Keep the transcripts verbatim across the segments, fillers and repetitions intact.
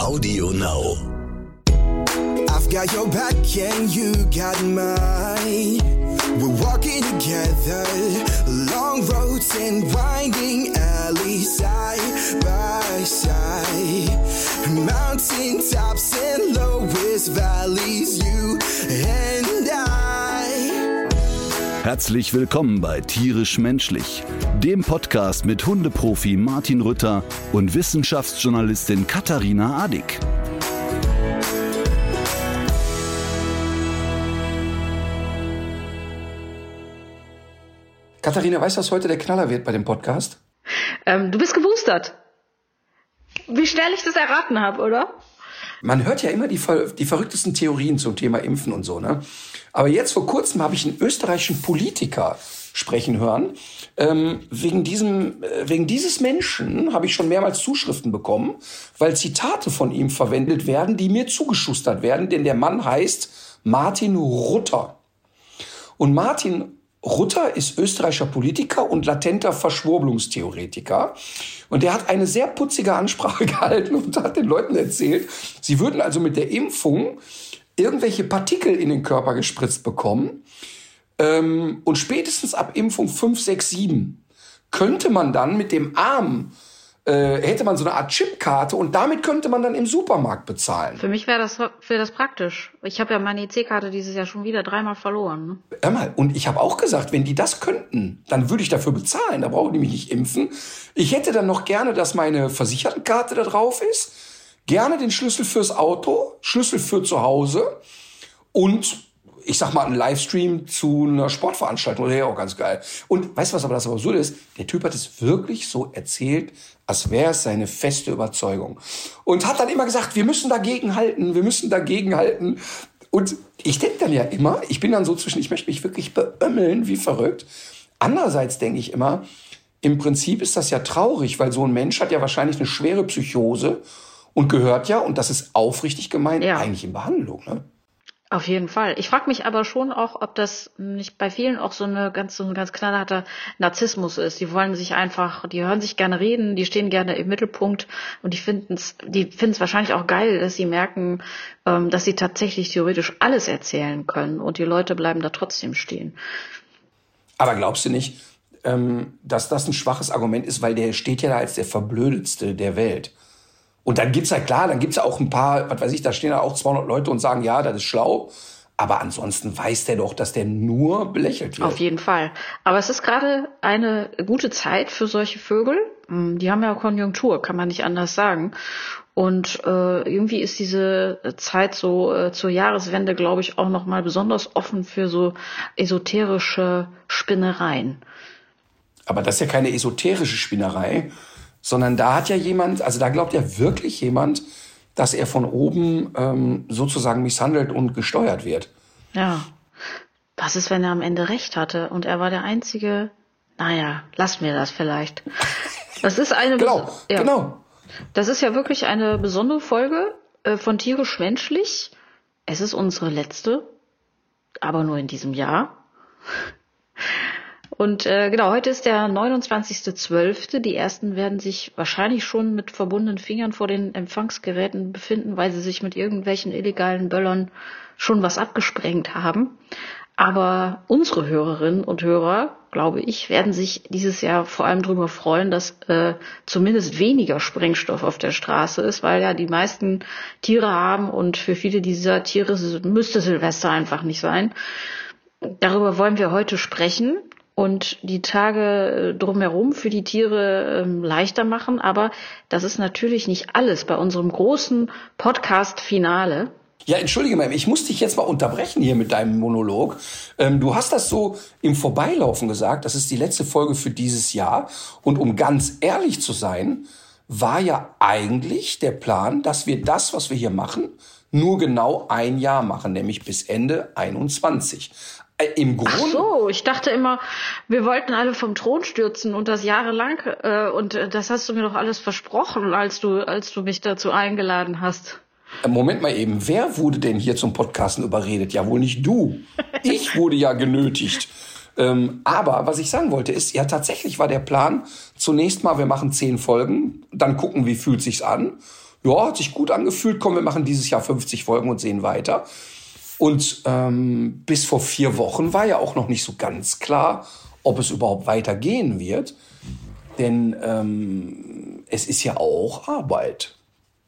Audio Now. I've got your back and you got mine. We're walking together, long roads and winding alleys, side by side. Mountain tops and lowest valleys, you and I. Herzlich willkommen bei Tierisch Menschlich, dem Podcast mit Hundeprofi Martin Rütter und Wissenschaftsjournalistin Katharina Adick. Katharina, weißt du, was heute der Knaller wird bei dem Podcast? Ähm, du bist geboostert. Wie schnell ich das erraten habe, oder? Man hört ja immer die, ver- die verrücktesten Theorien zum Thema Impfen und so, ne? Aber jetzt vor kurzem habe ich einen österreichischen Politiker sprechen hören. Ähm, wegen diesem, äh, wegen dieses Menschen habe ich schon mehrmals Zuschriften bekommen, weil Zitate von ihm verwendet werden, die mir zugeschustert werden, denn der Mann heißt Martin Rutter. Und Martin Rutter ist österreichischer Politiker und latenter Verschwurbelungstheoretiker. Und der hat eine sehr putzige Ansprache gehalten und hat den Leuten erzählt, sie würden also mit der Impfung irgendwelche Partikel in den Körper gespritzt bekommen. Ähm, und spätestens ab Impfung fünf, sechs, sieben könnte man dann mit dem Arm, äh, hätte man so eine Art Chipkarte und damit könnte man dann im Supermarkt bezahlen. Für mich wäre das, wär das praktisch. Ich habe ja meine E C-Karte dieses Jahr schon wieder dreimal verloren. Ne? Hör mal, und ich habe auch gesagt, wenn die das könnten, dann würde ich dafür bezahlen. Da brauchen die mich nicht impfen. Ich hätte dann noch gerne, dass meine Versichertenkarte da drauf ist. Gerne den Schlüssel fürs Auto, Schlüssel für zu Hause und ich sag mal, ein Livestream zu einer Sportveranstaltung. Das wäre auch ganz geil. Und weißt du, was aber das Absurde ist? Der Typ hat es wirklich so erzählt, als wäre es seine feste Überzeugung. Und hat dann immer gesagt, wir müssen dagegen halten, wir müssen dagegen halten. Und ich denke dann ja immer, ich bin dann so zwischen, ich möchte mich wirklich beömmeln, wie verrückt. Andererseits denke ich immer, im Prinzip ist das ja traurig, weil so ein Mensch hat ja wahrscheinlich eine schwere Psychose und gehört ja, und das ist aufrichtig gemeint, ja, eigentlich in Behandlung, ne? Auf jeden Fall. Ich frage mich aber schon auch, ob das nicht bei vielen auch so eine ganz so ein ganz knallharter Narzissmus ist. Die wollen sich einfach, die hören sich gerne reden, die stehen gerne im Mittelpunkt und die finden es, die finden es wahrscheinlich auch geil, dass sie merken, ähm, dass sie tatsächlich theoretisch alles erzählen können und die Leute bleiben da trotzdem stehen. Aber glaubst du nicht, ähm, dass das ein schwaches Argument ist, weil der steht ja da als der Verblödetste der Welt? Und dann gibt's ja klar, dann gibt's ja auch ein paar, was weiß ich, da stehen ja auch zweihundert Leute und sagen, ja, das ist schlau. Aber ansonsten weiß der doch, dass der nur belächelt wird. Auf jeden Fall. Aber es ist gerade eine gute Zeit für solche Vögel. Die haben ja Konjunktur, kann man nicht anders sagen. Und äh, irgendwie ist diese Zeit so äh, zur Jahreswende, glaube ich, auch noch mal besonders offen für so esoterische Spinnereien. Aber das ist ja keine esoterische Spinnerei, sondern da hat ja jemand, also da glaubt ja wirklich jemand, dass er von oben ähm, sozusagen misshandelt und gesteuert wird. Ja, was ist, wenn er am Ende recht hatte und er war der Einzige? Naja, lass mir das vielleicht. Das ist eine genau, Bes- ja. genau. Das ist ja wirklich eine besondere Folge äh, von Tierisch Menschlich. Es ist unsere letzte, aber nur in diesem Jahr. Und äh, genau, heute ist der neunundzwanzigster zwölfter Die ersten werden sich wahrscheinlich schon mit verbundenen Fingern vor den Empfangsgeräten befinden, weil sie sich mit irgendwelchen illegalen Böllern schon was abgesprengt haben. Aber unsere Hörerinnen und Hörer, glaube ich, werden sich dieses Jahr vor allem darüber freuen, dass äh, zumindest weniger Sprengstoff auf der Straße ist, weil ja die meisten Tiere haben und für viele dieser Tiere müsste Silvester einfach nicht sein. Darüber wollen wir heute sprechen und die Tage drumherum für die Tiere ähm, leichter machen. Aber das ist natürlich nicht alles bei unserem großen Podcast-Finale. Ja, entschuldige mal, ich muss dich jetzt mal unterbrechen hier mit deinem Monolog. Ähm, du hast das so im Vorbeilaufen gesagt, das ist die letzte Folge für dieses Jahr. Und um ganz ehrlich zu sein, war ja eigentlich der Plan, dass wir das, was wir hier machen, nur genau ein Jahr machen, nämlich bis Ende einundzwanzig. Äh, im Grunde. Ach so, ich dachte immer, wir wollten alle vom Thron stürzen und das jahrelang. Äh, und das hast du mir doch alles versprochen, als du, als du mich dazu eingeladen hast. Moment mal eben, wer wurde denn hier zum Podcasten überredet? Ja, wohl nicht du. Ich wurde ja genötigt. Ähm, aber was ich sagen wollte ist, ja, tatsächlich war der Plan zunächst mal, wir machen zehn Folgen, dann gucken, wie fühlt sich's an. ja, hat sich gut angefühlt. Komm, wir machen dieses Jahr fünfzig Folgen und sehen weiter. Und ähm, bis vor vier Wochen war ja auch noch nicht so ganz klar, ob es überhaupt weitergehen wird. Denn ähm, es ist ja auch Arbeit.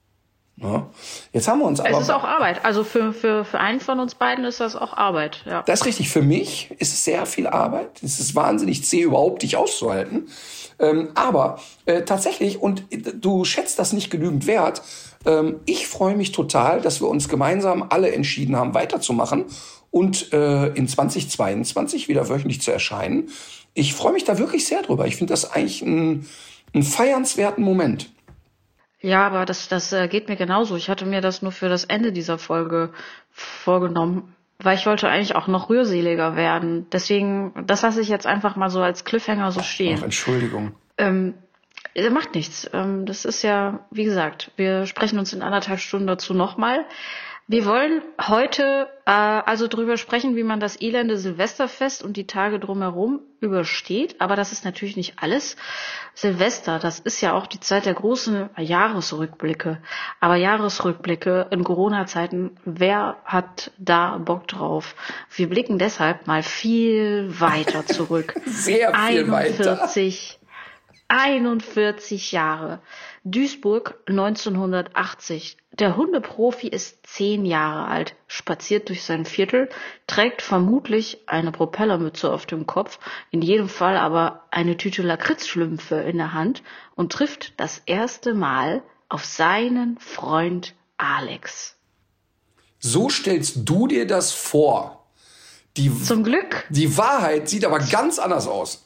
Ja. Jetzt haben wir uns aber... Es ist auch Arbeit. Also für, für, für einen von uns beiden ist das auch Arbeit. Ja. Das ist richtig. Für mich ist es sehr viel Arbeit. Es ist wahnsinnig zäh, überhaupt dich auszuhalten. Ähm, aber äh, tatsächlich, und du schätzt das nicht genügend wert, ähm, ich freue mich total, dass wir uns gemeinsam alle entschieden haben, weiterzumachen und äh, in zwanzig zweiundzwanzig wieder wöchentlich zu erscheinen. Ich freue mich da wirklich sehr drüber. Ich finde das eigentlich ein, ein feiernswerten Moment. Ja, aber das, das äh, geht mir genauso. Ich hatte mir das nur für das Ende dieser Folge vorgenommen, weil ich wollte eigentlich auch noch rührseliger werden. Deswegen, das lasse ich jetzt einfach mal so als Cliffhanger so stehen. Ach, Entschuldigung. Ähm, macht nichts. Ähm, das ist ja, wie gesagt, wir sprechen uns in anderthalb Stunden dazu nochmal. Wir wollen heute äh, also drüber sprechen, wie man das elende Silvesterfest und die Tage drumherum übersteht. Aber das ist natürlich nicht alles. Silvester, das ist ja auch die Zeit der großen Jahresrückblicke. Aber Jahresrückblicke in Corona-Zeiten, wer hat da Bock drauf? Wir blicken deshalb mal viel weiter zurück. Sehr viel einundvierzig, weiter. einundvierzig Jahre. Duisburg neunzehnhundertachtzig. Der Hundeprofi ist zehn Jahre alt, spaziert durch sein Viertel, trägt vermutlich eine Propellermütze auf dem Kopf, in jedem Fall aber eine Tüte Lakritzschlümpfe in der Hand und trifft das erste Mal auf seinen Freund Alex. So stellst du dir das vor. Die, Zum Glück. Die Wahrheit sieht aber ganz anders aus.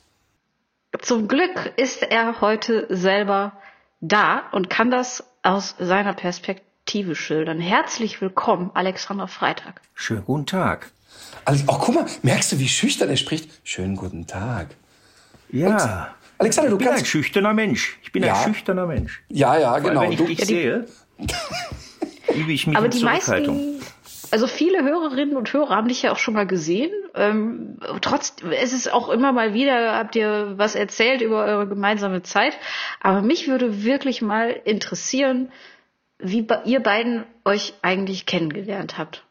Zum Glück ist er heute selber da und kann das aus seiner Perspektive schildern. Herzlich willkommen, Alexander Freitag. Schönen guten Tag. Also, oh, guck mal, merkst du, wie schüchtern er spricht? Schönen guten Tag. Ja. Und, Alexander, du ich bin kannst... ein schüchterner Mensch. Ich bin ja. ein schüchterner Mensch. Ja, ja, Weil, genau. wenn ich du, dich ja, die, sehe, übe ich mich aber in die Zurückhaltung. meisten, also viele Hörerinnen und Hörer haben dich ja auch schon mal gesehen. Ähm, trotz, es ist auch immer mal wieder, habt ihr was erzählt über eure gemeinsame Zeit. Aber mich würde wirklich mal interessieren, wie ihr beiden euch eigentlich kennengelernt habt.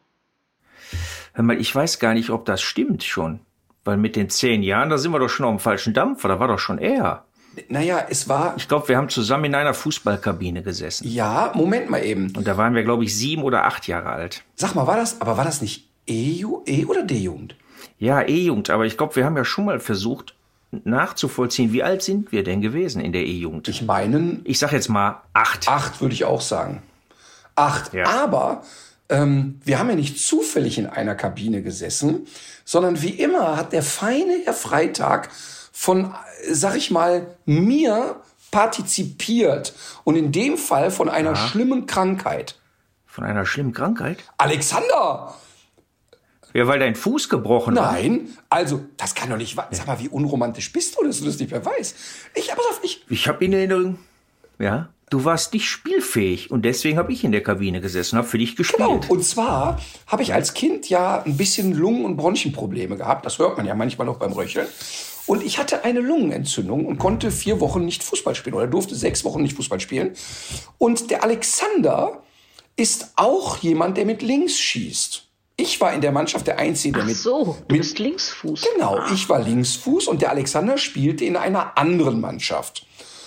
Hör mal, ich weiß gar nicht, ob das stimmt schon. Weil mit den zehn Jahren, da sind wir doch schon auf dem falschen Dampfer. Da war doch schon er. Naja, es war... Ich glaube, wir haben zusammen in einer Fußballkabine gesessen. Ja, Moment mal eben. Und da waren wir, glaube ich, sieben oder acht Jahre alt. Sag mal, war das, aber war das nicht E-Ju- E- oder D-Jugend? Ja, E-Jugend. Aber ich glaube, wir haben ja schon mal versucht, nachzuvollziehen, wie alt sind wir denn gewesen in der E-Jugend? Ich meine... Ich sag jetzt mal acht. Acht würde ich auch sagen. Acht. Ja. Aber ähm, wir haben ja nicht zufällig in einer Kabine gesessen, sondern wie immer hat der feine Herr Freitag von, sag ich mal, mir partizipiert. Und in dem Fall von einer ja. schlimmen Krankheit. Von einer schlimmen Krankheit? Alexander! Ja, weil dein Fuß gebrochen war. Nein, also, das kann doch nicht wahr. Sag mal, wie unromantisch bist du, dass du das nicht mehr weißt? Ich, pass auf, ich... Ich habe in Erinnerung, ja, du warst nicht spielfähig und deswegen habe ich in der Kabine gesessen, habe für dich gespielt. Genau, und zwar habe ich als Kind ja ein bisschen Lungen- und Bronchienprobleme gehabt. Das hört man ja manchmal noch beim Röcheln. Und ich hatte eine Lungenentzündung und konnte vier Wochen nicht Fußball spielen oder durfte sechs Wochen nicht Fußball spielen. Und der Alexander ist auch jemand, der mit links schießt. Ich war in der Mannschaft der Einzige, der Ach mit... so, du mit, bist Linksfuß. Genau, Ah. ich war Linksfuß und der Alexander spielte in einer anderen Mannschaft.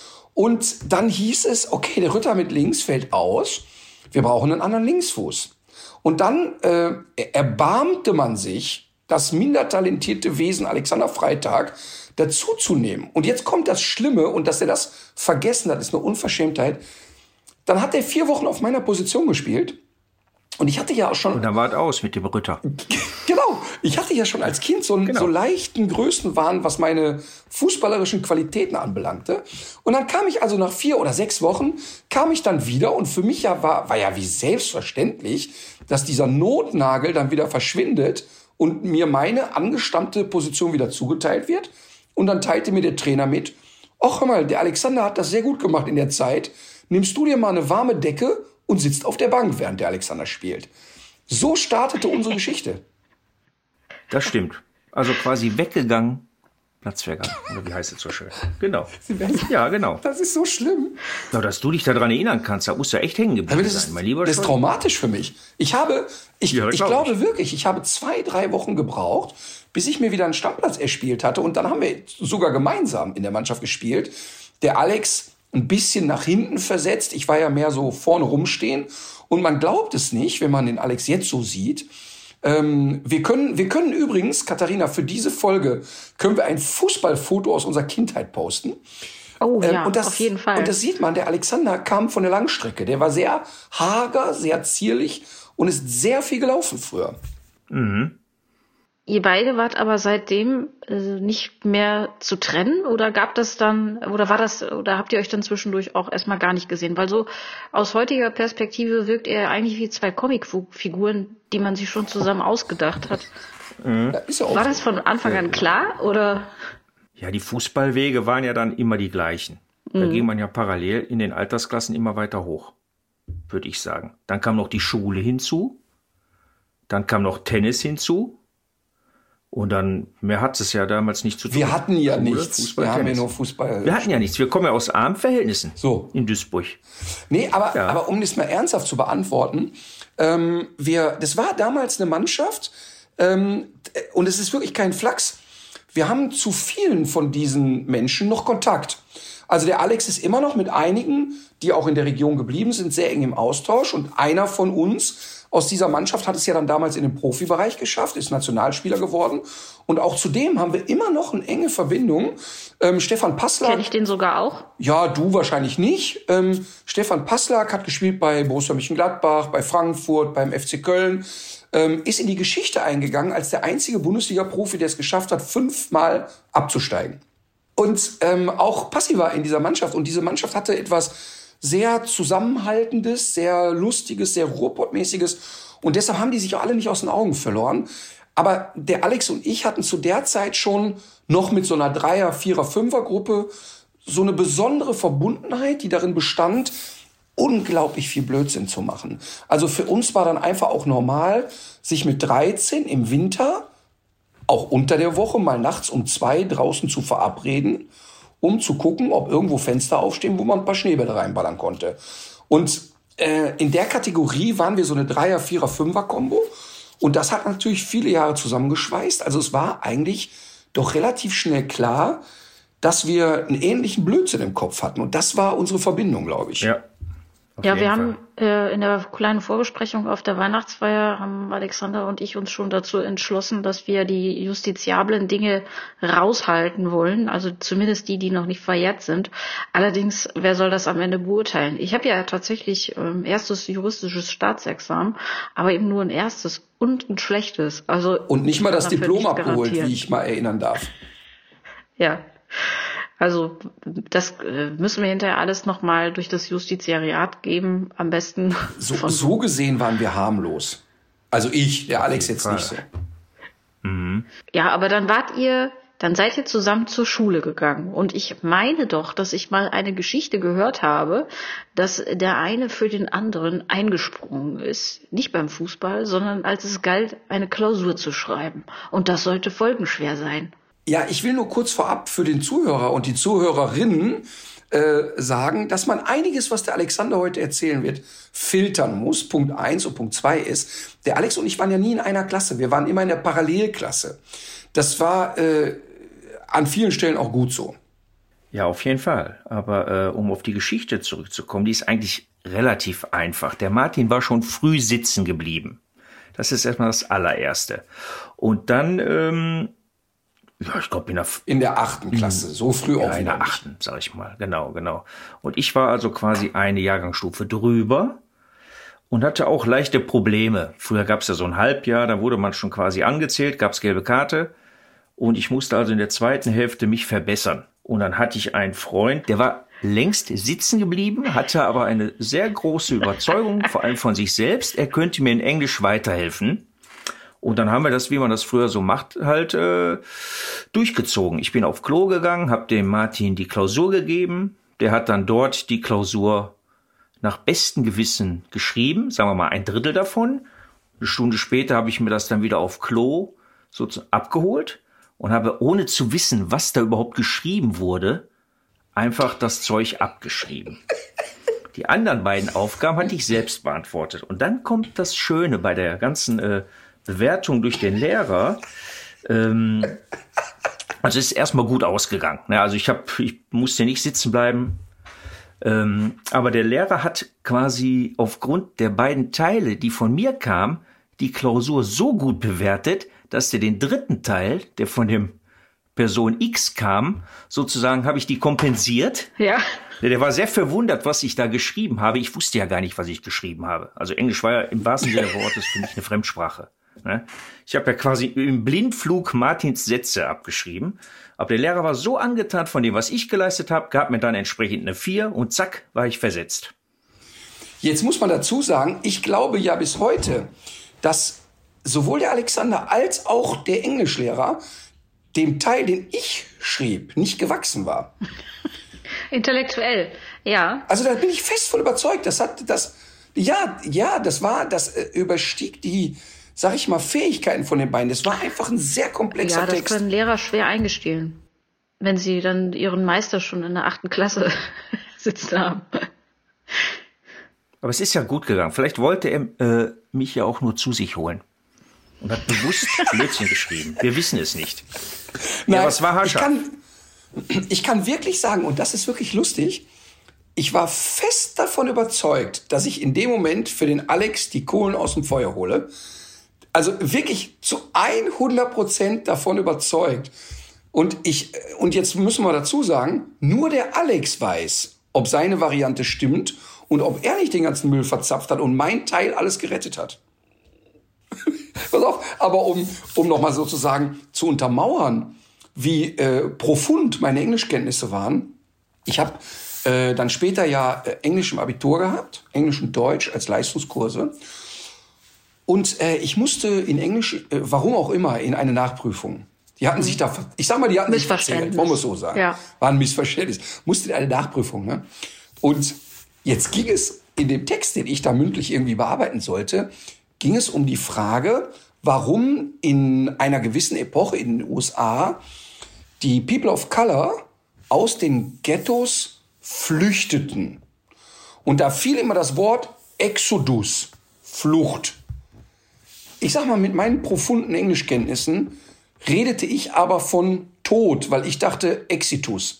Und dann hieß es, okay, der Ritter mit links fällt aus, wir brauchen einen anderen Linksfuß. Und dann äh, erbarmte man sich, das minder talentierte Wesen Alexander Freitag dazuzunehmen. Und jetzt kommt das Schlimme, und dass er das vergessen hat, ist eine Unverschämtheit. Dann hat er vier Wochen auf meiner Position gespielt. Und ich hatte ja auch schon... Und dann war es aus mit dem Ritter. Genau, ich hatte ja schon als Kind so einen Genau. so leichten Größenwahn, was meine fußballerischen Qualitäten anbelangte. Und dann kam ich also nach vier oder sechs Wochen, kam ich dann wieder. Und für mich ja war, war ja wie selbstverständlich, dass dieser Notnagel dann wieder verschwindet und mir meine angestammte Position wieder zugeteilt wird. Und dann teilte mir der Trainer mit, ach hör mal, der Alexander hat das sehr gut gemacht in der Zeit. Nimmst du dir mal eine warme Decke und sitzt auf der Bank, während der Alexander spielt. So startete unsere Geschichte. Das stimmt. Also quasi weggegangen Platzvergang. Oder wie heißt es so schön? Genau. Ja, genau. Das ist so schlimm. Ja, dass du dich daran erinnern kannst, da musst du echt hängen geblieben das sein, ist, mein lieber Das ist traumatisch für mich. Ich habe, ich, Ja, ich glaub glaube ich. wirklich, ich habe zwei, drei Wochen gebraucht, bis ich mir wieder einen Stammplatz erspielt hatte. Und dann haben wir sogar gemeinsam in der Mannschaft gespielt. Der Alex ein bisschen nach hinten versetzt. Ich war ja mehr so vorne rumstehen. Und man glaubt es nicht, wenn man den Alex jetzt so sieht. Ähm, wir können, wir können übrigens, Katharina, für diese Folge können wir ein Fußballfoto aus unserer Kindheit posten. Oh ja, ähm, und das, auf jeden Fall. Und das sieht man, der Alexander kam von der Langstrecke. Der war sehr hager, sehr zierlich und ist sehr viel gelaufen früher. Mhm. Ihr beide wart aber seitdem äh, nicht mehr zu trennen oder gab das dann, oder war das, oder habt ihr euch dann zwischendurch auch erstmal gar nicht gesehen? Weil so aus heutiger Perspektive wirkt ihr eigentlich wie zwei Comicfiguren, die man sich schon zusammen ausgedacht hat. Mhm. Da ist er auch War so. das von Anfang an klar oder? Ja, die Fußballwege waren ja dann immer die gleichen. Da Mhm. ging man ja parallel in den Altersklassen immer weiter hoch, würde ich sagen. Dann kam noch die Schule hinzu, dann kam noch Tennis hinzu und dann, mehr hat es ja damals nicht zu tun. Wir hatten ja Schule, nichts. Fußball, Wir haben ja Tennis. nur Fußball. Wir hatten ja nichts. Wir kommen ja aus armen Verhältnissen So. in Duisburg. Nee, aber, Ja. aber um das mal ernsthaft zu beantworten, ähm, wir, das war damals eine Mannschaft, ähm, und es ist wirklich kein Flachs. Wir haben zu vielen von diesen Menschen noch Kontakt. Also der Alex ist immer noch mit einigen, die auch in der Region geblieben sind, sehr eng im Austausch. Und einer von uns aus dieser Mannschaft hat es ja dann damals in den Profibereich geschafft, ist Nationalspieler geworden. Und auch zu dem haben wir immer noch eine enge Verbindung. Ähm, Stefan Passlack. Kenn ich den sogar auch? Ja, du wahrscheinlich nicht. Ähm, Stefan Passlack hat gespielt bei Borussia Mönchengladbach, bei Frankfurt, beim F C Köln. Ähm, ist in die Geschichte eingegangen als der einzige Bundesliga-Profi, der es geschafft hat, fünfmal abzusteigen. Und ähm, auch Passi war in dieser Mannschaft. Und diese Mannschaft hatte etwas sehr Zusammenhaltendes, sehr Lustiges, sehr Ruhrpottmäßiges. Und deshalb haben die sich auch alle nicht aus den Augen verloren. Aber der Alex und ich hatten zu der Zeit schon noch mit so einer Dreier-, Vierer-, Fünfer-Gruppe so eine besondere Verbundenheit, die darin bestand, unglaublich viel Blödsinn zu machen. Also für uns war dann einfach auch normal, sich mit dreizehn im Winter, auch unter der Woche, mal nachts um zwei draußen zu verabreden, um zu gucken, ob irgendwo Fenster aufstehen, wo man ein paar Schneebälle reinballern konnte. Und äh, in der Kategorie waren wir so eine Dreier-, Vierer-, Fünfer-Kombo. Und das hat natürlich viele Jahre zusammengeschweißt. Also es war eigentlich doch relativ schnell klar, dass wir einen ähnlichen Blödsinn im Kopf hatten. Und das war unsere Verbindung, glaube ich. Ja. Auf Ja, jeden wir Fall. haben äh, in der kleinen Vorbesprechung auf der Weihnachtsfeier haben Alexander und ich uns schon dazu entschlossen, dass wir die justiziablen Dinge raushalten wollen, also zumindest die, die noch nicht verjährt sind. Allerdings, wer soll das am Ende beurteilen? Ich habe ja tatsächlich ähm, erstes juristisches Staatsexamen, aber eben nur ein erstes und ein schlechtes. Also Und nicht mal das dafür Diplom nicht abgeholt, garantieren. wie ich mal erinnern darf. Ja. Also das äh, müssen wir hinterher alles nochmal durch das Justiziariat geben, am besten So, von so gesehen waren wir harmlos. Also ich, der Alex jetzt Fall. nicht so. Ja, aber dann wart ihr, dann seid ihr zusammen zur Schule gegangen. Und ich meine doch, dass ich mal eine Geschichte gehört habe, dass der eine für den anderen eingesprungen ist. Nicht beim Fußball, sondern als es galt, eine Klausur zu schreiben. Und das sollte folgenschwer sein. Ja, ich will nur kurz vorab für den Zuhörer und die Zuhörerinnen äh, sagen, dass man einiges, was der Alexander heute erzählen wird, filtern muss. Punkt eins und Punkt zwei ist, der Alex und ich waren ja nie in einer Klasse. Wir waren immer in der Parallelklasse. Das war äh, an vielen Stellen auch gut so. Ja, auf jeden Fall. Aber äh, um auf die Geschichte zurückzukommen, die ist eigentlich relativ einfach. Der Martin war schon früh sitzen geblieben. Das ist erstmal das allererste. Und dann, ähm, ja, ich glaube in der In der achten Klasse, so früh Ja, auch in wieder der nicht. achten, sag ich mal. Genau, genau. Und ich war also quasi eine Jahrgangsstufe drüber und hatte auch leichte Probleme. Früher gab es ja so ein Halbjahr, da wurde man schon quasi angezählt, gab's gelbe Karte. Und ich musste also in der zweiten Hälfte mich verbessern. Und dann hatte ich einen Freund, der war längst sitzen geblieben, hatte aber eine sehr große Überzeugung, vor allem von sich selbst, er könnte mir in Englisch weiterhelfen. Und dann haben wir das, wie man das früher so macht, halt äh, durchgezogen. Ich bin auf Klo gegangen, habe dem Martin die Klausur gegeben. Der hat dann dort die Klausur nach bestem Gewissen geschrieben, sagen wir mal ein Drittel davon. Eine Stunde später habe ich mir das dann wieder auf Klo so abgeholt. und habe, ohne zu wissen, was da überhaupt geschrieben wurde, einfach das Zeug abgeschrieben. Die anderen beiden Aufgaben hatte ich selbst beantwortet. Und dann kommt das Schöne bei der ganzen äh, Bewertung durch den Lehrer. Ähm, also es ist erstmal gut ausgegangen. Ne? Also ich, hab, ich musste nicht sitzen bleiben. Ähm, aber der Lehrer hat quasi aufgrund der beiden Teile, die von mir kamen, die Klausur so gut bewertet, dass er den dritten Teil, der von dem Person X kam, sozusagen habe ich die kompensiert. Ja. Der war sehr verwundert, was ich da geschrieben habe. Ich wusste ja gar nicht, was ich geschrieben habe. Also Englisch war ja im wahrsten Sinne des Wortes für mich eine Fremdsprache. Ich habe ja quasi im Blindflug Martins Sätze abgeschrieben. Aber der Lehrer war so angetan von dem, was ich geleistet habe, gab mir dann entsprechend eine vier und zack, war ich versetzt. Jetzt muss man dazu sagen, ich glaube ja bis heute, dass sowohl der Alexander als auch der Englischlehrer dem Teil, den ich schrieb, nicht gewachsen war. Intellektuell, ja. Also da bin ich fest von überzeugt. Das hat, das, ja, ja, das war, das äh, überstieg die, sag ich mal, Fähigkeiten von den beiden. Das war einfach ein sehr komplexer ja, das Text. können Lehrer schwer eingestehen, wenn sie dann ihren Meister schon in der achten Klasse sitzen haben. Aber es ist ja gut gegangen. Vielleicht wollte er äh, mich ja auch nur zu sich holen. Und hat bewusst Blödsinn geschrieben. Wir wissen es nicht. Nein, ja, was war haarscharf? Ich kann, ich kann wirklich sagen, und das ist wirklich lustig, ich war fest davon überzeugt, dass ich in dem Moment für den Alex die Kohlen aus dem Feuer hole. Also wirklich zu hundert Prozent davon überzeugt. Und ich, und jetzt müssen wir dazu sagen, nur der Alex weiß, ob seine Variante stimmt und ob er nicht den ganzen Müll verzapft hat und mein Teil alles gerettet hat. Pass auf, aber um, um nochmal sozusagen zu untermauern, wie äh, profund meine Englischkenntnisse waren. Ich habe äh, dann später ja äh, Englisch im Abitur gehabt, Englisch und Deutsch als Leistungskurse. Und äh, ich musste in Englisch, äh, warum auch immer, in eine Nachprüfung. Die hatten sich da, ich sag mal, die hatten sich verzählt, wollen wir es so sagen. Ja. War ein Missverständnis. Musste in eine Nachprüfung. Ne? Und jetzt ging es in dem Text, den ich da mündlich irgendwie bearbeiten sollte, ging es um die Frage, warum in einer gewissen Epoche in den U S A die People of Color aus den Ghettos flüchteten. Und da fiel immer das Wort Exodus, Flucht. Ich sag mal, mit meinen profunden Englischkenntnissen redete ich aber von Tod, weil ich dachte Exitus.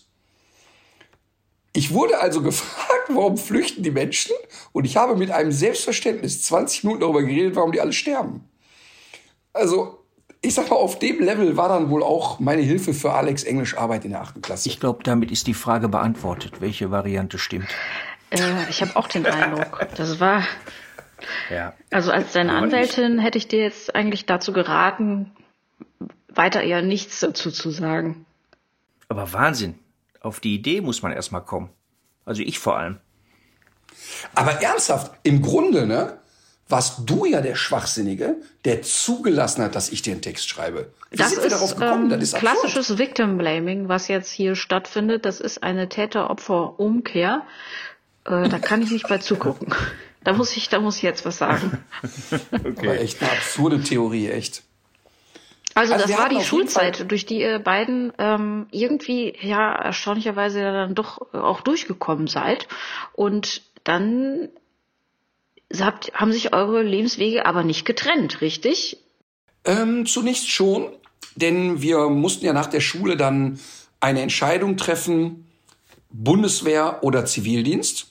Ich wurde also gefragt, warum flüchten die Menschen? Und ich habe mit einem Selbstverständnis zwanzig Minuten darüber geredet, warum die alle sterben. Also, ich sag mal, auf dem Level war dann wohl auch meine Hilfe für Alex Englischarbeit in der achten Klasse. Ich glaube, damit ist die Frage beantwortet, welche Variante stimmt. Äh, ich habe auch den Eindruck, das war... Ja. Also als deine Anwältin hätte ich dir jetzt eigentlich dazu geraten, weiter eher nichts dazu zu sagen. Aber Wahnsinn. Auf die Idee muss man erstmal kommen. Also ich vor allem. Aber ernsthaft, im Grunde, ne, warst du ja der Schwachsinnige, der zugelassen hat, dass ich dir einen Text schreibe. Wie Das sind wir ist, darauf gekommen? ähm, Das ist absurd. klassisches Victim Blaming, was jetzt hier stattfindet. Das ist eine Täter-Opfer-Umkehr. Äh, da kann ich nicht bei zugucken. Da muss ich, da muss ich jetzt was sagen. Aber echt eine absurde Theorie, echt. Also, Also das wir war hatten die auf jeden Schulzeit, Fall- durch die ihr beiden ähm, irgendwie, ja, erstaunlicherweise ja dann doch auch durchgekommen seid. Und dann habt, haben sich eure Lebenswege aber nicht getrennt, richtig? Ähm, zunächst schon, denn wir mussten ja nach der Schule dann eine Entscheidung treffen, Bundeswehr oder Zivildienst.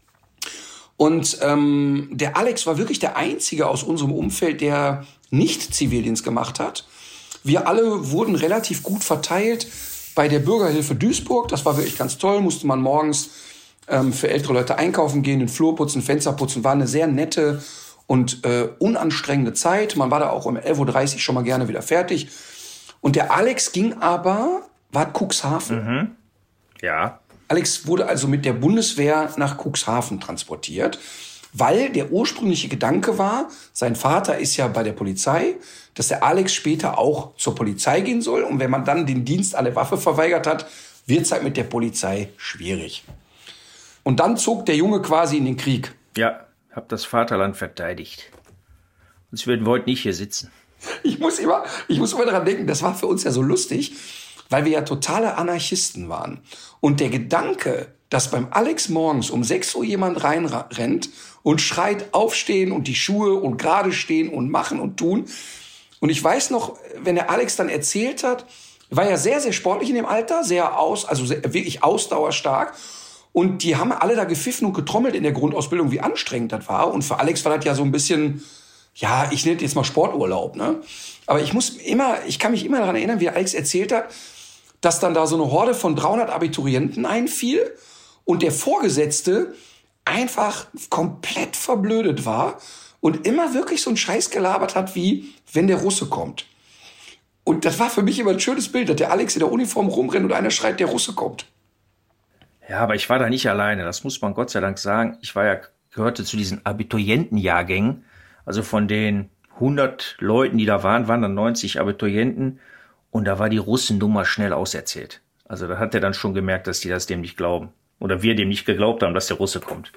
Und ähm, der Alex war wirklich der Einzige aus unserem Umfeld, der nicht Zivildienst gemacht hat. Wir alle wurden relativ gut verteilt bei der Bürgerhilfe Duisburg. Das war wirklich ganz toll. Musste man morgens ähm, für ältere Leute einkaufen gehen, den Flur putzen, Fenster putzen. War eine sehr nette und äh, unanstrengende Zeit. Man war da auch um elf Uhr dreißig schon mal gerne wieder fertig. Und der Alex ging aber, war Cuxhaven. Mhm. Ja. Alex wurde also mit der Bundeswehr nach Cuxhaven transportiert, weil der ursprüngliche Gedanke war, sein Vater ist ja bei der Polizei, dass der Alex später auch zur Polizei gehen soll. Und wenn man dann den Dienst an der Waffe verweigert hat, wird es halt mit der Polizei schwierig. Und dann zog der Junge quasi in den Krieg. Ja, hab das Vaterland verteidigt. Sonst würden wir heute nicht hier sitzen. Ich muss immer, ich muss immer daran denken, das war für uns ja so lustig, weil wir ja totale Anarchisten waren. Und der Gedanke, dass beim Alex morgens um sechs Uhr jemand reinrennt und schreit, aufstehen und die Schuhe und gerade stehen und machen und tun. Und ich weiß noch, wenn der Alex dann erzählt hat, war ja sehr, sehr sportlich in dem Alter, sehr aus, also sehr, wirklich ausdauerstark. Und die haben alle da gepfiffen und getrommelt in der Grundausbildung, wie anstrengend das war. Und für Alex war das ja so ein bisschen, ja, ich nenne das jetzt mal Sporturlaub, ne? Aber ich muss immer, ich kann mich immer daran erinnern, wie Alex erzählt hat, dass dann da so eine Horde von dreihundert Abiturienten einfiel und der Vorgesetzte einfach komplett verblödet war und immer wirklich so einen Scheiß gelabert hat, wie wenn der Russe kommt. Und das war für mich immer ein schönes Bild, dass der Alex in der Uniform rumrennt und einer schreit, der Russe kommt. Ja, aber ich war da nicht alleine, das muss man Gott sei Dank sagen. Ich war ja, gehörte zu diesen Abiturientenjahrgängen, also von den hundert Leuten, die da waren, waren dann neunzig Abiturienten und da war die Russennummer schnell auserzählt. Also da hat er dann schon gemerkt, dass die das dem nicht glauben. Oder wir dem nicht geglaubt haben, dass der Russe kommt.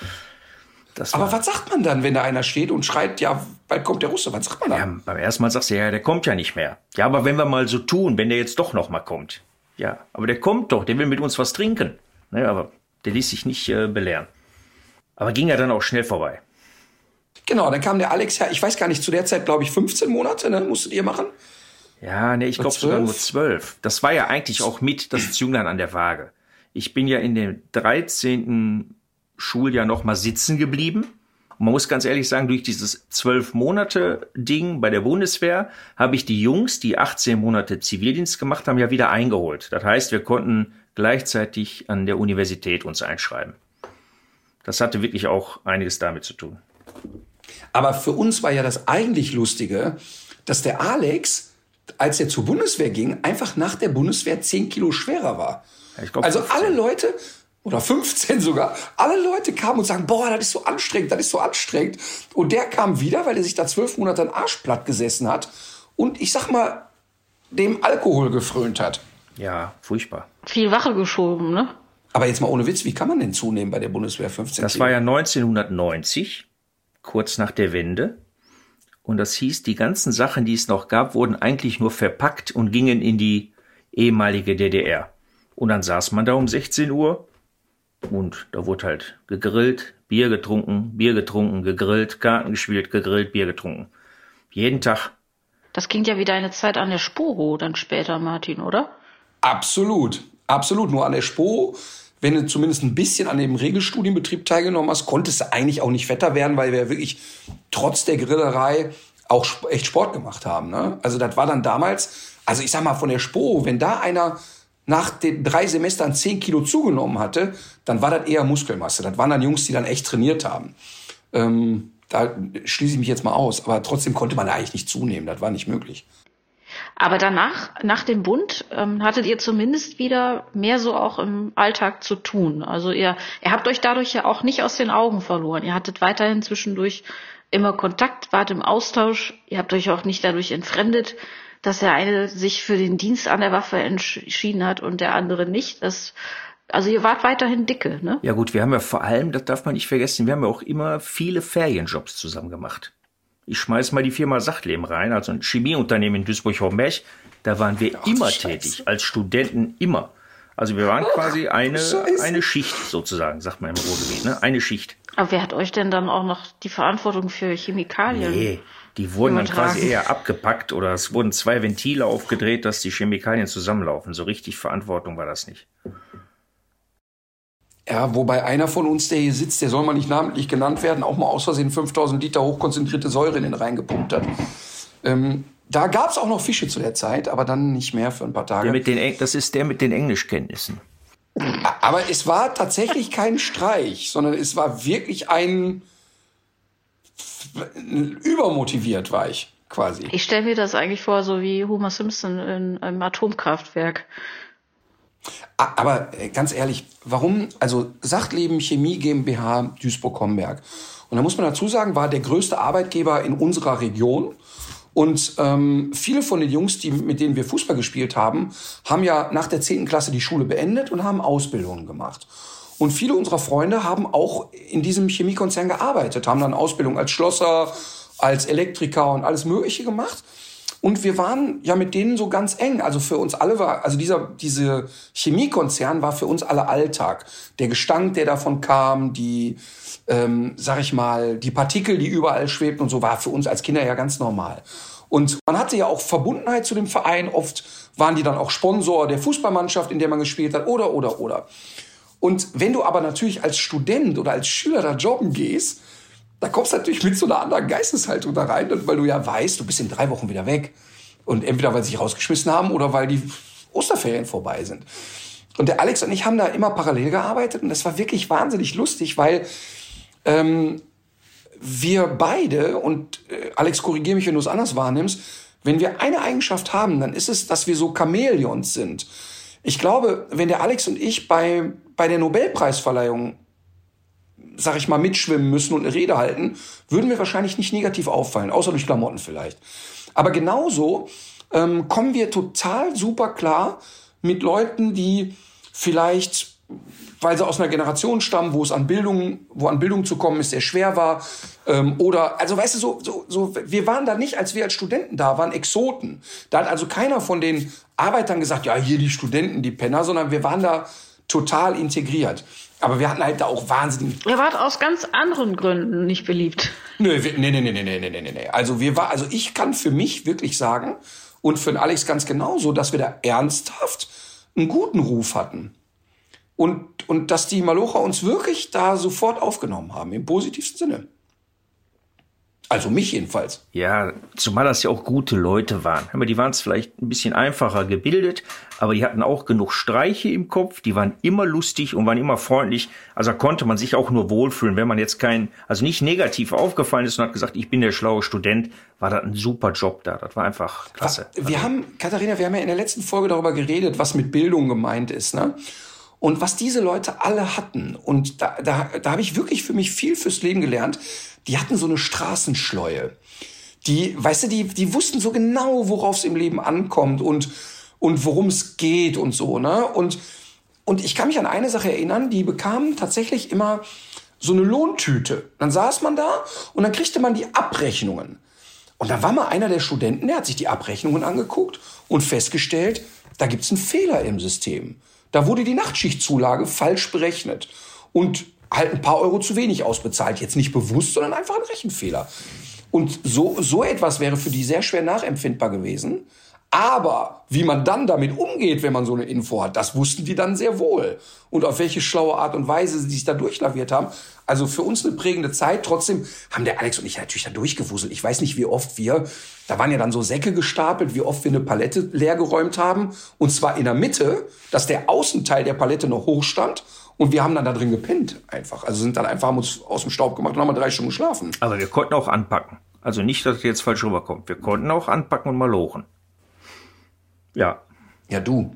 Das aber was sagt man dann, wenn da einer steht und schreit, ja, bald kommt der Russe? Was sagt man dann? Ja, beim ersten Mal sagst du, ja, der kommt ja nicht mehr. Ja, aber wenn wir mal so tun, wenn der jetzt doch noch mal kommt. Ja, aber der kommt doch, der will mit uns was trinken. Naja, aber der ließ sich nicht äh, belehren. Aber ging ja dann auch schnell vorbei. Genau, dann kam der Alex ja, ich weiß gar nicht, zu der Zeit, glaube ich, fünfzehn Monate, ne, musstet ihr machen? Ja, nee, ich glaube sogar nur zwölf. Das war ja eigentlich auch mit das Zünglein an der Waage. Ich bin ja in dem dreizehnten Schuljahr noch mal sitzen geblieben. Und man muss ganz ehrlich sagen, durch dieses zwölf Monate Ding bei der Bundeswehr habe ich die Jungs, die achtzehn Monate Zivildienst gemacht haben, ja wieder eingeholt. Das heißt, wir konnten gleichzeitig an der Universität uns einschreiben. Das hatte wirklich auch einiges damit zu tun. Aber für uns war ja das eigentlich Lustige, dass der Alex, als er zur Bundeswehr ging, einfach nach der Bundeswehr zehn Kilo schwerer war. Ja, ich glaub, also fünfzehn. Alle Leute, oder fünfzehn sogar, alle Leute kamen und sagen, boah, das ist so anstrengend, das ist so anstrengend. Und der kam wieder, weil er sich da zwölf Monate an Arsch platt gesessen hat und ich sag mal, dem Alkohol gefrönt hat. Ja, furchtbar. Viel Wache geschoben, ne? Aber jetzt mal ohne Witz, wie kann man denn zunehmen bei der Bundeswehr fünfzehn Das Kilo? war ja neunzehnhundertneunzig, kurz nach der Wende. Und das hieß, die ganzen Sachen, die es noch gab, wurden eigentlich nur verpackt und gingen in die ehemalige D D R. Und dann saß man da um sechzehn Uhr und da wurde halt gegrillt, Bier getrunken, Bier getrunken, gegrillt, Karten gespielt, gegrillt, Bier getrunken. Jeden Tag. Das ging ja wie deine Zeit an der Sporo dann später, Martin, oder? Absolut, absolut. Nur an der Spo, wenn du zumindest ein bisschen an dem Regelstudienbetrieb teilgenommen hast, konntest du eigentlich auch nicht fetter werden, weil wir wirklich trotz der Grillerei auch echt Sport gemacht haben. Ne? Also das war dann damals, also ich sag mal von der Spo, wenn da einer nach den drei Semestern zehn Kilo zugenommen hatte, dann war das eher Muskelmasse. Das waren dann Jungs, die dann echt trainiert haben. Ähm, da schließe ich mich jetzt mal aus. Aber trotzdem konnte man da eigentlich nicht zunehmen. Das war nicht möglich. Aber danach, nach dem Bund, ähm, hattet ihr zumindest wieder mehr so auch im Alltag zu tun. Also ihr, ihr habt euch dadurch ja auch nicht aus den Augen verloren. Ihr hattet weiterhin zwischendurch immer Kontakt, wart im Austausch. Ihr habt euch auch nicht dadurch entfremdet, dass der eine sich für den Dienst an der Waffe entschieden hat und der andere nicht. Das, also ihr wart weiterhin dicke, ne? Ja gut, wir haben ja vor allem, das darf man nicht vergessen, wir haben ja auch immer viele Ferienjobs zusammen gemacht. Ich schmeiß mal die Firma Sachtleben rein, also ein Chemieunternehmen in Duisburg-Homberg. Da waren wir Ach, immer Scheiße. tätig, als Studenten immer. Also wir waren quasi eine, eine Schicht sozusagen, sagt man im Ruhrgebiet, ne? Eine Schicht. Aber wer hat euch denn dann auch noch die Verantwortung für Chemikalien? Nee, die wurden dann quasi eher abgepackt oder es wurden zwei Ventile aufgedreht, dass die Chemikalien zusammenlaufen. So richtig Verantwortung war das nicht. Ja, wobei einer von uns, der hier sitzt, der soll mal nicht namentlich genannt werden, auch mal aus Versehen fünftausend Liter hochkonzentrierte Säure in den Rhein gepumpt hat. Ähm, da gab es auch noch Fische zu der Zeit, aber dann nicht mehr für ein paar Tage. Der mit den, das ist der mit den Englischkenntnissen. Aber es war tatsächlich kein Streich, sondern es war wirklich ein... Übermotiviert war ich quasi. Ich stelle mir das eigentlich vor, so wie Homer Simpson in einem Atomkraftwerk. Aber ganz ehrlich, warum? Also Sachtleben Chemie GmbH Duisburg-Homberg. Und da muss man dazu sagen, war der größte Arbeitgeber in unserer Region. Und ähm, viele von den Jungs, die, mit denen wir Fußball gespielt haben, haben ja nach der zehnten Klasse die Schule beendet und haben Ausbildungen gemacht. Und viele unserer Freunde haben auch in diesem Chemiekonzern gearbeitet, haben dann Ausbildung als Schlosser, als Elektriker und alles Mögliche gemacht. Und wir waren ja mit denen so ganz eng. Also für uns alle war, also dieser, diese Chemiekonzern war für uns alle Alltag. Der Gestank, der davon kam, die, ähm, sag ich mal, die Partikel, die überall schwebten und so, war für uns als Kinder ja ganz normal. Und man hatte ja auch Verbundenheit zu dem Verein. Oft waren die dann auch Sponsor der Fußballmannschaft, in der man gespielt hat, oder, oder, oder. Und wenn du aber natürlich als Student oder als Schüler da jobben gehst, da kommst du natürlich mit so einer anderen Geisteshaltung da rein, weil du ja weißt, du bist in drei Wochen wieder weg. Und entweder, weil sie dich rausgeschmissen haben oder weil die Osterferien vorbei sind. Und der Alex und ich haben da immer parallel gearbeitet und das war wirklich wahnsinnig lustig, weil ähm, wir beide, und äh, Alex, korrigier mich, wenn du es anders wahrnimmst, wenn wir eine Eigenschaft haben, dann ist es, dass wir so Chamäleons sind. Ich glaube, wenn der Alex und ich bei, bei der Nobelpreisverleihung, sag ich mal, mitschwimmen müssen und eine Rede halten, würden wir wahrscheinlich nicht negativ auffallen, außer durch Klamotten vielleicht. Aber genauso ähm, kommen wir total super klar mit Leuten, die vielleicht, weil sie aus einer Generation stammen, wo es an Bildung, wo an Bildung zu kommen ist, sehr schwer war, ähm, oder, also weißt du, so, so, so, wir waren da nicht, als wir als Studenten da waren, Exoten. Da hat also keiner von den Arbeitern gesagt, ja, hier die Studenten, die Penner, sondern wir waren da total integriert. Aber wir hatten halt da auch wahnsinnig... Ihr wart aus ganz anderen Gründen nicht beliebt. Nö, wir, nee, nee, nee, nee, nee, nee, nee, nee. Also wir war, also ich kann für mich wirklich sagen, und für den Alex ganz genauso, dass wir da ernsthaft einen guten Ruf hatten. Und, und dass die Malocher uns wirklich da sofort aufgenommen haben, im positivsten Sinne. Also mich jedenfalls. Ja, zumal das ja auch gute Leute waren. Aber die waren es vielleicht ein bisschen einfacher gebildet, aber die hatten auch genug Streiche im Kopf, die waren immer lustig und waren immer freundlich. Also da konnte man sich auch nur wohlfühlen, wenn man jetzt kein, also nicht negativ aufgefallen ist und hat gesagt, ich bin der schlaue Student, war das ein super Job da. Das war einfach klasse. Wir haben, Katharina, wir haben ja in der letzten Folge darüber geredet, was mit Bildung gemeint ist, ne? Und was diese Leute alle hatten, und da, da, da habe ich wirklich für mich viel fürs Leben gelernt, die hatten so eine Straßenschleue. Die, weißt du, die, die wussten so genau, worauf es im Leben ankommt und, und worum es geht und so, ne? Und, und ich kann mich an eine Sache erinnern, die bekamen tatsächlich immer so eine Lohntüte. Dann saß man da und dann kriegte man die Abrechnungen. Und dann war mal einer der Studenten, der hat sich die Abrechnungen angeguckt und festgestellt, da gibt's einen Fehler im System. Da wurde die Nachtschichtzulage falsch berechnet und halt ein paar Euro zu wenig ausbezahlt. Jetzt nicht bewusst, sondern einfach ein Rechenfehler. Und so, so etwas wäre für die sehr schwer nachempfindbar gewesen. Aber wie man dann damit umgeht, wenn man so eine Info hat, das wussten die dann sehr wohl. Und auf welche schlaue Art und Weise sie sich da durchlaviert haben. Also für uns eine prägende Zeit. Trotzdem haben der Alex und ich natürlich da durchgewuselt. Ich weiß nicht, wie oft wir, da waren ja dann so Säcke gestapelt, wie oft wir eine Palette leergeräumt haben. Und zwar in der Mitte, dass der Außenteil der Palette noch hoch stand. Und wir haben dann da drin gepennt einfach. Also sind dann einfach, haben uns aus dem Staub gemacht und haben mal drei Stunden geschlafen. Aber wir konnten auch anpacken. Also nicht, dass es jetzt falsch rüberkommt. Wir konnten auch anpacken und malochen. Ja. Ja, du.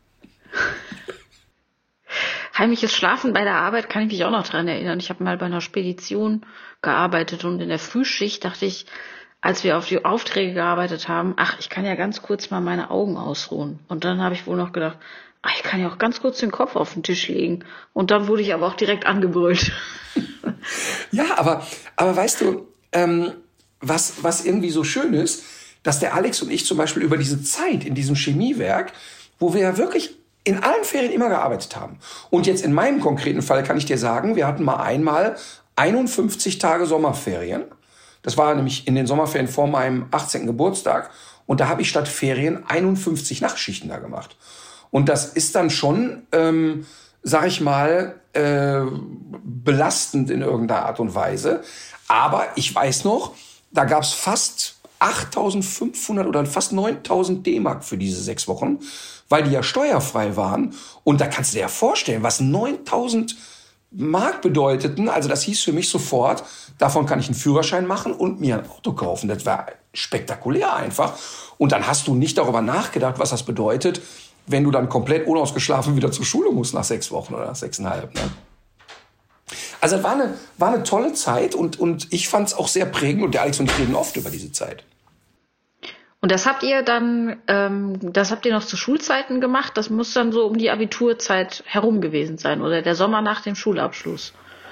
Heimliches Schlafen bei der Arbeit kann ich mich auch noch dran erinnern. Ich habe mal bei einer Spedition gearbeitet und in der Frühschicht dachte ich, als wir auf die Aufträge gearbeitet haben, ach, ich kann ja ganz kurz mal meine Augen ausruhen. Und dann habe ich wohl noch gedacht, ach, ich kann ja auch ganz kurz den Kopf auf den Tisch legen. Und dann wurde ich aber auch direkt angebrüllt. Ja, aber, aber weißt du, ähm, was, was irgendwie so schön ist, dass der Alex und ich zum Beispiel über diese Zeit in diesem Chemiewerk, wo wir ja wirklich in allen Ferien immer gearbeitet haben. Und jetzt in meinem konkreten Fall kann ich dir sagen, wir hatten mal einmal einundfünfzig Tage Sommerferien. Das war nämlich in den Sommerferien vor meinem achtzehnten Geburtstag. Und da habe ich statt Ferien einundfünfzig Nachtschichten da gemacht. Und das ist dann schon, ähm, sag ich mal, äh, belastend in irgendeiner Art und Weise. Aber ich weiß noch, da gab's fast achttausendfünfhundert oder fast neuntausend D-Mark für diese sechs Wochen, weil die ja steuerfrei waren. Und da kannst du dir ja vorstellen, was neuntausend Mark bedeuteten. Also das hieß für mich sofort, davon kann ich einen Führerschein machen und mir ein Auto kaufen. Das war spektakulär einfach. Und dann hast du nicht darüber nachgedacht, was das bedeutet, wenn du dann komplett unausgeschlafen wieder zur Schule musst nach sechs Wochen oder nach sechseinhalb. Ne? Also es war eine, war eine tolle Zeit und, und ich fand es auch sehr prägend und der Alex und ich reden oft über diese Zeit. Und das habt ihr dann, ähm, das habt ihr noch zu Schulzeiten gemacht? Das muss dann so um die Abiturzeit herum gewesen sein oder der Sommer nach dem Schulabschluss?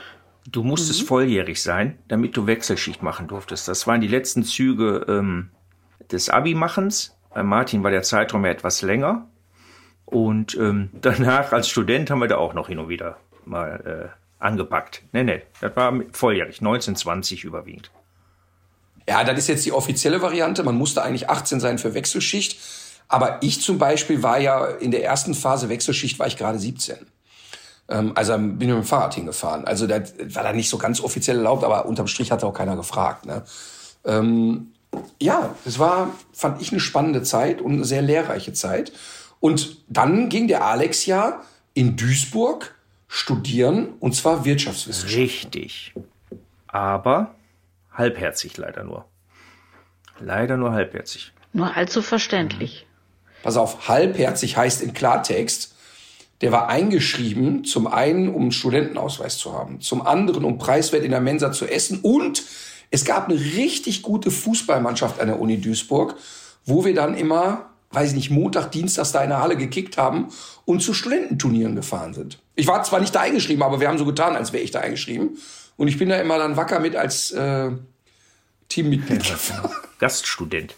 Du musstest mhm. volljährig sein, damit du Wechselschicht machen durftest. Das waren die letzten Züge ähm, des Abi-Machens. Bei Martin war der Zeitraum ja etwas länger. Und ähm, danach als Student haben wir da auch noch hin und wieder mal äh, angepackt. Nee, nee, das war volljährig, neunzehn, zwanzig überwiegend. Ja, das ist jetzt die offizielle Variante. Man musste eigentlich achtzehn sein für Wechselschicht. Aber ich zum Beispiel war ja in der ersten Phase Wechselschicht, war ich gerade siebzehn. Ähm, also bin ich mit dem Fahrrad hingefahren. Also das war da nicht so ganz offiziell erlaubt, aber unterm Strich hat auch keiner gefragt. Ne? Ähm, ja, es war, fand ich, eine spannende Zeit und eine sehr lehrreiche Zeit. Und dann ging der Alex ja in Duisburg studieren, und zwar Wirtschaftswissenschaften. Richtig. Aber halbherzig leider nur. Leider nur halbherzig. Nur allzu verständlich. Pass auf, halbherzig heißt in Klartext, der war eingeschrieben, zum einen, um einen Studentenausweis zu haben, zum anderen, um preiswert in der Mensa zu essen, und es gab eine richtig gute Fußballmannschaft an der Uni Duisburg, wo wir dann immer, weiß ich nicht, Montag, Dienstags da in der Halle gekickt haben und zu Studententurnieren gefahren sind. Ich war zwar nicht da eingeschrieben, aber wir haben so getan, als wäre ich da eingeschrieben. Und ich bin da immer dann wacker mit als äh, Teammitglied. Gaststudent.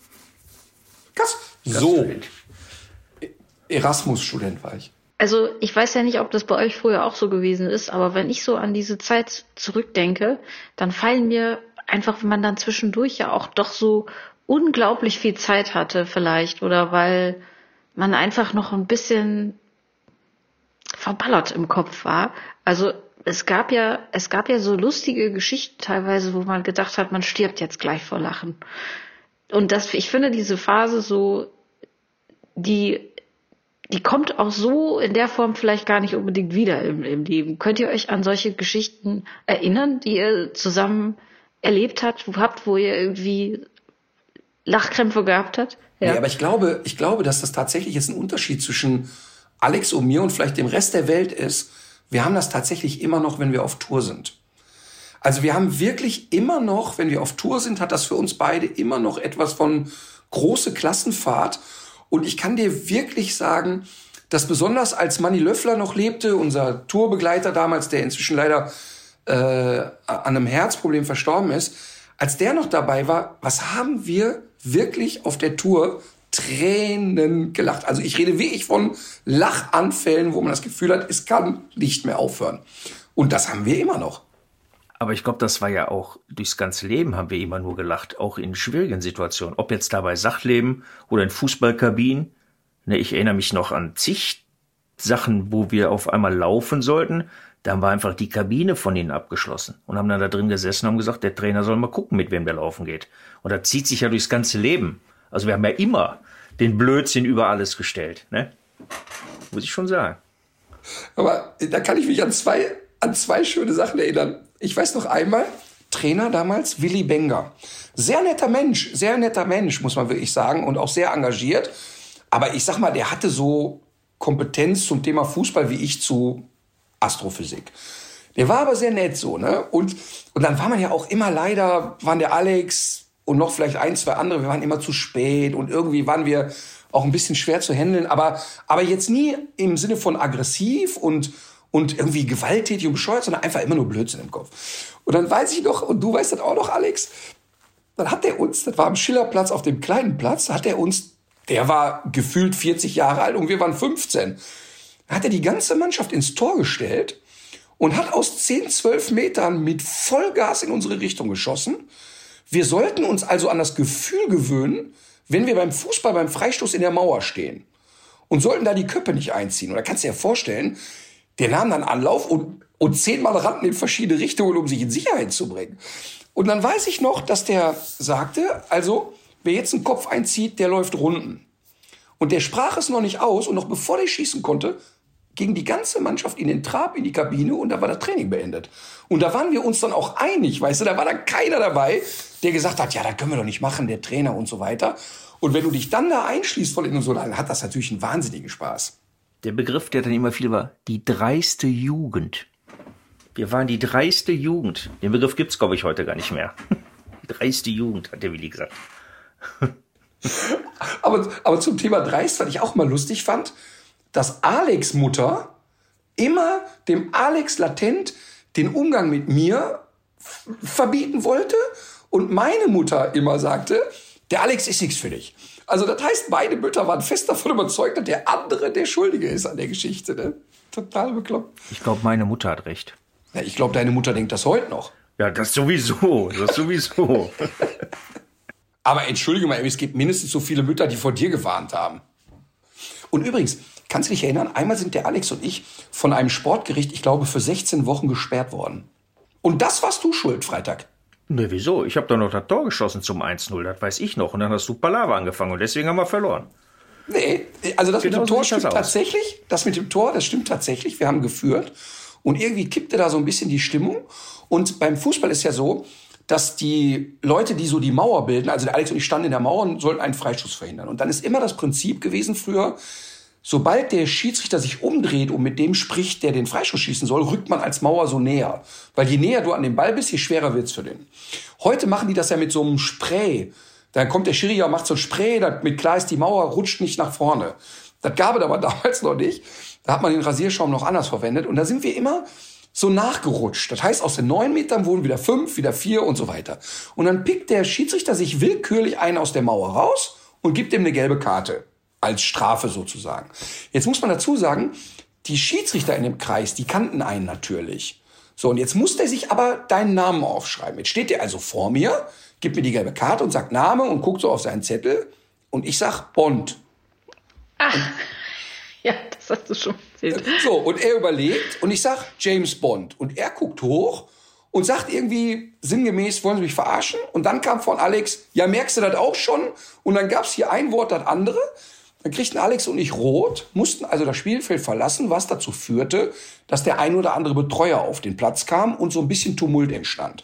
Gast? So. Erasmus-Student war ich. Also ich weiß ja nicht, ob das bei euch früher auch so gewesen ist, aber wenn ich so an diese Zeit zurückdenke, dann fallen mir einfach, wenn man dann zwischendurch ja auch doch so unglaublich viel Zeit hatte vielleicht, oder weil man einfach noch ein bisschen verballert im Kopf war. Also es gab ja, es gab ja so lustige Geschichten teilweise, wo man gedacht hat, man stirbt jetzt gleich vor Lachen. Und das, ich finde diese Phase so, die, die kommt auch so in der Form vielleicht gar nicht unbedingt wieder im, im Leben. Könnt ihr euch an solche Geschichten erinnern, die ihr zusammen erlebt habt, habt, wo ihr irgendwie Lachkrämpfe gehabt habt? Ja, nee, aber ich glaube, ich glaube, dass das tatsächlich jetzt ein Unterschied zwischen Alex und mir und vielleicht dem Rest der Welt ist. Wir haben das tatsächlich immer noch, wenn wir auf Tour sind. Also wir haben wirklich immer noch, wenn wir auf Tour sind, hat das für uns beide immer noch etwas von große Klassenfahrt. Und ich kann dir wirklich sagen, dass besonders als Manni Löffler noch lebte, unser Tourbegleiter damals, der inzwischen leider äh, an einem Herzproblem verstorben ist, als der noch dabei war, was haben wir wirklich auf der Tour Tränen gelacht. Also ich rede wirklich von Lachanfällen, wo man das Gefühl hat, es kann nicht mehr aufhören. Und das haben wir immer noch. Aber ich glaube, das war ja auch, durchs ganze Leben haben wir immer nur gelacht, auch in schwierigen Situationen. Ob jetzt dabei Sachleben oder in Fußballkabinen. Ne, ich erinnere mich noch an zig Sachen, wo wir auf einmal laufen sollten. Dann war einfach die Kabine von ihnen abgeschlossen und haben dann da drin gesessen und haben gesagt, der Trainer soll mal gucken, mit wem der laufen geht. Und das zieht sich ja durchs ganze Leben. Also wir haben ja immer den Blödsinn über alles gestellt, ne? Muss ich schon sagen. Aber da kann ich mich an zwei, an zwei schöne Sachen erinnern. Ich weiß noch einmal, Trainer damals, Willy Benger. Sehr netter Mensch, sehr netter Mensch, muss man wirklich sagen, und auch sehr engagiert. Aber ich sag mal, der hatte so Kompetenz zum Thema Fußball wie ich zu Astrophysik. Der war aber sehr nett so, ne? Und, und dann war man ja auch immer leider, waren der Alex und noch vielleicht ein, zwei andere, wir waren immer zu spät und irgendwie waren wir auch ein bisschen schwer zu handeln, aber, aber jetzt nie im Sinne von aggressiv und, und irgendwie gewalttätig und bescheuert, sondern einfach immer nur Blödsinn im Kopf. Und dann weiß ich noch, und du weißt das auch noch, Alex, dann hat er uns, das war am Schillerplatz auf dem kleinen Platz, hat er uns, der war gefühlt vierzig Jahre alt und wir waren fünfzehn, da hat er die ganze Mannschaft ins Tor gestellt und hat aus zehn, zwölf Metern mit Vollgas in unsere Richtung geschossen. Wir sollten uns also an das Gefühl gewöhnen, wenn wir beim Fußball beim Freistoß in der Mauer stehen und sollten da die Köpfe nicht einziehen. Und da kannst du dir vorstellen, der nahm dann Anlauf und, und zehnmal rannten in verschiedene Richtungen, um sich in Sicherheit zu bringen. Und dann weiß ich noch, dass der sagte, also wer jetzt einen Kopf einzieht, der läuft Runden. Und der sprach es noch nicht aus und noch bevor der schießen konnte, ging die ganze Mannschaft in den Trab, in die Kabine und da war das Training beendet. Und da waren wir uns dann auch einig, weißt du, da war dann keiner dabei, der gesagt hat, ja, das können wir doch nicht machen, der Trainer und so weiter. Und wenn du dich dann da einschließt voll in so lange, hat das natürlich einen wahnsinnigen Spaß. Der Begriff, der dann immer viel war, die dreiste Jugend. Wir waren die dreiste Jugend. Den Begriff gibt's, glaube ich, heute gar nicht mehr. Die dreiste Jugend, hat der Willi gesagt. aber, aber zum Thema dreist, was ich auch mal lustig fand, dass Alex Mutter immer dem Alex latent den Umgang mit mir f- verbieten wollte und meine Mutter immer sagte, der Alex ist nichts für dich. Also das heißt, beide Mütter waren fest davon überzeugt, dass der andere der Schuldige ist an der Geschichte. Ne? Total bekloppt. Ich glaube, meine Mutter hat recht. Ja, ich glaube, deine Mutter denkt das heute noch. Ja, das sowieso, das sowieso. Aber entschuldige mal, es gibt mindestens so viele Mütter, die vor dir gewarnt haben. Und übrigens, kannst du dich erinnern, einmal sind der Alex und ich von einem Sportgericht, ich glaube, für sechzehn Wochen gesperrt worden. Und das warst du schuld, Freitag. Ne, wieso? Ich habe doch noch das Tor geschossen zum eins null, das weiß ich noch. Und dann hast du Palaver angefangen und deswegen haben wir verloren. Nee, also das Genau mit dem so Tor sieht das stimmt aus. tatsächlich. Das mit dem Tor, das stimmt tatsächlich. Wir haben geführt. Und irgendwie kippte da so ein bisschen die Stimmung. Und beim Fußball ist ja so, dass die Leute, die so die Mauer bilden, also der Alex und ich standen in der Mauer und sollten einen Freistoß verhindern. Und dann ist immer das Prinzip gewesen früher, sobald der Schiedsrichter sich umdreht und mit dem spricht, der den Freistoß schießen soll, rückt man als Mauer so näher. Weil je näher du an den Ball bist, je schwerer wird's für den. Heute machen die das ja mit so einem Spray. Dann kommt der Schiri und macht so ein Spray, damit klar ist, die Mauer rutscht nicht nach vorne. Das gab es aber damals noch nicht. Da hat man den Rasierschaum noch anders verwendet. Und da sind wir immer so nachgerutscht. Das heißt, aus den neun Metern wurden wieder fünf, wieder vier und so weiter. Und dann pickt der Schiedsrichter sich willkürlich einen aus der Mauer raus und gibt ihm eine gelbe Karte. Als Strafe sozusagen. Jetzt muss man dazu sagen, die Schiedsrichter in dem Kreis, die kannten einen natürlich. So, und jetzt muss der sich aber deinen Namen aufschreiben. Jetzt steht der also vor mir, gibt mir die gelbe Karte und sagt Name und guckt so auf seinen Zettel. Und ich sag Bond. Ach, ja, das hast du schon erzählt. So, und er überlegt und ich sag James Bond. Und er guckt hoch und sagt irgendwie sinngemäß, wollen Sie mich verarschen? Und dann kam von Alex, ja, merkst du das auch schon? Und dann gab's hier ein Wort, das andere. Dann kriegten Alex und ich rot, mussten also das Spielfeld verlassen, was dazu führte, dass der ein oder andere Betreuer auf den Platz kam und so ein bisschen Tumult entstand.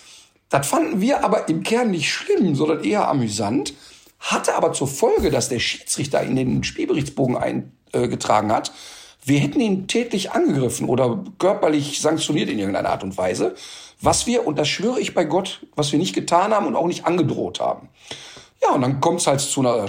Das fanden wir aber im Kern nicht schlimm, sondern eher amüsant, hatte aber zur Folge, dass der Schiedsrichter in den Spielberichtsbogen eingetragen hat, wir hätten ihn tätlich angegriffen oder körperlich sanktioniert in irgendeiner Art und Weise, was wir, und das schwöre ich bei Gott, was wir nicht getan haben und auch nicht angedroht haben. Ja, und dann kommt es halt zu einer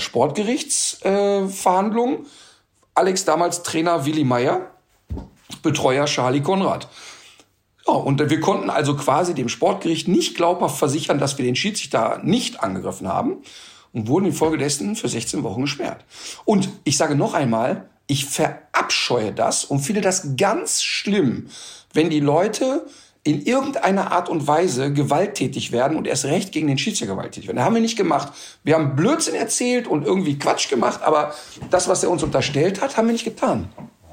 Sportgerichtsverhandlung. Äh, Alex damals Trainer Willi Meyer, Betreuer Charlie Konrad. Ja, und wir konnten also quasi dem Sportgericht nicht glaubhaft versichern, dass wir den Schiedsrichter nicht angegriffen haben und wurden infolgedessen für sechzehn Wochen gesperrt. Und ich sage noch einmal, ich verabscheue das und finde das ganz schlimm, wenn die Leute in irgendeiner Art und Weise gewalttätig werden und erst recht gegen den Schiedsrichter gewalttätig werden. Das haben wir nicht gemacht. Wir haben Blödsinn erzählt und irgendwie Quatsch gemacht, aber das, was er uns unterstellt hat, haben wir nicht getan.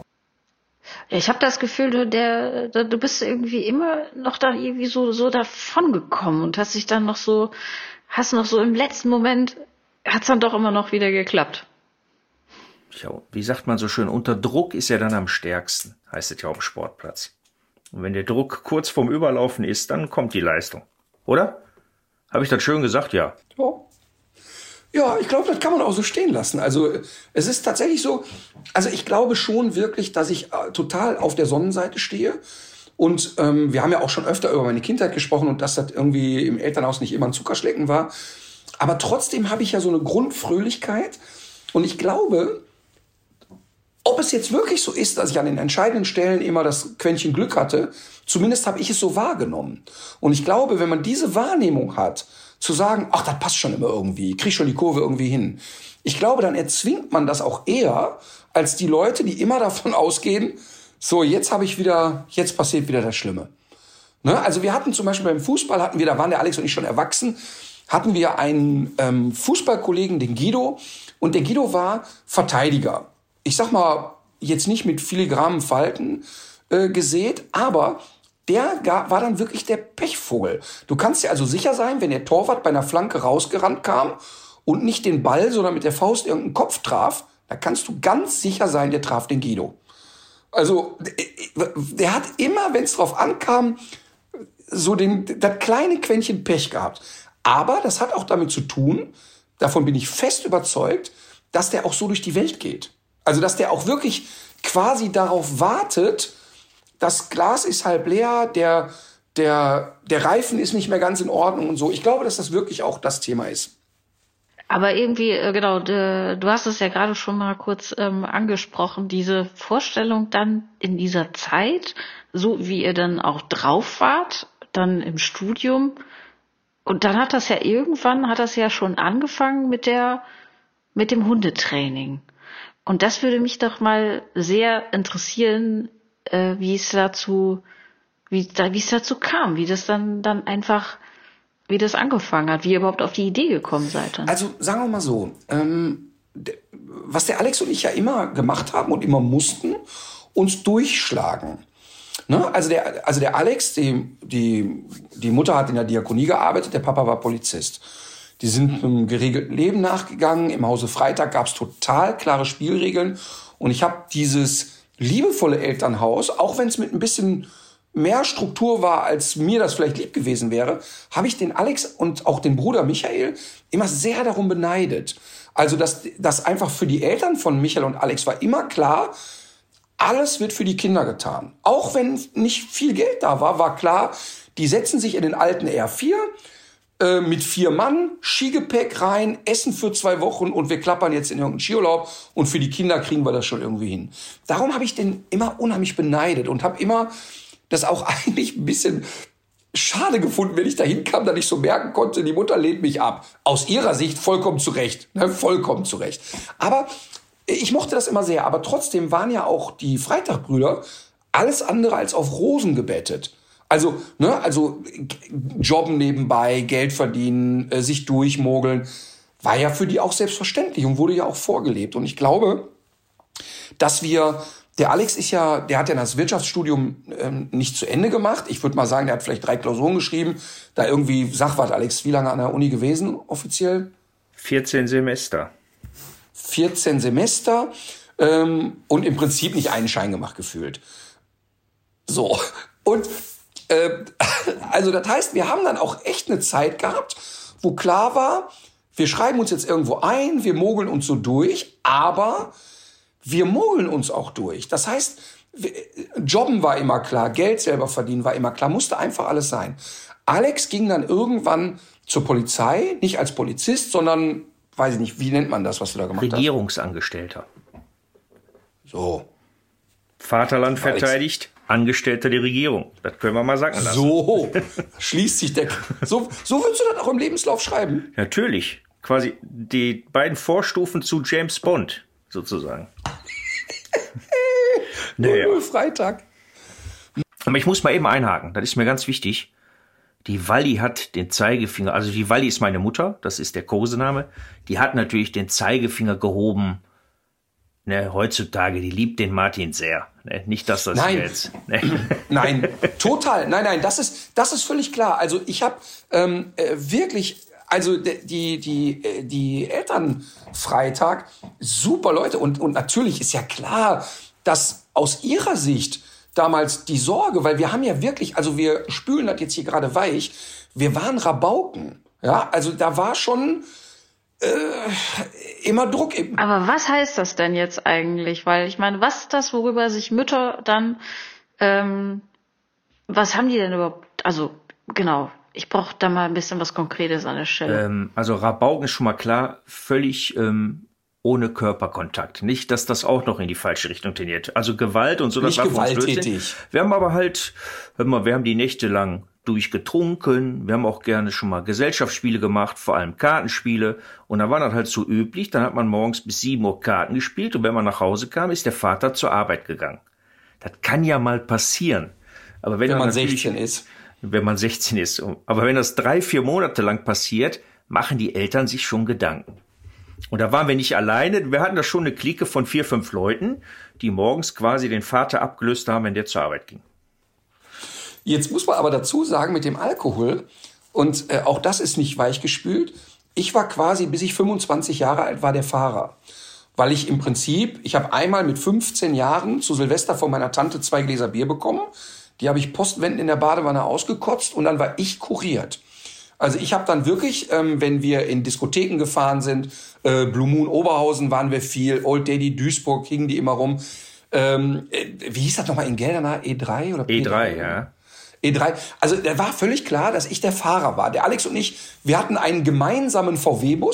Ich habe das Gefühl, du, der, der, du bist irgendwie immer noch da irgendwie so, so davon gekommen und hast dich dann noch so, hast noch so im letzten Moment, hat's dann doch immer noch wieder geklappt. Ja, wie sagt man so schön, unter Druck ist er dann am stärksten, heißt es ja auf dem Sportplatz. Und wenn der Druck kurz vorm Überlaufen ist, dann kommt die Leistung. Oder? Habe ich das schön gesagt? Ja. Ja, ja, ich glaube, das kann man auch so stehen lassen. Also es ist tatsächlich so, also ich glaube schon wirklich, dass ich äh, total auf der Sonnenseite stehe. Und ähm, wir haben ja auch schon öfter über meine Kindheit gesprochen und dass das irgendwie im Elternhaus nicht immer ein Zuckerschlecken war. Aber trotzdem habe ich ja so eine Grundfröhlichkeit. Und ich glaube, ob es jetzt wirklich so ist, dass ich an den entscheidenden Stellen immer das Quäntchen Glück hatte, zumindest habe ich es so wahrgenommen. Und ich glaube, wenn man diese Wahrnehmung hat, zu sagen, ach, das passt schon immer irgendwie, ich krieg schon die Kurve irgendwie hin. Ich glaube, dann erzwingt man das auch eher, als die Leute, die immer davon ausgehen, so, jetzt habe ich wieder, jetzt passiert wieder das Schlimme. Ne? Also wir hatten zum Beispiel beim Fußball, hatten wir, da waren der Alex und ich schon erwachsen, hatten wir einen ähm, Fußballkollegen, den Guido, und der Guido war Verteidiger. Ich sag mal, jetzt nicht mit filigranen Falten äh, gesät, aber der gar, war dann wirklich der Pechvogel. Du kannst dir also sicher sein, wenn der Torwart bei einer Flanke rausgerannt kam und nicht den Ball, sondern mit der Faust irgendeinen Kopf traf, da kannst du ganz sicher sein, der traf den Guido. Also der hat immer, wenn es drauf ankam, so den, das kleine Quäntchen Pech gehabt. Aber das hat auch damit zu tun, davon bin ich fest überzeugt, dass der auch so durch die Welt geht. Also, dass der auch wirklich quasi darauf wartet, das Glas ist halb leer, der, der, der Reifen ist nicht mehr ganz in Ordnung und so. Ich glaube, dass das wirklich auch das Thema ist. Aber irgendwie, äh, genau, de, du hast es ja gerade schon mal kurz ähm, angesprochen, diese Vorstellung dann in dieser Zeit, so wie ihr dann auch drauf wart, dann im Studium. Und dann hat das ja irgendwann, hat das ja schon angefangen mit der, mit dem Hundetraining. Und das würde mich doch mal sehr interessieren, äh, wie es dazu, wie, da, wie es dazu kam, wie das dann, dann einfach, wie das angefangen hat, wie ihr überhaupt auf die Idee gekommen seid dann. Also sagen wir mal so, ähm, de, was der Alex und ich ja immer gemacht haben und immer mussten, uns durchschlagen. Ne? Also der, also der Alex, die, die, die Mutter hat in der Diakonie gearbeitet, der Papa war Polizist. Die sind einem geregelten Leben nachgegangen. Im Hause Freitag gab es total klare Spielregeln. Und ich habe dieses liebevolle Elternhaus, auch wenn es mit ein bisschen mehr Struktur war, als mir das vielleicht lieb gewesen wäre, habe ich den Alex und auch den Bruder Michael immer sehr darum beneidet. Also das, das einfach für die Eltern von Michael und Alex war immer klar, alles wird für die Kinder getan. Auch wenn nicht viel Geld da war, war klar, die setzen sich in den alten R vier äh, mit vier Mann, Skigepäck rein, Essen für zwei Wochen und wir klappern jetzt in irgendeinen Skiurlaub und für die Kinder kriegen wir das schon irgendwie hin. Darum habe ich den immer unheimlich beneidet und habe immer das auch eigentlich ein bisschen schade gefunden, wenn ich da hinkam, dass ich so merken konnte, die Mutter lehnt mich ab. Aus ihrer Sicht vollkommen zu Recht. Ne? Vollkommen zu Recht. Aber ich mochte das immer sehr. Aber trotzdem waren ja auch die Freitagbrüder alles andere als auf Rosen gebettet. Also, ne, also jobben nebenbei, Geld verdienen, äh, sich durchmogeln, war ja für die auch selbstverständlich und wurde ja auch vorgelebt. Und ich glaube, dass wir Der Alex ist ja, der hat ja das Wirtschaftsstudium ähm, nicht zu Ende gemacht. Ich würde mal sagen, der hat vielleicht drei Klausuren geschrieben. Da irgendwie, sag was, Alex, wie lange an der Uni gewesen offiziell? vierzehn Semester. vierzehn Semester ähm, und im Prinzip nicht einen Schein gemacht gefühlt. So, und äh, also das heißt, wir haben dann auch echt eine Zeit gehabt, wo klar war, wir schreiben uns jetzt irgendwo ein, wir mogeln uns so durch, aber wir mogeln uns auch durch. Das heißt, Jobben war immer klar, Geld selber verdienen war immer klar, musste einfach alles sein. Alex ging dann irgendwann zur Polizei, nicht als Polizist, sondern, weiß ich nicht, wie nennt man das, was du da gemacht hast? Regierungsangestellter. So. Vaterland verteidigt, Angestellter der Regierung. Das können wir mal sagen lassen. So, schließt sich der... So, so würdest du das auch im Lebenslauf schreiben? Natürlich. Quasi die beiden Vorstufen zu James Bond, sozusagen. Naja. Freitag. Aber ich muss mal eben einhaken, das ist mir ganz wichtig. Die Walli hat den Zeigefinger, also die Walli ist meine Mutter, das ist der Kosename, die hat natürlich den Zeigefinger gehoben. Ne, heutzutage, die liebt den Martin sehr. Ne, nicht, dass das nein. jetzt... Ne. Nein, total. Nein, nein, das ist, das ist völlig klar. Also ich habe ähm, äh, wirklich... Also die, die, die Elternfreitag, super Leute. Und, und natürlich ist ja klar, dass aus ihrer Sicht damals die Sorge, weil wir haben ja wirklich, also wir spülen das jetzt hier gerade weich, wir waren Rabauken. Ja, also da war schon äh, immer Druck. Aber was heißt das denn jetzt eigentlich? Weil ich meine, was ist das, worüber sich Mütter dann, ähm, was haben die denn überhaupt, also genau, ich brauche da mal ein bisschen was Konkretes an der Stelle. Ähm, also Rabauken ist schon mal klar, völlig ähm, ohne Körperkontakt. Nicht, dass das auch noch in die falsche Richtung tendiert. Also Gewalt und so, das Nicht war für uns gewalttätig. Blödsinn. Wir haben aber halt, hör mal, wir haben die Nächte lang durchgetrunken. Wir haben auch gerne schon mal Gesellschaftsspiele gemacht, vor allem Kartenspiele. Und da war das halt so üblich, dann hat man morgens bis sieben Uhr Karten gespielt und wenn man nach Hause kam, ist der Vater zur Arbeit gegangen. Das kann ja mal passieren. Aber wenn, Wenn man natürlich, sechzehn ist. Wenn man sechzehn ist. Aber wenn das drei, vier Monate lang passiert, machen die Eltern sich schon Gedanken. Und da waren wir nicht alleine. Wir hatten da schon eine Clique von vier, fünf Leuten, die morgens quasi den Vater abgelöst haben, wenn der zur Arbeit ging. Jetzt muss man aber dazu sagen, mit dem Alkohol, und äh, auch das ist nicht weichgespült, ich war quasi, bis ich fünfundzwanzig Jahre alt war, der Fahrer. Weil ich im Prinzip, ich habe einmal mit fünfzehn Jahren zu Silvester von meiner Tante zwei Gläser Bier bekommen. Die habe ich postwendend in der Badewanne ausgekotzt und dann war ich kuriert. Also ich habe dann wirklich, ähm, wenn wir in Diskotheken gefahren sind, äh, Blue Moon Oberhausen waren wir viel, Old Daddy Duisburg hingen die immer rum. Ähm, äh, wie hieß das nochmal in Geldern? E drei oder P drei? E drei, ja. E drei. Also da war völlig klar, dass ich der Fahrer war. Der Alex und ich, wir hatten einen gemeinsamen V W-Bus.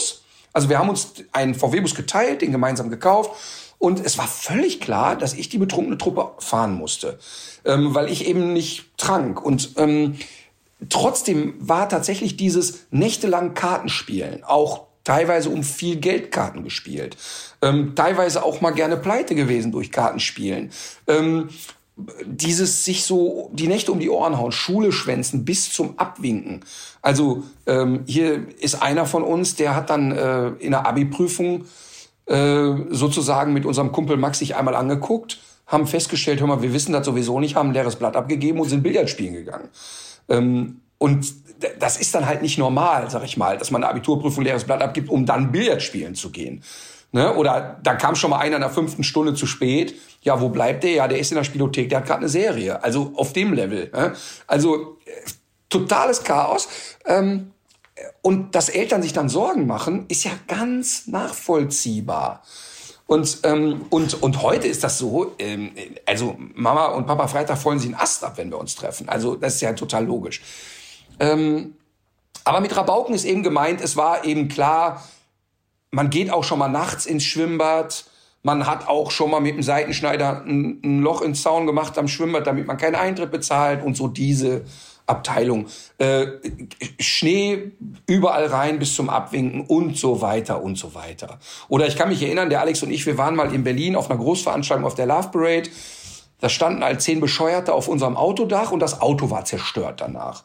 Also wir haben uns einen V W-Bus geteilt, den gemeinsam gekauft. Und es war völlig klar, dass ich die betrunkene Truppe fahren musste, ähm, weil ich eben nicht trank. Und ähm, trotzdem war tatsächlich dieses nächtelang Kartenspielen, auch teilweise um viel Geld Karten gespielt, ähm, teilweise auch mal gerne pleite gewesen durch Kartenspielen. Ähm, dieses sich so die Nächte um die Ohren hauen, Schule schwänzen bis zum Abwinken. Also ähm, hier ist einer von uns, der hat dann äh, in der Abi-Prüfung sozusagen mit unserem Kumpel Max sich einmal angeguckt, haben festgestellt, hör mal, wir wissen das sowieso nicht, haben ein leeres Blatt abgegeben und sind Billard spielen gegangen. Und das ist dann halt nicht normal, sag ich mal, dass man eine Abiturprüfung leeres Blatt abgibt, um dann Billard spielen zu gehen. Ne? Oder da kam schon mal einer in der fünften Stunde zu spät. Ja, wo bleibt der? Ja, der ist in der Spielothek, der hat gerade eine Serie. Also auf dem Level. Ne? Also totales Chaos. Ähm, Und dass Eltern sich dann Sorgen machen, ist ja ganz nachvollziehbar. Und, ähm, und, und heute ist das so, ähm, also Mama und Papa Freitag feuern sie einen Ast ab, wenn wir uns treffen. Also das ist ja total logisch. Ähm, aber mit Rabauken ist eben gemeint, es war eben klar, man geht auch schon mal nachts ins Schwimmbad. Man hat auch schon mal mit dem Seitenschneider ein, ein Loch ins Zaun gemacht am Schwimmbad, damit man keinen Eintritt bezahlt und so diese Abteilung. Äh, Schnee überall rein bis zum Abwinken und so weiter und so weiter. Oder ich kann mich erinnern, der Alex und ich, wir waren mal in Berlin auf einer Großveranstaltung auf der Love Parade. Da standen halt zehn Bescheuerte auf unserem Autodach und das Auto war zerstört danach.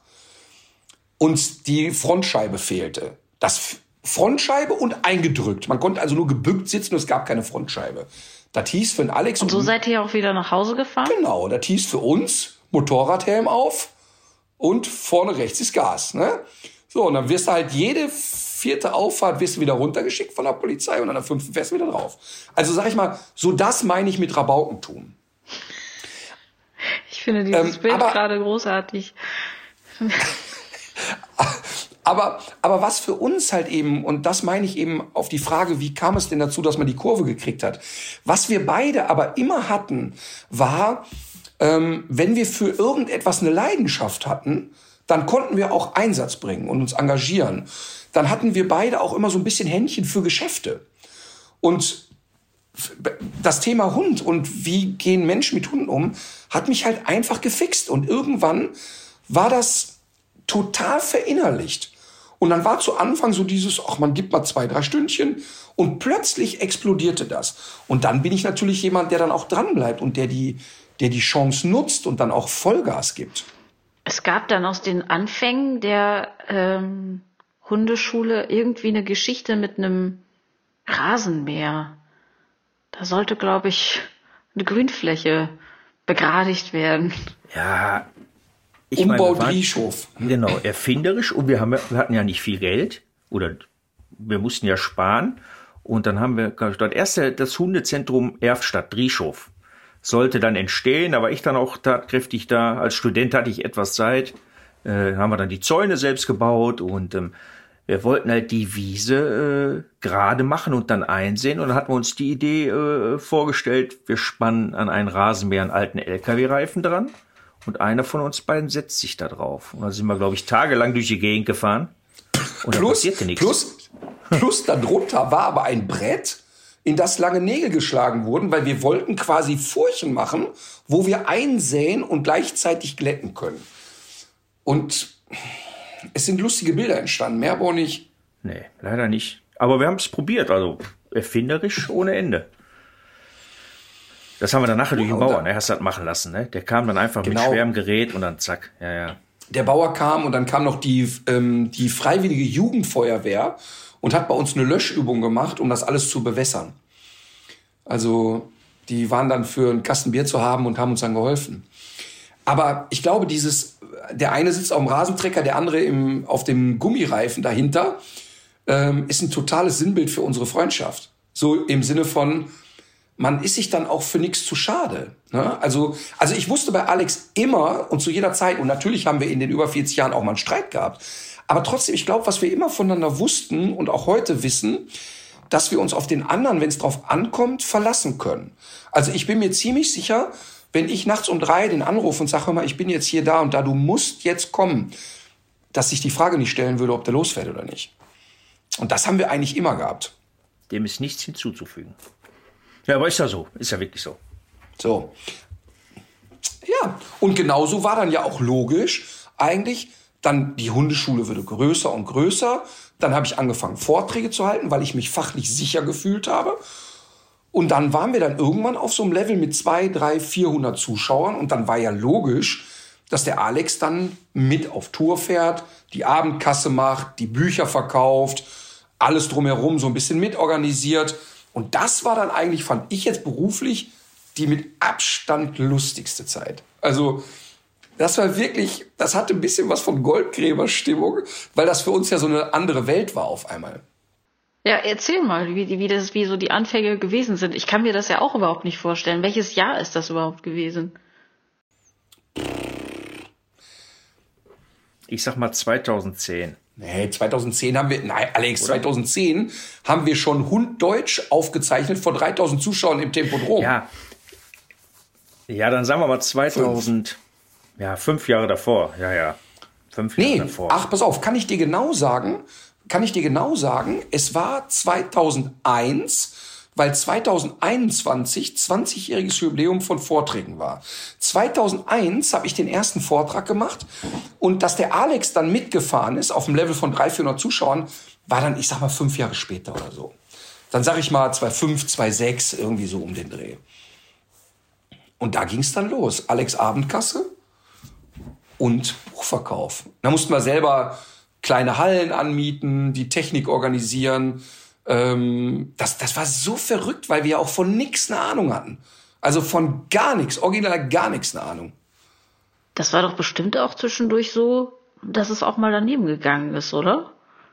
Und die Frontscheibe fehlte. Das Frontscheibe und eingedrückt. Man konnte also nur gebückt sitzen und es gab keine Frontscheibe. Das hieß für den Alex... Und so und seid ihr auch wieder nach Hause gefahren? Genau, das hieß für uns Motorradhelm auf und vorne rechts ist Gas. Ne? So, und dann wirst du halt jede vierte Auffahrt wirst du wieder runtergeschickt von der Polizei und an der fünften fährst du wieder drauf. Also sag ich mal, so das meine ich mit Rabaukentum. Ich finde dieses ähm, Bild aber, gerade großartig. aber, aber was für uns halt eben, und das meine ich eben auf die Frage, wie kam es denn dazu, dass man die Kurve gekriegt hat? Was wir beide aber immer hatten, war, ähm, wenn wir für irgendetwas eine Leidenschaft hatten, dann konnten wir auch Einsatz bringen und uns engagieren. Dann hatten wir beide auch immer so ein bisschen Händchen für Geschäfte. Und das Thema Hund und wie gehen Menschen mit Hunden um, hat mich halt einfach gefixt. Und irgendwann war das total verinnerlicht. Und dann war zu Anfang so dieses, ach, man gibt mal zwei, drei Stündchen. Und plötzlich explodierte das. Und dann bin ich natürlich jemand, der dann auch dranbleibt und der die, der die Chance nutzt und dann auch Vollgas gibt. Es gab dann aus den Anfängen der ähm, Hundeschule irgendwie eine Geschichte mit einem Rasenmäher. Da sollte, glaube ich, eine Grünfläche begradigt werden. Ja, ich Umbau meine, Drieschow. Genau, erfinderisch. Und wir, haben, wir hatten ja nicht viel Geld. Oder wir mussten ja sparen. Und dann haben wir, dort erst das Hundezentrum Erftstadt, Drieschow, sollte dann entstehen. Da war ich dann auch tatkräftig da. Als Student hatte ich etwas Zeit. Äh, haben wir dann die Zäune selbst gebaut. Und ähm, wir wollten halt die Wiese äh, gerade machen und dann einsehen. Und dann hatten wir uns die Idee äh, vorgestellt, wir spannen an einen Rasenmäher einen alten L K W-Reifen dran. Und einer von uns beiden setzt sich da drauf. Und dann sind wir, glaube ich, tagelang durch die Gegend gefahren. Und plus, da passierte nichts. Plus, plus darunter war aber ein Brett, in das lange Nägel geschlagen wurden, weil wir wollten quasi Furchen machen, wo wir einsäen und gleichzeitig glätten können. Und es sind lustige Bilder entstanden, mehr aber auch nicht. Nee, leider nicht. Aber wir haben es probiert, also erfinderisch ohne Ende. Das haben wir dann nachher durch den Bauer, ne? Hast du das machen lassen, ne? Der kam dann einfach genau. mit schwerem Gerät und dann zack, ja, ja. Der Bauer kam und dann kam noch die, ähm, die freiwillige Jugendfeuerwehr und hat bei uns eine Löschübung gemacht, um das alles zu bewässern. Also die waren dann für einen Kasten Bier zu haben und haben uns dann geholfen. Aber ich glaube, dieses, der eine sitzt auf dem Rasentrecker, der andere im, auf dem Gummireifen dahinter, ähm, ist ein totales Sinnbild für unsere Freundschaft. So im Sinne von, man ist sich dann auch für nichts zu schade. Ne? Also, also ich wusste bei Alex immer und zu jeder Zeit, und natürlich haben wir in den über vierzig Jahren auch mal einen Streit gehabt, aber trotzdem, ich glaube, was wir immer voneinander wussten und auch heute wissen, dass wir uns auf den anderen, wenn es drauf ankommt, verlassen können. Also ich bin mir ziemlich sicher, wenn ich nachts um drei den anrufe und sage, hör mal, ich bin jetzt hier da und da, du musst jetzt kommen, dass sich die Frage nicht stellen würde, ob der losfährt oder nicht. Und das haben wir eigentlich immer gehabt. Dem ist nichts hinzuzufügen. Ja, aber ist ja so. Ist ja wirklich so. So. Ja, und genauso war dann ja auch logisch eigentlich, dann die Hundeschule wurde größer und größer. Dann habe ich angefangen, Vorträge zu halten, weil ich mich fachlich sicher gefühlt habe. Und dann waren wir dann irgendwann auf so einem Level mit zweihundert, dreihundert, vierhundert Zuschauern. Und dann war ja logisch, dass der Alex dann mit auf Tour fährt, die Abendkasse macht, die Bücher verkauft, alles drumherum so ein bisschen mitorganisiert. Und das war dann eigentlich, fand ich jetzt beruflich, die mit Abstand lustigste Zeit. Also das war wirklich, das hatte ein bisschen was von Goldgräberstimmung, weil das für uns ja so eine andere Welt war auf einmal. Ja, erzähl mal, wie, wie, das, wie so die Anfänge gewesen sind. Ich kann mir das ja auch überhaupt nicht vorstellen. Welches Jahr ist das überhaupt gewesen? Ich sag mal zweitausendzehn. Nee, zweitausendzehn haben wir, nein, Alex, Oder? zweitausendzehn haben wir schon Hund Deutsch aufgezeichnet vor dreitausend Zuschauern im Tempodrom. Ja. Ja, dann sagen wir mal zweitausend, fünf. Ja, fünf Jahre davor. Ja, ja. Fünf nee, Jahre davor. Ach, pass auf, kann ich dir genau sagen, kann ich dir genau sagen, es war zweitausendeins, weil zweitausendeinundzwanzig zwanzigjähriges Jubiläum von Vorträgen war. zweitausendeins habe ich den ersten Vortrag gemacht und dass der Alex dann mitgefahren ist auf dem Level von dreihundert, vierhundert Zuschauern, war dann, ich sag mal, fünf Jahre später oder so. Dann sag ich mal zweitausendfünf, zweitausendsechs, irgendwie so um den Dreh. Und da ging es dann los. Alex Abendkasse und Buchverkauf. Da mussten wir selber kleine Hallen anmieten, die Technik organisieren. Ähm, das, das war so verrückt, weil wir auch von nichts eine Ahnung hatten. Also von gar nichts, original gar nichts eine Ahnung. Das war doch bestimmt auch zwischendurch so, dass es auch mal daneben gegangen ist, oder?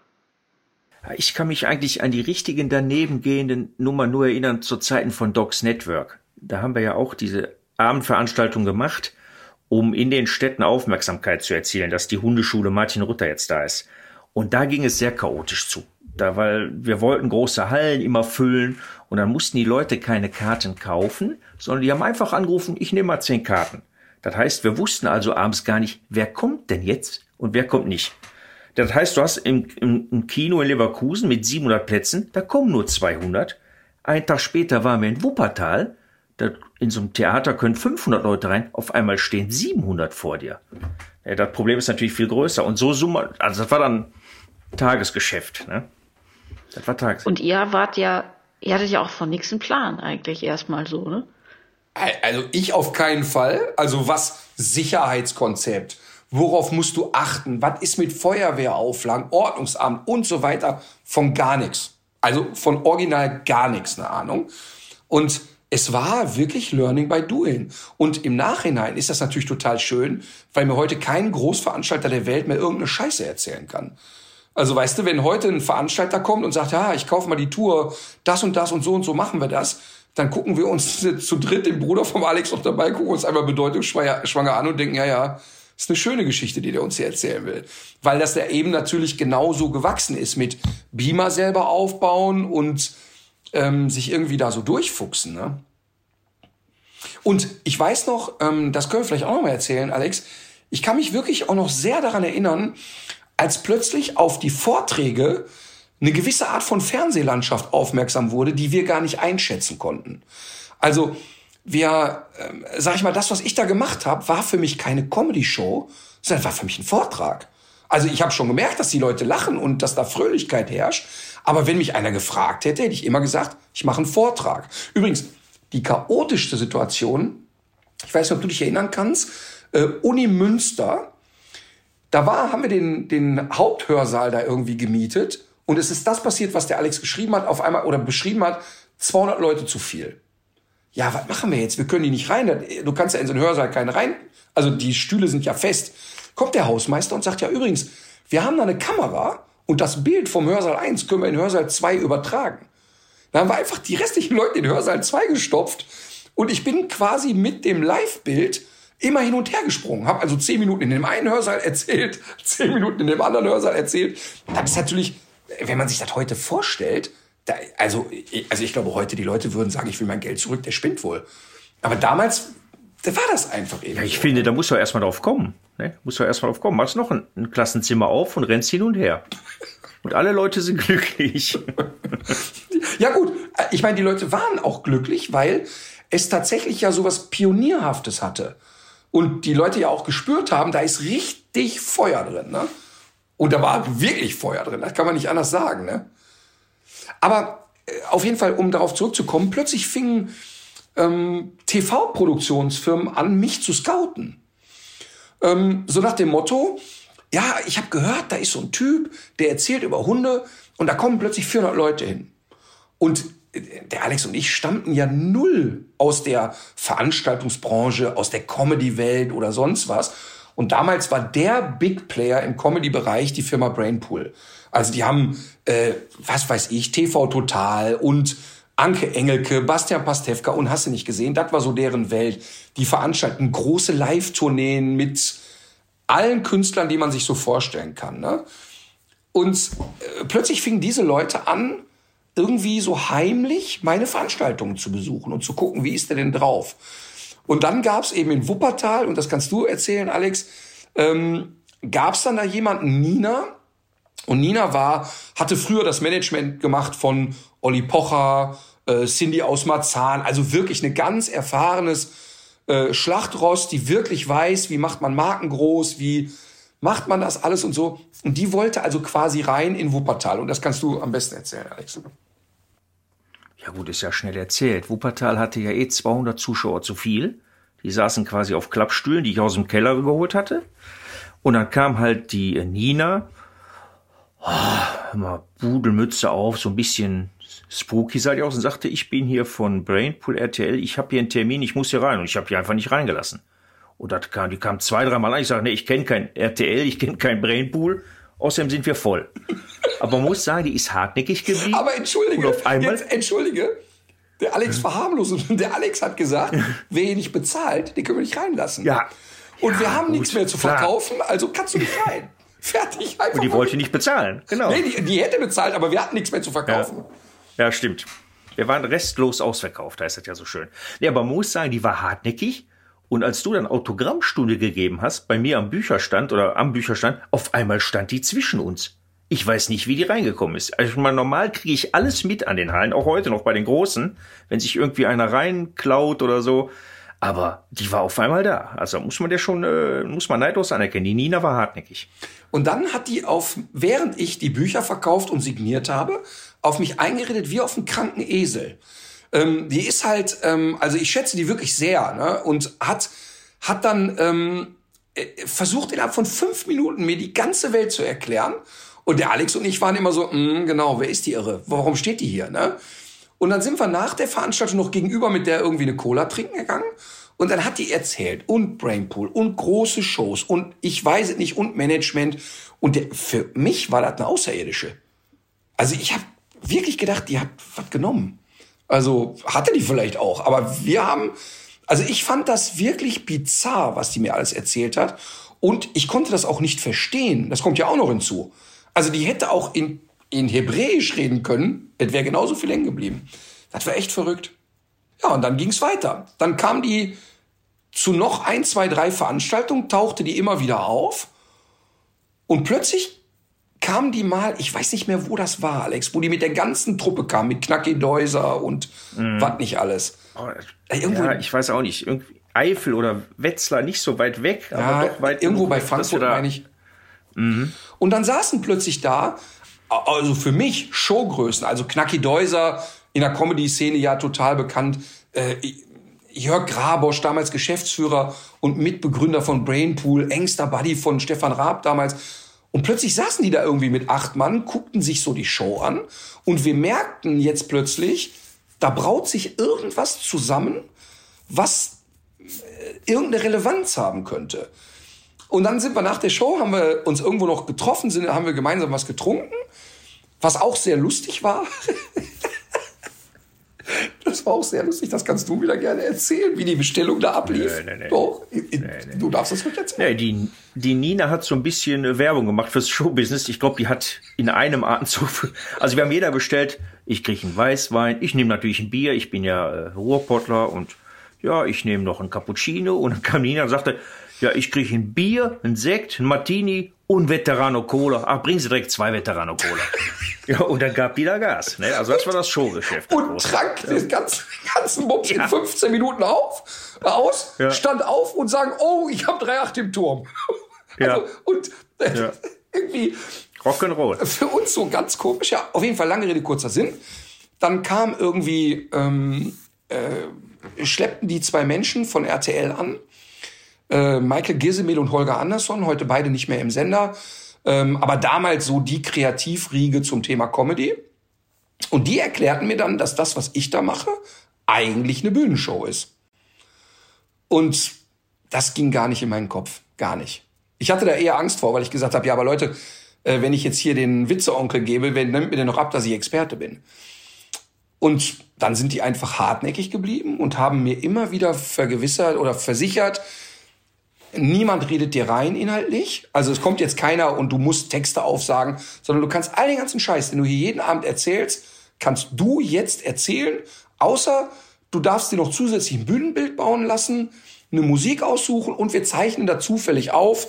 Ich kann mich eigentlich an die richtigen danebengehenden Nummern nur erinnern zu Zeiten von Docs Network. Da haben wir ja auch diese Abendveranstaltung gemacht, um in den Städten Aufmerksamkeit zu erzielen, dass die Hundeschule Martin Rütter jetzt da ist. Und da ging es sehr chaotisch zu. Da, weil wir wollten große Hallen immer füllen und dann mussten die Leute keine Karten kaufen, sondern die haben einfach angerufen, ich nehme mal zehn Karten. Das heißt, wir wussten also abends gar nicht, wer kommt denn jetzt und wer kommt nicht. Das heißt, du hast im, im, im Kino in Leverkusen mit siebenhundert Plätzen, da kommen nur zweihundert. Einen Tag später waren wir in Wuppertal. Da, in so einem Theater können fünfhundert Leute rein. Auf einmal stehen siebenhundert vor dir. Ja, das Problem ist natürlich viel größer. Und so summa, also das war dann Tagesgeschäft. Ne? Das war Tagesgeschäft. Und ihr wart ja, ihr hattet ja auch von nichts einen Plan eigentlich erstmal so, ne? Also ich auf keinen Fall. Also was Sicherheitskonzept? Worauf musst du achten? Was ist mit Feuerwehrauflagen, Ordnungsamt und so weiter? Von gar nichts. Also von original gar nichts eine Ahnung. Und es war wirklich Learning by Doing. Und im Nachhinein ist das natürlich total schön, weil mir heute kein Großveranstalter der Welt mehr irgendeine Scheiße erzählen kann. Also weißt du, wenn heute ein Veranstalter kommt und sagt, ja, ich kaufe mal die Tour, das und das und so und so machen wir das, dann gucken wir uns zu dritt, den Bruder vom Alex noch dabei, gucken uns einmal bedeutungsschwanger an und denken, ja, ja, ist eine schöne Geschichte, die der uns hier erzählen will. Weil das ja eben natürlich genauso gewachsen ist mit Beamer selber aufbauen und ähm, sich irgendwie da so durchfuchsen. Ne? Und ich weiß noch, ähm, das können wir vielleicht auch noch mal erzählen, Alex, ich kann mich wirklich auch noch sehr daran erinnern, als plötzlich auf die Vorträge eine gewisse Art von Fernsehlandschaft aufmerksam wurde, die wir gar nicht einschätzen konnten. Also wir, äh, sag ich mal, das, was ich da gemacht habe, war für mich keine Comedy-Show, sondern war für mich ein Vortrag. Also ich habe schon gemerkt, dass die Leute lachen und dass da Fröhlichkeit herrscht. Aber wenn mich einer gefragt hätte, hätte ich immer gesagt, ich mache einen Vortrag. Übrigens, die chaotischste Situation, ich weiß nicht, ob du dich erinnern kannst, äh, Uni Münster, da war, haben wir den, den Haupthörsaal da irgendwie gemietet und es ist das passiert, was der Alex geschrieben hat, auf einmal oder beschrieben hat, zweihundert Leute zu viel. Ja, was machen wir jetzt? Wir können die nicht rein. Du kannst ja in so einen Hörsaal keine rein. Also die Stühle sind ja fest. Kommt der Hausmeister und sagt, ja übrigens, wir haben da eine Kamera und das Bild vom Hörsaal eins können wir in Hörsaal zwei übertragen. Da haben wir einfach die restlichen Leute in Hörsaal zwei gestopft und ich bin quasi mit dem Live-Bild immer hin und her gesprungen. Habe also zehn Minuten in dem einen Hörsaal erzählt, zehn Minuten in dem anderen Hörsaal erzählt. Das ist natürlich, wenn man sich das heute vorstellt, da, also, also ich glaube heute, die Leute würden sagen, ich will mein Geld zurück, der spinnt wohl. Aber damals da war das einfach eben. Ja, ich so. finde, da musst du erstmal drauf kommen. Ne? Musst du erstmal drauf kommen. Machst noch ein, ein Klassenzimmer auf und rennst hin und her. Und alle Leute sind glücklich. Ja gut, ich meine, die Leute waren auch glücklich, weil es tatsächlich ja sowas Pionierhaftes hatte. Und die Leute ja auch gespürt haben, da ist richtig Feuer drin. Ne? Und da war wirklich Feuer drin, das kann man nicht anders sagen. Ne? Aber äh, auf jeden Fall, um darauf zurückzukommen, plötzlich fingen ähm, T V-Produktionsfirmen an, mich zu scouten. Ähm, so nach dem Motto, ja, ich habe gehört, da ist so ein Typ, der erzählt über Hunde und da kommen plötzlich vierhundert Leute hin. Und der Alex und ich stammten ja null aus der Veranstaltungsbranche, aus der Comedy-Welt oder sonst was. Und damals war der Big Player im Comedy-Bereich die Firma Brainpool. Also die haben, äh, was weiß ich, T V Total und Anke Engelke, Bastian Pastewka und hast du nicht gesehen, das war so deren Welt. Die veranstalten große Live-Tourneen mit allen Künstlern, die man sich so vorstellen kann. Ne? Und äh, plötzlich fingen diese Leute an, irgendwie so heimlich meine Veranstaltungen zu besuchen und zu gucken, wie ist der denn drauf. Und dann gab es eben in Wuppertal, und das kannst du erzählen, Alex, ähm, gab es dann da jemanden, Nina. Und Nina war, hatte früher das Management gemacht von Olli Pocher, äh, Cindy aus Marzahn, also wirklich eine ganz erfahrenes äh, Schlachtrost, die wirklich weiß, wie macht man Marken groß, wie macht man das alles und so. Und die wollte also quasi rein in Wuppertal. Und das kannst du am besten erzählen, Alex. Ja gut, ist ja schnell erzählt. Wuppertal hatte ja eh zweihundert Zuschauer zu viel. Die saßen quasi auf Klappstühlen, die ich aus dem Keller rübergeholt hatte. Und dann kam halt die äh, Nina, oh, immer Budelmütze auf, so ein bisschen spooky sah die aus und sagte, ich bin hier von Brainpool R T L, ich habe hier einen Termin, ich muss hier rein. Und ich habe die einfach nicht reingelassen. Und das kam, die kam zwei, dreimal an. Ich sage, nee, ich kenne kein R T L, ich kenne kein Brainpool. Außerdem sind wir voll. Aber man muss sagen, die ist hartnäckig geblieben. Aber entschuldige, und auf einmal, jetzt entschuldige, der Alex verharmlost. Der Alex hat gesagt, wer ihn nicht bezahlt, den können wir nicht reinlassen. Ja. Und ja, wir haben gut, nichts mehr zu klar. verkaufen, also kannst du nicht rein. Fertig. Einfach Und die mal. wollte nicht bezahlen, genau. Nee, die, die hätte bezahlt, aber wir hatten nichts mehr zu verkaufen. Ja, ja, stimmt. Wir waren restlos ausverkauft, heißt das ja so schön. Ja, aber man muss sagen, die war hartnäckig. Und als du dann Autogrammstunde gegeben hast, bei mir am Bücherstand oder am Bücherstand, auf einmal stand die zwischen uns. Ich weiß nicht, wie die reingekommen ist. Also mal normal kriege ich alles mit an den Hallen, auch heute noch bei den Großen, wenn sich irgendwie einer reinklaut oder so. Aber die war auf einmal da. Also muss man der schon, äh, muss man neidlos anerkennen. Die Nina war hartnäckig. Und dann hat die auf, während ich die Bücher verkauft und signiert habe, auf mich eingeredet wie auf einen kranken Esel. Ähm, die ist halt, ähm, also ich schätze die wirklich sehr, ne? Und hat, hat dann ähm, äh, versucht innerhalb von fünf Minuten mir die ganze Welt zu erklären. Und der Alex und ich waren immer so, mh, genau, wer ist die Irre? Warum steht die hier, ne? Und dann sind wir nach der Veranstaltung noch gegenüber mit der irgendwie eine Cola trinken gegangen. Und dann hat die erzählt und Brainpool und große Shows und ich weiß es nicht und Management. Und der, für mich war das eine Außerirdische. Also ich habe wirklich gedacht, die hat was genommen. Also hatte die vielleicht auch. Aber wir haben, also ich fand das wirklich bizarr, was die mir alles erzählt hat. Und ich konnte das auch nicht verstehen. Das kommt ja auch noch hinzu. Also die hätte auch in, in Hebräisch reden können. Es wäre genauso viel hängen geblieben. Das war echt verrückt. Ja, und dann ging's weiter. Dann kam die zu noch ein, zwei, drei Veranstaltungen, tauchte die immer wieder auf. Und plötzlich kam die mal, ich weiß nicht mehr, wo das war, Alex, wo die mit der ganzen Truppe kam, mit Knacki Deuser und mm. was nicht alles. Oh, ja, ich weiß auch nicht. Irgendwie Eifel oder Wetzlar, nicht so weit weg, ja, aber doch weit irgendwo genug, bei Frankfurt, meine ich. Mhm. Und dann saßen plötzlich da, also für mich Showgrößen, also Knacki Deuser, in der Comedy-Szene ja total bekannt, äh, Jörg Grabosch, damals Geschäftsführer und Mitbegründer von Brainpool, engster Buddy von Stefan Raab damals. Und plötzlich saßen die da irgendwie mit acht Mann, guckten sich so die Show an und wir merkten jetzt plötzlich, da braut sich irgendwas zusammen, was äh, irgendeine Relevanz haben könnte. Und dann sind wir nach der Show, haben wir uns irgendwo noch getroffen, sind, haben wir gemeinsam was getrunken, was auch sehr lustig war. Das war auch sehr lustig, das kannst du wieder gerne erzählen, wie die Bestellung da ablief. Nee, nee, nee. Doch, nee, nee. Du darfst das nicht erzählen. Nee, die, die Nina hat so ein bisschen Werbung gemacht fürs Showbusiness. Ich glaube, die hat in einem Atemzug, also wir haben jeder bestellt, ich kriege einen Weißwein, ich nehme natürlich ein Bier, ich bin ja äh, Ruhrpottler und ja, ich nehme noch ein Cappuccino. Und dann kam Nina und sagte, ja, ich kriege ein Bier, ein Sekt, ein Martini und Veterano Cola. Ach, bringen Sie direkt zwei Veterano Cola. Ja, und dann gab wieder Gas. Ne? Also das war das Showgeschäft. Und trank ja. den ganzen, ganzen Bums ja. in fünfzehn Minuten auf, aus, ja. stand auf und sagen, oh, ich habe drei Komma acht im Turm. Ja. Also, und äh, ja. irgendwie Rock'n'Roll. Für uns so ganz komisch. Ja, auf jeden Fall lange Rede, kurzer Sinn. Dann kam irgendwie, ähm, äh, schleppten die zwei Menschen von R T L an. Äh, Michael Giesemel und Holger Andersson, heute beide nicht mehr im Sender. Ähm, aber damals so die Kreativriege zum Thema Comedy. Und die erklärten mir dann, dass das, was ich da mache, eigentlich eine Bühnenshow ist. Und das ging gar nicht in meinen Kopf. Gar nicht. Ich hatte da eher Angst vor, weil ich gesagt habe, ja, aber Leute, äh, wenn ich jetzt hier den Witzeonkel gebe, wer nimmt mir denn noch ab, dass ich Experte bin? Und dann sind die einfach hartnäckig geblieben und haben mir immer wieder vergewissert oder versichert, niemand redet dir rein inhaltlich. Also es kommt jetzt keiner und du musst Texte aufsagen, sondern du kannst all den ganzen Scheiß, den du hier jeden Abend erzählst, kannst du jetzt erzählen, außer du darfst dir noch zusätzlich ein Bühnenbild bauen lassen, eine Musik aussuchen und wir zeichnen da zufällig auf.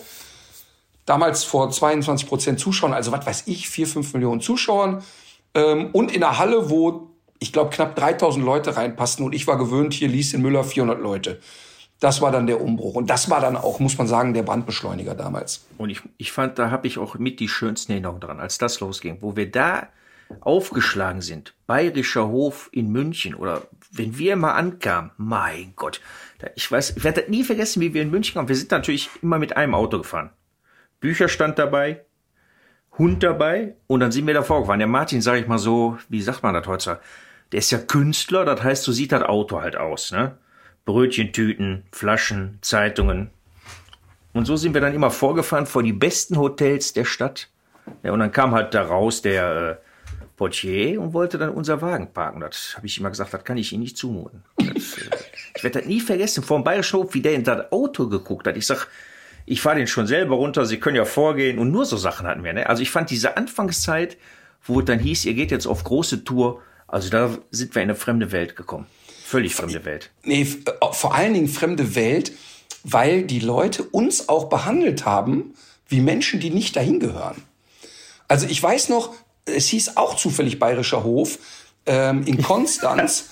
Damals vor zweiundzwanzig Prozent Zuschauern, also was weiß ich, vier, fünf Millionen Zuschauern. Ähm, und in einer Halle, wo ich glaube knapp dreitausend Leute reinpassten und ich war gewöhnt, hier Lieschen Müller, vierhundert Leute. Das war dann der Umbruch. Und das war dann auch, muss man sagen, der Brandbeschleuniger damals. Und ich, ich fand, da habe ich auch mit die schönsten Erinnerungen dran, als das losging. Wo wir da aufgeschlagen sind, Bayerischer Hof in München, oder wenn wir mal ankamen, mein Gott. Ich weiß, ich werde das nie vergessen, wie wir in München kamen. Wir sind natürlich immer mit einem Auto gefahren. Bücherstand dabei, Hund dabei und dann sind wir davor gefahren. Der Martin, sage ich mal so, wie sagt man das heutzutage? Der ist ja Künstler, das heißt, so sieht das Auto halt aus, ne? Brötchentüten, Flaschen, Zeitungen. Und so sind wir dann immer vorgefahren vor die besten Hotels der Stadt. Ja, und dann kam halt da raus der äh, Portier und wollte dann unser Wagen parken. Das habe ich immer gesagt, das kann ich Ihnen nicht zumuten. Das, äh, ich werde das nie vergessen, vor dem Bayerischen Hof, wie der in das Auto geguckt hat. Ich sag, ich fahre den schon selber runter, Sie können ja vorgehen. Und nur so Sachen hatten wir. Ne? Also ich fand diese Anfangszeit, wo es dann hieß, ihr geht jetzt auf große Tour, also da sind wir in eine fremde Welt gekommen. Völlig fremde Welt. Nee, vor allen Dingen fremde Welt, weil die Leute uns auch behandelt haben wie Menschen, die nicht dahin gehören. Also ich weiß noch, es hieß auch zufällig Bayerischer Hof ähm, in Konstanz.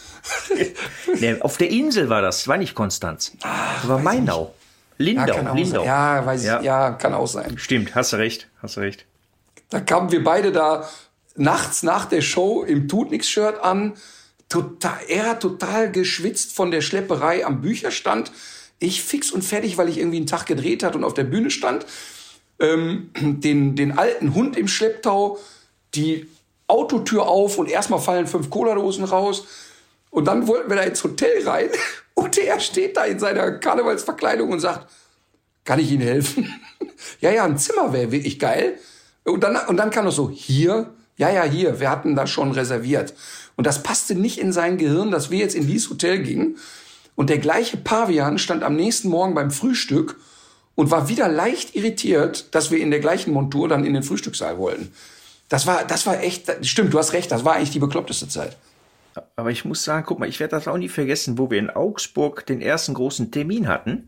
Nee, auf der Insel war das, war nicht Konstanz. Ah, das war Mainau. Lindau, ja, Lindau. Ja, weiß ja. Ich, ja, kann auch sein. Stimmt, hast du recht, hast du recht. Da kamen wir beide da nachts nach der Show im Tut-Nix-Shirt an. Total, er hat total geschwitzt von der Schlepperei am Bücherstand. Ich fix und fertig, weil ich irgendwie einen Tag gedreht hat und auf der Bühne stand. Ähm, den, den alten Hund im Schlepptau, die Autotür auf und erstmal fallen fünf Cola-Dosen raus. Und dann wollten wir da ins Hotel rein und er steht da in seiner Karnevalsverkleidung und sagt, kann ich Ihnen helfen? Ja, ja, ein Zimmer wäre wirklich geil. Und dann, und dann kam noch so, hier? Ja, ja, hier, wir hatten das schon reserviert. Und das passte nicht in sein Gehirn, dass wir jetzt in dieses Hotel gingen. Und der gleiche Pavian stand am nächsten Morgen beim Frühstück und war wieder leicht irritiert, dass wir in der gleichen Montur dann in den Frühstückssaal wollten. Das war, das war echt, stimmt, du hast recht, das war eigentlich die bekloppteste Zeit. Aber ich muss sagen, guck mal, ich werde das auch nie vergessen, wo wir in Augsburg den ersten großen Termin hatten.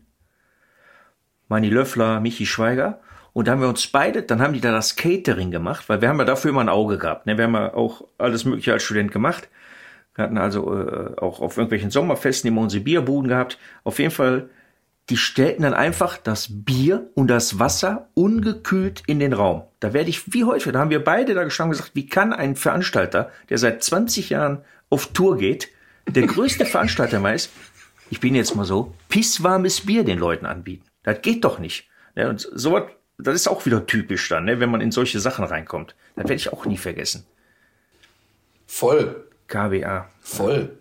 Manni Löffler, Michi Schweiger. Und da haben wir uns beide, dann haben die da das Catering gemacht, weil wir haben ja dafür immer ein Auge gehabt. Ne? Wir haben ja auch alles Mögliche als Student gemacht. Wir hatten also äh, auch auf irgendwelchen Sommerfesten immer unsere Bierbuden gehabt. Auf jeden Fall, die stellten dann einfach das Bier und das Wasser ungekühlt in den Raum. Da werde ich wie heute, da haben wir beide da gestanden und gesagt, wie kann ein Veranstalter, der seit zwanzig Jahren auf Tour geht, der größte Veranstalter mal ist, ich bin jetzt mal so, pisswarmes Bier den Leuten anbieten. Das geht doch nicht. Ja, und sowas, das ist auch wieder typisch dann, ne, wenn man in solche Sachen reinkommt. Das werde ich auch nie vergessen. Voll. K W A. Voll.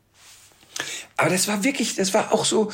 Aber das war wirklich, das war auch so,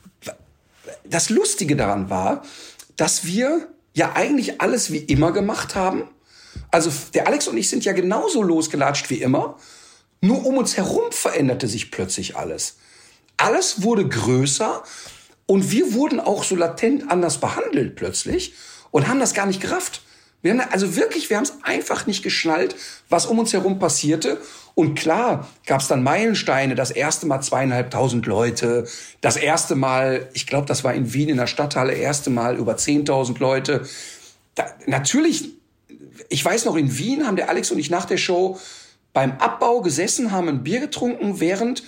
das Lustige daran war, dass wir ja eigentlich alles wie immer gemacht haben. Also der Alex und ich sind ja genauso losgelatscht wie immer. Nur um uns herum veränderte sich plötzlich alles. Alles wurde größer und wir wurden auch so latent anders behandelt plötzlich und haben das gar nicht gerafft. Wir haben, also wirklich, wir haben es einfach nicht geschnallt, was um uns herum passierte. Und klar gab es dann Meilensteine, das erste Mal zweieinhalbtausend Leute, das erste Mal, ich glaube, das war in Wien in der Stadthalle, erste Mal über zehntausend Leute. Da, natürlich, ich weiß noch, in Wien haben der Alex und ich nach der Show beim Abbau gesessen, haben ein Bier getrunken, während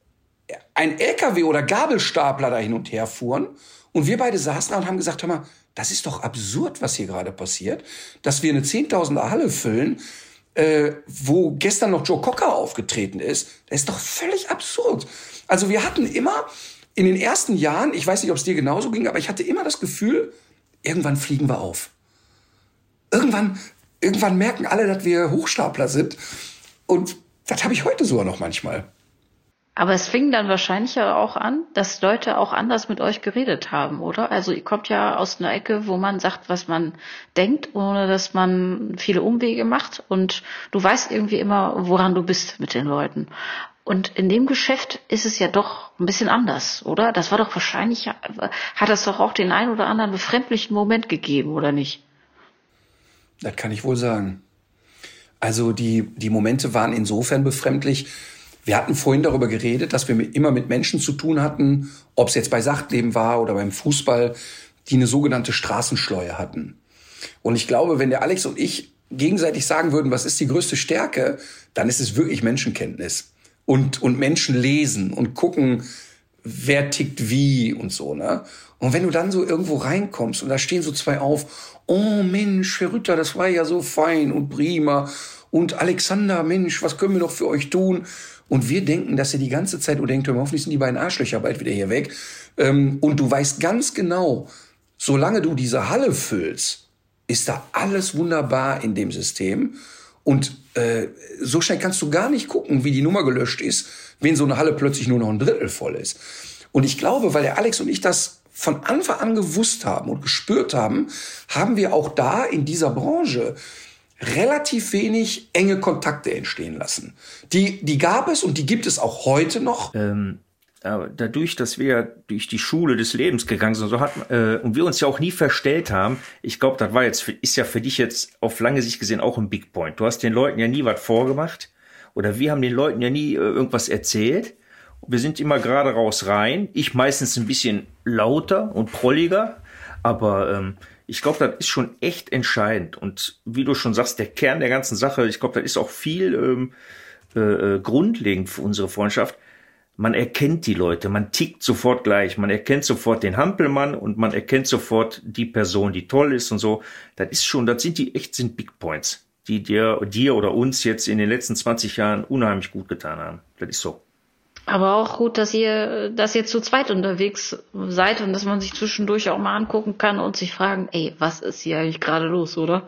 ein L K W oder Gabelstapler da hin und her fuhren. Und wir beide saßen da und haben gesagt, hör mal, das ist doch absurd, was hier gerade passiert, dass wir eine zehntausender Halle füllen, äh, wo gestern noch Joe Cocker aufgetreten ist. Das ist doch völlig absurd. Also wir hatten immer in den ersten Jahren, ich weiß nicht, ob es dir genauso ging, aber ich hatte immer das Gefühl, irgendwann fliegen wir auf. Irgendwann, irgendwann merken alle, dass wir Hochstapler sind. Und das habe ich heute sogar noch manchmal. Aber es fing dann wahrscheinlich ja auch an, dass Leute auch anders mit euch geredet haben, oder? Also ihr kommt ja aus einer Ecke, wo man sagt, was man denkt, ohne dass man viele Umwege macht. Und du weißt irgendwie immer, woran du bist mit den Leuten. Und in dem Geschäft ist es ja doch ein bisschen anders, oder? Das war doch wahrscheinlich, hat das doch auch den einen oder anderen befremdlichen Moment gegeben, oder nicht? Das kann ich wohl sagen. Also die, die Momente waren insofern befremdlich. Wir hatten vorhin darüber geredet, dass wir mit, immer mit Menschen zu tun hatten, ob es jetzt bei Sachtleben war oder beim Fußball, die eine sogenannte Straßenschleue hatten. Und ich glaube, wenn der Alex und ich gegenseitig sagen würden, was ist die größte Stärke, dann ist es wirklich Menschenkenntnis. Und, und Menschen lesen und gucken, wer tickt wie und so, ne? Und wenn du dann so irgendwo reinkommst und da stehen so zwei auf, oh Mensch, Herr Rütter, das war ja so fein und prima. Und Alexander, Mensch, was können wir noch für euch tun? Und wir denken, dass er die ganze Zeit, du denkst, hoffentlich sind die beiden Arschlöcher bald wieder hier weg. Und du weißt ganz genau, solange du diese Halle füllst, ist da alles wunderbar in dem System. Und äh, so schnell kannst du gar nicht gucken, wie die Nummer gelöscht ist, wenn so eine Halle plötzlich nur noch ein Drittel voll ist. Und ich glaube, weil der Alex und ich das von Anfang an gewusst haben und gespürt haben, haben wir auch da in dieser Branche relativ wenig enge Kontakte entstehen lassen. Die, die gab es und die gibt es auch heute noch. Ähm, aber dadurch, dass wir durch die Schule des Lebens gegangen sind, so hat, äh, und wir uns ja auch nie verstellt haben, ich glaube, das war jetzt für, ist ja für dich jetzt auf lange Sicht gesehen auch ein Big Point. Du hast den Leuten ja nie was vorgemacht oder wir haben den Leuten ja nie äh, irgendwas erzählt. Wir sind immer gerade raus rein. Ich meistens ein bisschen lauter und prolliger, aber ähm, ich glaube, das ist schon echt entscheidend. Und wie du schon sagst, der Kern der ganzen Sache, ich glaube, das ist auch viel ähm, äh, grundlegend für unsere Freundschaft. Man erkennt die Leute, man tickt sofort gleich. Man erkennt sofort den Hampelmann und man erkennt sofort die Person, die toll ist und so. Das ist schon, das sind die echt sind Big Points, die dir, dir oder uns jetzt in den letzten zwanzig Jahren unheimlich gut getan haben. Das ist so. Aber auch gut, dass ihr, dass ihr zu zweit unterwegs seid und dass man sich zwischendurch auch mal angucken kann und sich fragen, ey, was ist hier eigentlich gerade los, oder?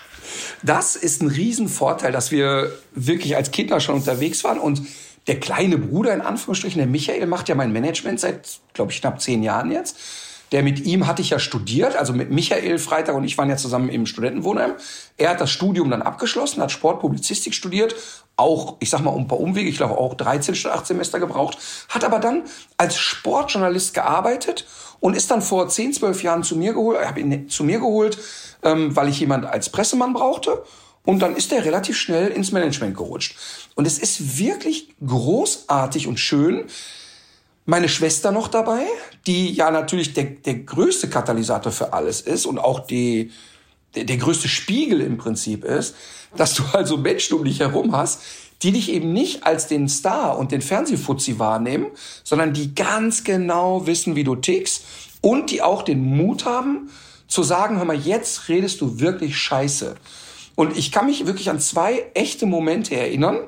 Das ist ein Riesenvorteil, dass wir wirklich als Kinder schon unterwegs waren. Und der kleine Bruder, in Anführungsstrichen, der Michael, macht ja mein Management seit, glaube ich, knapp zehn Jahren jetzt. Der mit ihm hatte ich ja studiert, also mit Michael Freitag und ich waren ja zusammen im Studentenwohnheim. Er hat das Studium dann abgeschlossen, hat Sportpublizistik studiert, auch, ich sag mal, um ein paar Umwege, ich glaube auch dreizehn statt acht Semester gebraucht, hat aber dann als Sportjournalist gearbeitet und ist dann vor zehn, zwölf Jahren zu mir geholt, habe ihn zu mir geholt, ähm, weil ich jemand als Pressemann brauchte. Und dann ist er relativ schnell ins Management gerutscht. Und es ist wirklich großartig und schön. Meine Schwester noch dabei, die ja natürlich der, der größte Katalysator für alles ist und auch die, der, der größte Spiegel im Prinzip ist, dass du also Menschen um dich herum hast, die dich eben nicht als den Star und den Fernsehfuzzi wahrnehmen, sondern die ganz genau wissen, wie du tickst und die auch den Mut haben, zu sagen, hör mal, jetzt redest du wirklich scheiße. Und ich kann mich wirklich an zwei echte Momente erinnern.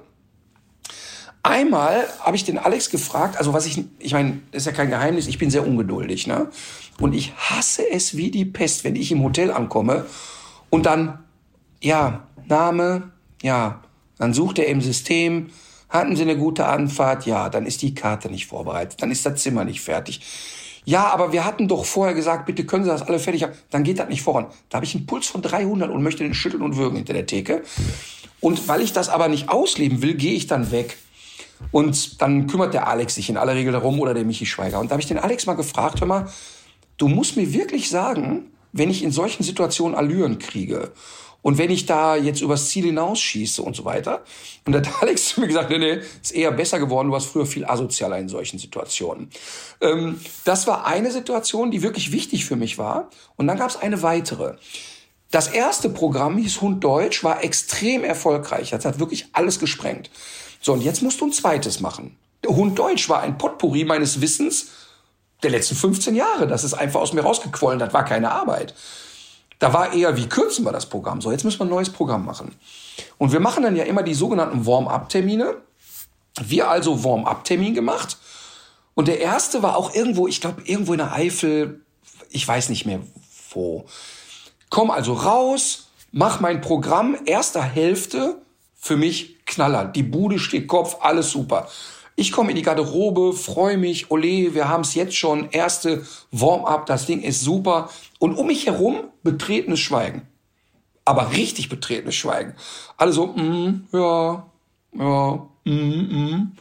Einmal habe ich den Alex gefragt, also was ich, ich meine, das ist ja kein Geheimnis, ich bin sehr ungeduldig, ne? Und ich hasse es wie die Pest, wenn ich im Hotel ankomme und dann, ja, Name, ja, dann sucht er im System, hatten Sie eine gute Anfahrt? Ja, dann ist die Karte nicht vorbereitet, dann ist das Zimmer nicht fertig. Ja, aber wir hatten doch vorher gesagt, bitte können Sie das alle fertig haben, dann geht das nicht voran. Da habe ich einen Puls von dreihundert und möchte den schütteln und würgen hinter der Theke. Und weil ich das aber nicht ausleben will, gehe ich dann weg. Und dann kümmert der Alex sich in aller Regel darum oder der Michi Schweiger. Und da habe ich den Alex mal gefragt, hör mal, du musst mir wirklich sagen, wenn ich in solchen Situationen Allüren kriege und wenn ich da jetzt übers Ziel hinausschieße und so weiter. Und da hat Alex zu mir gesagt, nee, nee, ist eher besser geworden, du warst früher viel asozialer in solchen Situationen. Ähm, das war eine Situation, die wirklich wichtig für mich war. Und dann gab es eine weitere. Das erste Programm hieß Hund Deutsch, war extrem erfolgreich. Das hat wirklich alles gesprengt. So, und jetzt musst du ein zweites machen. Der Hund Deutsch war ein Potpourri meines Wissens der letzten fünfzehn Jahre. Das ist einfach aus mir rausgequollen, das war keine Arbeit. Da war eher, wie kürzen wir das Programm? So, jetzt müssen wir ein neues Programm machen. Und wir machen dann ja immer die sogenannten Warm-up-Termine. Wir also Warm-up-Termin gemacht. Und der erste war auch irgendwo, ich glaube, irgendwo in der Eifel, ich weiß nicht mehr wo. Komm also raus, mach mein Programm, erster Hälfte, für mich Knaller. Die Bude steht Kopf, alles super. Ich komme in die Garderobe, freue mich, ole, wir haben es jetzt schon, erste Warm-up, das Ding ist super. Und um mich herum betretenes Schweigen. Aber richtig betretenes Schweigen. Alle so, mm, ja, ja, mm, mm.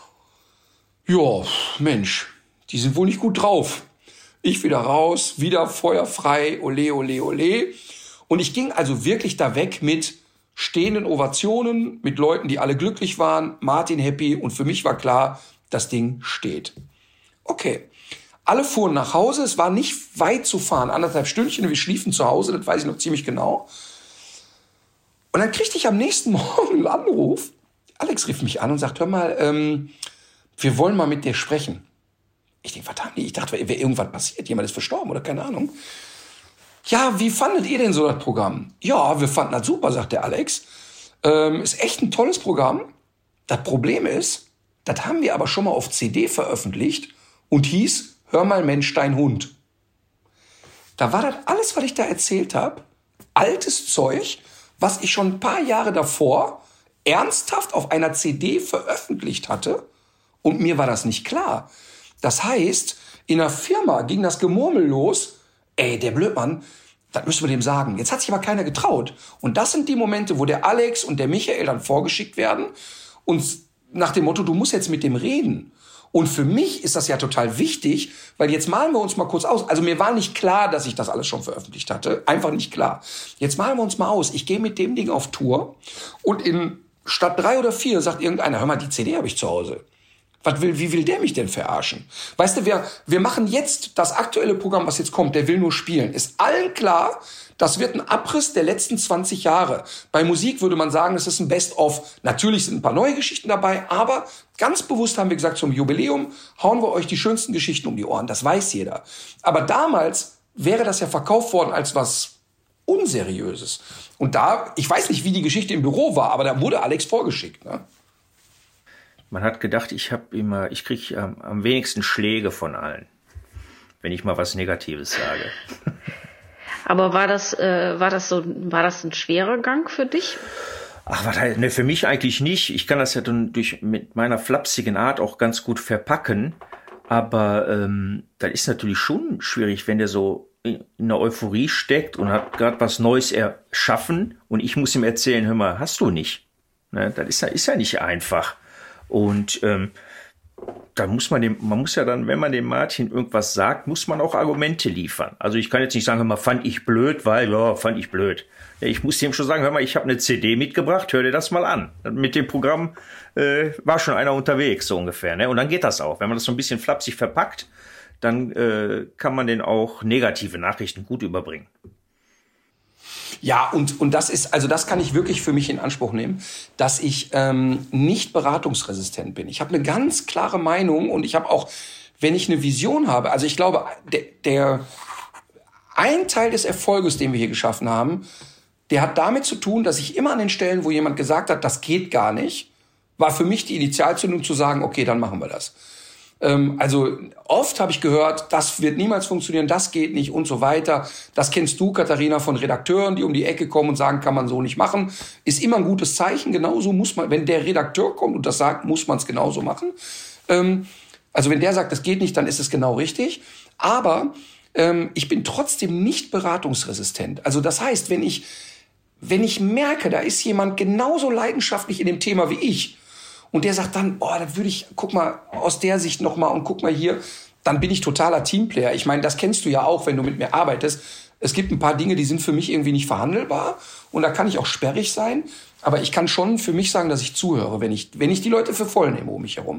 Ja, Mensch, die sind wohl nicht gut drauf. Ich wieder raus, wieder feuerfrei, ole, ole, ole. Und ich ging also wirklich da weg mit stehenden Ovationen, mit Leuten, die alle glücklich waren, Martin happy und für mich war klar, das Ding steht. Okay, alle fuhren nach Hause, es war nicht weit zu fahren, anderthalb Stündchen, wir schliefen zu Hause, das weiß ich noch ziemlich genau. Und dann kriegte ich am nächsten Morgen einen Anruf, Alex rief mich an und sagt, hör mal, ähm, wir wollen mal mit dir sprechen. Ich denke, verdammt, ich dachte, wäre irgendwas passiert, jemand ist verstorben oder keine Ahnung. Ja, wie fandet ihr denn so das Programm? Ja, wir fanden das super, sagt der Alex. Ähm, ist echt ein tolles Programm. Das Problem ist, das haben wir aber schon mal auf C D veröffentlicht und hieß, hör mal Mensch, dein Hund. Da war das alles, was ich da erzählt habe, altes Zeug, was ich schon ein paar Jahre davor ernsthaft auf einer C D veröffentlicht hatte und mir war das nicht klar. Das heißt, in der Firma ging das Gemurmel los, ey, der Blödmann, das müssen wir dem sagen. Jetzt hat sich aber keiner getraut. Und das sind die Momente, wo der Alex und der Michael dann vorgeschickt werden und nach dem Motto, du musst jetzt mit dem reden. Und für mich ist das ja total wichtig, weil jetzt malen wir uns mal kurz aus. Also mir war nicht klar, dass ich das alles schon veröffentlicht hatte. Einfach nicht klar. Jetzt malen wir uns mal aus. Ich gehe mit dem Ding auf Tour und in Stadt drei oder vier sagt irgendeiner, hör mal, die C D habe ich zu Hause. Was will, wie will der mich denn verarschen? Weißt du, wir, wir machen jetzt das aktuelle Programm, was jetzt kommt, der will nur spielen. Ist allen klar, das wird ein Abriss der letzten zwanzig Jahre. Bei Musik würde man sagen, das ist ein Best-of. Natürlich sind ein paar neue Geschichten dabei, aber ganz bewusst haben wir gesagt, zum Jubiläum hauen wir euch die schönsten Geschichten um die Ohren. Das weiß jeder. Aber damals wäre das ja verkauft worden als was Unseriöses. Und da, ich weiß nicht, wie die Geschichte im Büro war, aber da wurde Alex vorgeschickt, ne? Man hat gedacht, ich habe immer, ich kriege ähm, am wenigsten Schläge von allen, wenn ich mal was Negatives sage. Aber war das, äh, war das so, war das ein schwerer Gang für dich? Ach, was heißt, ne, für mich eigentlich nicht. Ich kann das ja dann durch mit meiner flapsigen Art auch ganz gut verpacken. Aber ähm, das ist natürlich schon schwierig, wenn der so in einer Euphorie steckt und hat gerade was Neues erschaffen und ich muss ihm erzählen, hör mal, hast du nicht. Ne, das ist ja, ist ja nicht einfach. Und ähm, da muss man dem, man muss ja dann, wenn man dem Martin irgendwas sagt, muss man auch Argumente liefern. Also ich kann jetzt nicht sagen, hör mal, fand ich blöd, weil, ja, fand ich blöd. Ich muss dem schon sagen, hör mal, ich habe eine C D mitgebracht, hör dir das mal an. Mit dem Programm äh, war schon einer unterwegs, so ungefähr. Ne? Und dann geht das auch. Wenn man das so ein bisschen flapsig verpackt, dann äh, kann man den auch negative Nachrichten gut überbringen. Ja, und, und das ist, also das kann ich wirklich für mich in Anspruch nehmen, dass ich ähm, nicht beratungsresistent bin. Ich habe eine ganz klare Meinung und ich habe auch, wenn ich eine Vision habe, also ich glaube, der, der ein Teil des Erfolges, den wir hier geschaffen haben, der hat damit zu tun, dass ich immer an den Stellen, wo jemand gesagt hat, das geht gar nicht, war für mich die Initialzündung zu sagen, okay, dann machen wir das. Ähm, also oft habe ich gehört, das wird niemals funktionieren, das geht nicht und so weiter. Das kennst du, Katharina, von Redakteuren, die um die Ecke kommen und sagen, kann man so nicht machen. Ist immer ein gutes Zeichen, genauso muss man, wenn der Redakteur kommt und das sagt, muss man es genauso machen. Ähm, also wenn der sagt, das geht nicht, dann ist es genau richtig. Aber ähm, ich bin trotzdem nicht beratungsresistent. Also das heißt, wenn ich, wenn ich merke, da ist jemand genauso leidenschaftlich in dem Thema wie ich, und der sagt dann, oh, das würde ich, guck mal, aus der Sicht nochmal und guck mal hier, dann bin ich totaler Teamplayer. Ich meine, das kennst du ja auch, wenn du mit mir arbeitest. Es gibt ein paar Dinge, die sind für mich irgendwie nicht verhandelbar und da kann ich auch sperrig sein. Aber ich kann schon für mich sagen, dass ich zuhöre, wenn ich, wenn ich die Leute für voll nehme um mich herum.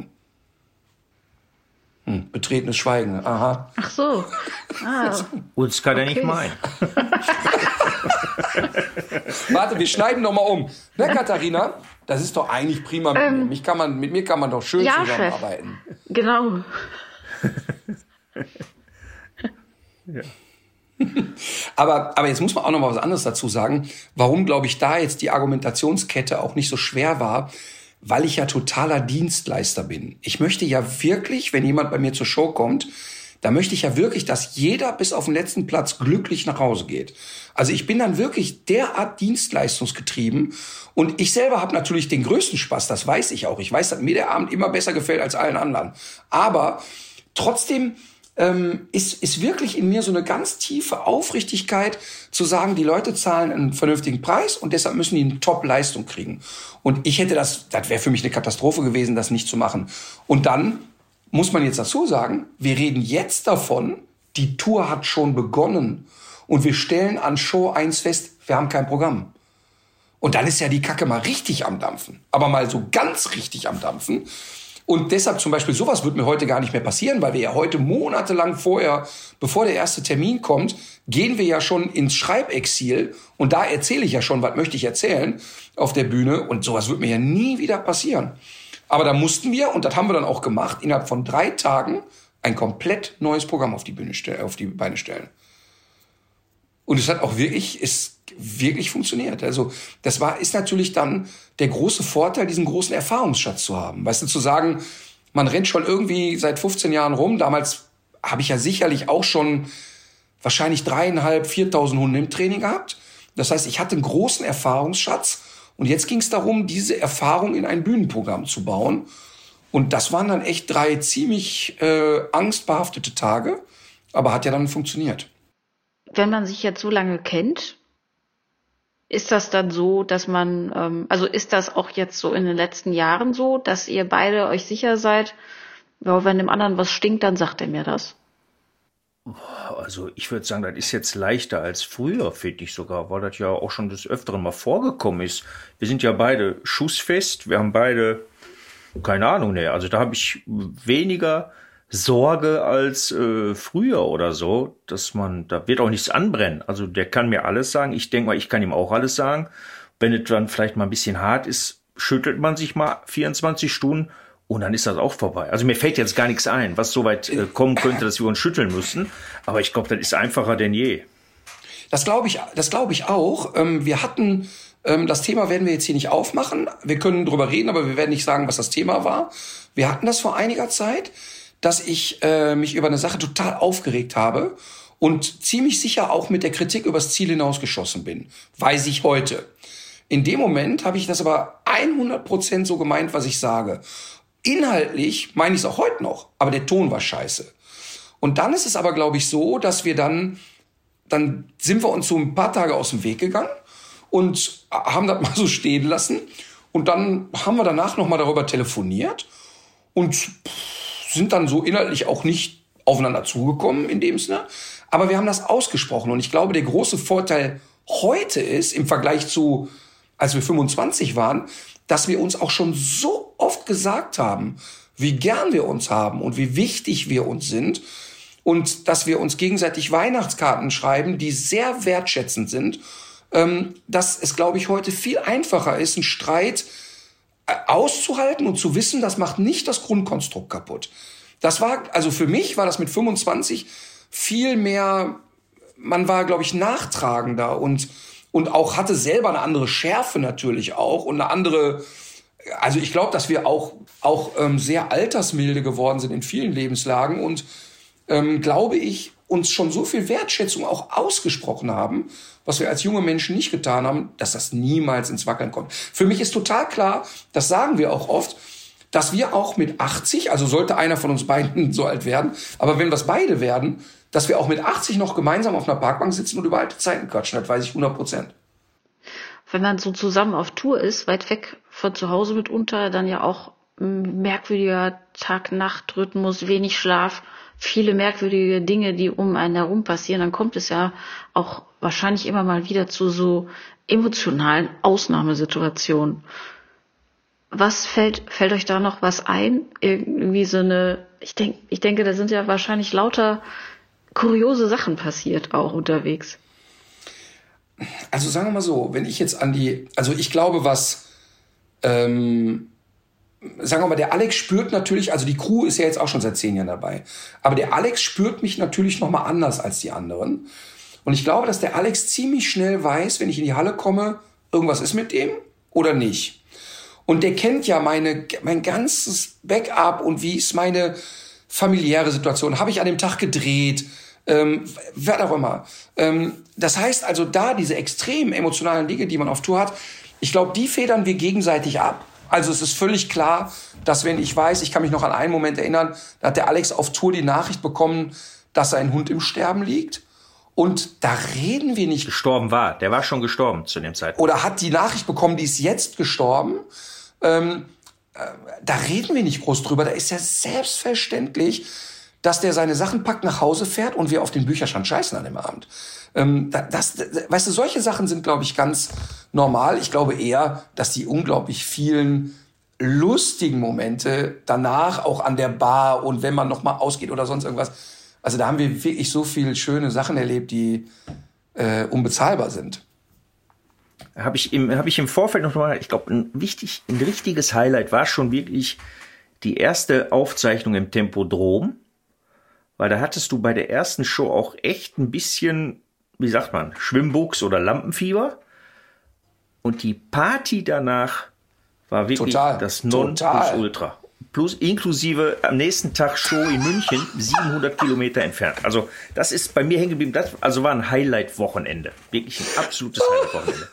Hm, betretenes Schweigen, aha. Ach so. Ah, Uns kann er okay. nicht meinen. Warte, wir schneiden noch mal um. Ne, Katharina? Das ist doch eigentlich prima mit Ähm, mir. Mich kann man, mit mir kann man doch schön ja, zusammenarbeiten. Chef. Genau. Ja. Aber, aber jetzt muss man auch noch mal was anderes dazu sagen. Warum, glaube ich, da jetzt die Argumentationskette auch nicht so schwer war? Weil ich ja totaler Dienstleister bin. Ich möchte ja wirklich, wenn jemand bei mir zur Show kommt, da möchte ich ja wirklich, dass jeder bis auf den letzten Platz glücklich nach Hause geht. Also ich bin dann wirklich derart dienstleistungsgetrieben und ich selber habe natürlich den größten Spaß, das weiß ich auch. Ich weiß, dass mir der Abend immer besser gefällt als allen anderen. Aber trotzdem ähm, ist, ist wirklich in mir so eine ganz tiefe Aufrichtigkeit zu sagen, die Leute zahlen einen vernünftigen Preis und deshalb müssen die eine Top-Leistung kriegen. Und ich hätte das, das wäre für mich eine Katastrophe gewesen, das nicht zu machen. Und dann muss man jetzt dazu sagen, wir reden jetzt davon, die Tour hat schon begonnen und wir stellen an Show eins fest, wir haben kein Programm. Und dann ist ja die Kacke mal richtig am Dampfen, aber mal so ganz richtig am Dampfen. Und deshalb zum Beispiel, sowas wird mir heute gar nicht mehr passieren, weil wir ja heute monatelang vorher, bevor der erste Termin kommt, gehen wir ja schon ins Schreibexil und da erzähle ich ja schon, was möchte ich erzählen auf der Bühne und sowas wird mir ja nie wieder passieren. Aber da mussten wir, und das haben wir dann auch gemacht, innerhalb von drei Tagen ein komplett neues Programm auf die Bühne stellen, auf die Beine stellen. Und es hat auch wirklich, es wirklich funktioniert. Also das war, ist natürlich dann der große Vorteil, diesen großen Erfahrungsschatz zu haben. Weißt du, zu sagen, man rennt schon irgendwie seit fünfzehn Jahren rum. Damals habe ich ja sicherlich auch schon wahrscheinlich dreieinhalb, viertausend Hunde im Training gehabt. Das heißt, ich hatte einen großen Erfahrungsschatz. Und jetzt ging es darum, diese Erfahrung in ein Bühnenprogramm zu bauen. Und das waren dann echt drei ziemlich äh, angstbehaftete Tage. Aber hat ja dann funktioniert. Wenn man sich jetzt so lange kennt, ist das dann so, dass man, ähm, also ist das auch jetzt so in den letzten Jahren so, dass ihr beide euch sicher seid, ja, wenn dem anderen was stinkt, dann sagt er mir das? Also ich würde sagen, das ist jetzt leichter als früher, finde ich sogar, weil das ja auch schon des Öfteren mal vorgekommen ist. Wir sind ja beide schussfest, wir haben beide, keine Ahnung, ne, also da habe ich weniger Sorge als äh, früher oder so, dass man, da wird auch nichts anbrennen. Also der kann mir alles sagen, ich denke mal, ich kann ihm auch alles sagen. Wenn es dann vielleicht mal ein bisschen hart ist, schüttelt man sich mal vierundzwanzig Stunden und dann ist das auch vorbei. Also mir fällt jetzt gar nichts ein, was so weit äh, kommen könnte, dass wir uns schütteln müssen. Aber ich glaube, das ist einfacher denn je. Das glaube ich, das glaube ich auch. Ähm, wir hatten, ähm, das Thema werden wir jetzt hier nicht aufmachen. Wir können drüber reden, aber wir werden nicht sagen, was das Thema war. Wir hatten das vor einiger Zeit, dass ich äh, mich über eine Sache total aufgeregt habe und ziemlich sicher auch mit der Kritik übers Ziel hinausgeschossen bin. Weiß ich heute. In dem Moment habe ich das aber hundert Prozent so gemeint, was ich sage. Inhaltlich meine ich es auch heute noch, aber der Ton war scheiße. Und dann ist es aber, glaube ich, so, dass wir dann, dann sind wir uns so ein paar Tage aus dem Weg gegangen und haben das mal so stehen lassen. Und dann haben wir danach noch mal darüber telefoniert und sind dann so inhaltlich auch nicht aufeinander zugekommen in dem Sinne. Aber wir haben das ausgesprochen. Und ich glaube, der große Vorteil heute ist, im Vergleich zu, als wir fünfundzwanzig waren, dass wir uns auch schon so oft gesagt haben, wie gern wir uns haben und wie wichtig wir uns sind. Und dass wir uns gegenseitig Weihnachtskarten schreiben, die sehr wertschätzend sind. Ähm, dass es, glaube ich, heute viel einfacher ist, einen Streit auszuhalten und zu wissen, das macht nicht das Grundkonstrukt kaputt. Das war, also für mich war das mit fünfundzwanzig viel mehr, man war, glaube ich, nachtragender und, und auch hatte selber eine andere Schärfe natürlich auch und eine andere, also ich glaube, dass wir auch, auch ähm, sehr altersmilde geworden sind in vielen Lebenslagen und ähm, glaube ich, uns schon so viel Wertschätzung auch ausgesprochen haben, was wir als junge Menschen nicht getan haben, dass das niemals ins Wackeln kommt. Für mich ist total klar, das sagen wir auch oft, dass wir auch mit achtzig, also sollte einer von uns beiden so alt werden, aber wenn wir es beide werden, dass wir auch mit achtzig noch gemeinsam auf einer Parkbank sitzen und über alte Zeiten quatschen, das weiß ich hundert Prozent. Wenn man so zusammen auf Tour ist, weit weg von zu Hause mitunter, dann ja auch ein merkwürdiger Tag-Nacht-Rhythmus, wenig Schlaf, viele merkwürdige Dinge, die um einen herum passieren, dann kommt es ja auch wahrscheinlich immer mal wieder zu so emotionalen Ausnahmesituationen. Was fällt, fällt euch da noch was ein? Irgendwie so eine, ich denke, ich denke, da sind ja wahrscheinlich lauter kuriose Sachen passiert auch unterwegs. Also sagen wir mal so, wenn ich jetzt an die, also ich glaube, was, ähm, sagen wir mal, der Alex spürt natürlich, also die Crew ist ja jetzt auch schon seit zehn Jahren dabei, aber der Alex spürt mich natürlich nochmal anders als die anderen. Und ich glaube, dass der Alex ziemlich schnell weiß, wenn ich in die Halle komme, irgendwas ist mit dem oder nicht. Und der kennt ja meine, mein ganzes Backup und wie ist meine familiäre Situation. Habe ich an dem Tag gedreht? Ähm, wer auch immer. Ähm, das heißt also, da diese extrem emotionalen Dinge, die man auf Tour hat, ich glaube, die federn wir gegenseitig ab. Also es ist völlig klar, dass wenn ich weiß, ich kann mich noch an einen Moment erinnern, da hat der Alex auf Tour die Nachricht bekommen, dass sein Hund im Sterben liegt. Und da reden wir nicht... Gestorben war. Der war schon gestorben zu dem Zeitpunkt. Oder hat die Nachricht bekommen, die ist jetzt gestorben. Ähm, äh, da reden wir nicht groß drüber. Da ist ja selbstverständlich, dass der seine Sachen packt, nach Hause fährt und wir auf den Bücherstand scheißen an dem Abend. Ähm, das, das, weißt du, solche Sachen sind, glaube ich, ganz normal. Ich glaube eher, dass die unglaublich vielen lustigen Momente danach auch an der Bar und wenn man noch mal ausgeht oder sonst irgendwas, also da haben wir wirklich so viele schöne Sachen erlebt, die äh, unbezahlbar sind. Habe ich im, habe ich im Vorfeld noch mal, ich glaube, ein wichtig, ein richtiges Highlight war schon wirklich die erste Aufzeichnung im Tempodrom, weil da hattest du bei der ersten Show auch echt ein bisschen, wie sagt man, Schwimmbuchs oder Lampenfieber. Und die Party danach war wirklich Total. das Nonplusultra. Plus inklusive am nächsten Tag Show in München, siebenhundert Kilometer entfernt. Also das ist bei mir hängen geblieben. Das also war ein Highlight-Wochenende. Wirklich ein absolutes Highlight-Wochenende.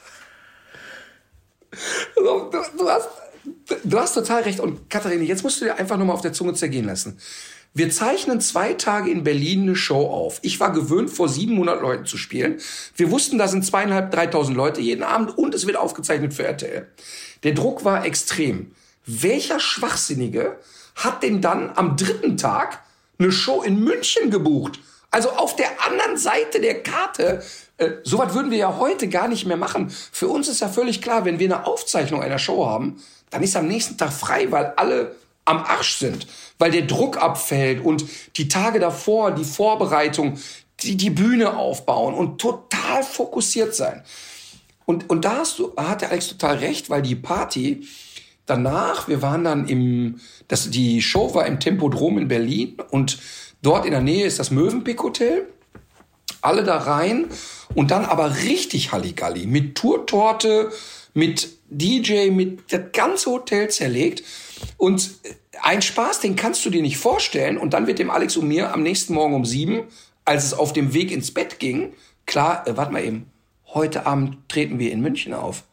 Du, du, hast, du hast total recht. Und Katharina, jetzt musst du dir einfach nur mal auf der Zunge zergehen lassen. Wir zeichnen zwei Tage in Berlin eine Show auf. Ich war gewöhnt, vor siebenhundert Leuten zu spielen. Wir wussten, da sind zweieinhalb, dreitausend Leute jeden Abend und es wird aufgezeichnet für R T L. Der Druck war extrem. Welcher Schwachsinnige hat denn dann am dritten Tag eine Show in München gebucht? Also auf der anderen Seite der Karte. Äh, sowas würden wir ja heute gar nicht mehr machen. Für uns ist ja völlig klar, wenn wir eine Aufzeichnung einer Show haben, dann ist am nächsten Tag frei, weil alle am Arsch sind, weil der Druck abfällt und die Tage davor, die Vorbereitung, die, die Bühne aufbauen und total fokussiert sein. Und, und da hast du, hat der Alex total recht, weil die Party danach, wir waren dann im, das, die Show war im Tempodrom in Berlin und dort in der Nähe ist das Mövenpick Hotel. Alle da rein und dann aber richtig Halligalli mit Tourtorte, mit D J, mit das ganze Hotel zerlegt. Und ein Spaß, den kannst du dir nicht vorstellen. Und dann wird dem Alex und mir am nächsten Morgen um sieben, als es auf dem Weg ins Bett ging, klar, äh, warte mal eben, heute Abend treten wir in München auf.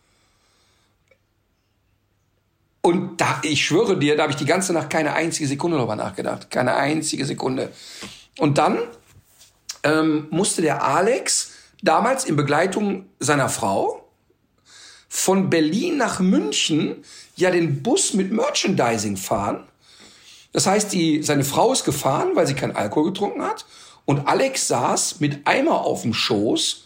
Und da, ich schwöre dir, da habe ich die ganze Nacht keine einzige Sekunde darüber nachgedacht. Keine einzige Sekunde. Und dann ähm, musste der Alex damals in Begleitung seiner Frau von Berlin nach München ja den Bus mit Merchandising fahren. Das heißt, die, seine Frau ist gefahren, weil sie keinen Alkohol getrunken hat. Und Alex saß mit Eimer auf dem Schoß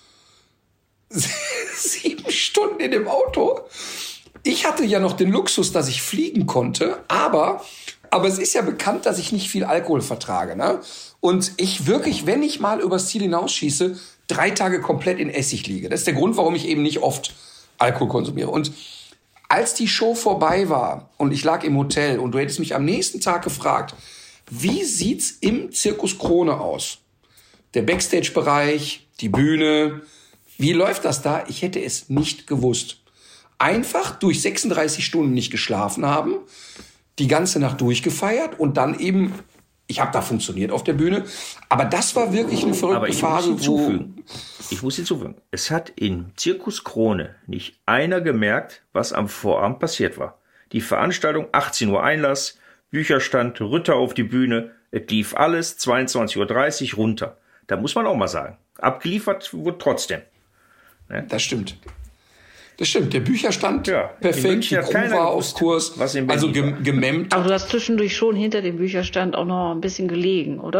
sieben Stunden in dem Auto. Ich hatte ja noch den Luxus, dass ich fliegen konnte, aber, aber es ist ja bekannt, dass ich nicht viel Alkohol vertrage, ne? Und ich wirklich, wenn ich mal übers Ziel hinausschieße, drei Tage komplett in Essig liege. Das ist der Grund, warum ich eben nicht oft Alkohol konsumiere. Und als die Show vorbei war und ich lag im Hotel und du hättest mich am nächsten Tag gefragt, wie sieht's im Zirkus Krone aus? Der Backstage-Bereich, die Bühne, wie läuft das da? Ich hätte es nicht gewusst. Einfach durch sechsunddreißig Stunden nicht geschlafen haben, die ganze Nacht durchgefeiert und dann eben, ich habe da funktioniert auf der Bühne, aber das war wirklich eine verrückte aber ich Phase. Muss hinzufügen, ich muss hinzufügen, es hat in Zirkus Krone nicht einer gemerkt, was am Vorabend passiert war. Die Veranstaltung, achtzehn Uhr Einlass, Bücherstand, Ritter auf die Bühne, es lief alles, zweiundzwanzig Uhr dreißig runter. Da muss man auch mal sagen, abgeliefert wurde trotzdem. Ne? Das stimmt. Das stimmt, der Bücherstand ja, perfekt, die Crew war auf Kurs, was in also Berlin gem- gememmt. Aber du hast zwischendurch schon hinter dem Bücherstand auch noch ein bisschen gelegen, oder?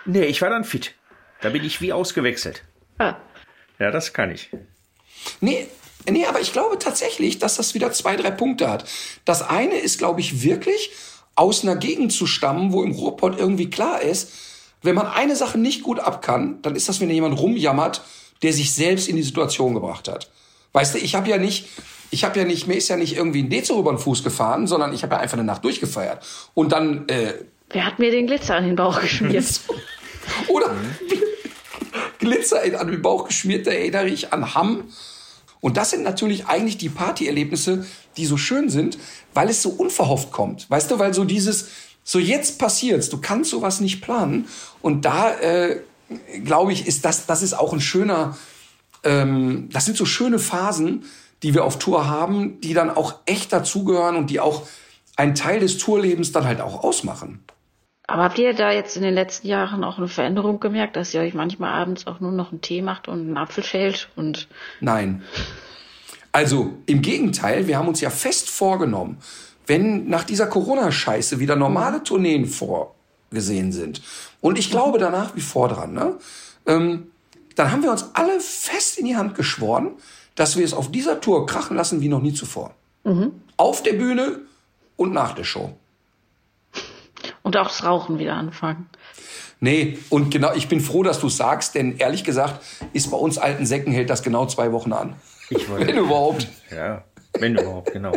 Nee, ich war dann fit. Da bin ich wie ausgewechselt. Ah. Ja, das kann ich. Nee, nee, aber ich glaube tatsächlich, dass das wieder zwei, drei Punkte hat. Das eine ist, glaube ich, wirklich aus einer Gegend zu stammen, wo im Ruhrpott irgendwie klar ist, wenn man eine Sache nicht gut ab kann, dann ist das, wenn jemand rumjammert, der sich selbst in die Situation gebracht hat. Weißt du, ich habe ja nicht, ich habe ja nicht, mir ist ja nicht irgendwie ein Dezo über den Fuß gefahren, sondern ich habe ja einfach eine Nacht durchgefeiert. Und dann, äh, Wer hat mir den Glitzer an den Bauch geschmiert? Oder Glitzer an den Bauch geschmiert, da erinnere ich an Hamm. Und das sind natürlich eigentlich die Partyerlebnisse, die so schön sind, weil es so unverhofft kommt. Weißt du, weil so dieses, so jetzt passiert's, du kannst sowas nicht planen. Und da, äh, glaube ich, ist das, das ist auch ein schöner, ähm, das sind so schöne Phasen, die wir auf Tour haben, die dann auch echt dazugehören und die auch einen Teil des Tourlebens dann halt auch ausmachen. Aber habt ihr da jetzt in den letzten Jahren auch eine Veränderung gemerkt, dass ihr euch manchmal abends auch nur noch einen Tee macht und einen Apfel schält? Und Nein. Also im Gegenteil, wir haben uns ja fest vorgenommen, wenn nach dieser Corona-Scheiße wieder normale Tourneen vorgesehen sind, und ich glaube da nach wie vor dran, ne, ähm, dann haben wir uns alle fest in die Hand geschworen, dass wir es auf dieser Tour krachen lassen wie noch nie zuvor. Mhm. Auf der Bühne und nach der Show. Und auch das Rauchen wieder anfangen. Nee, und genau, ich bin froh, dass du es sagst, denn ehrlich gesagt ist bei uns alten Säcken hält das genau zwei Wochen an. Ich wollte, wenn überhaupt. Ja, wenn überhaupt, genau.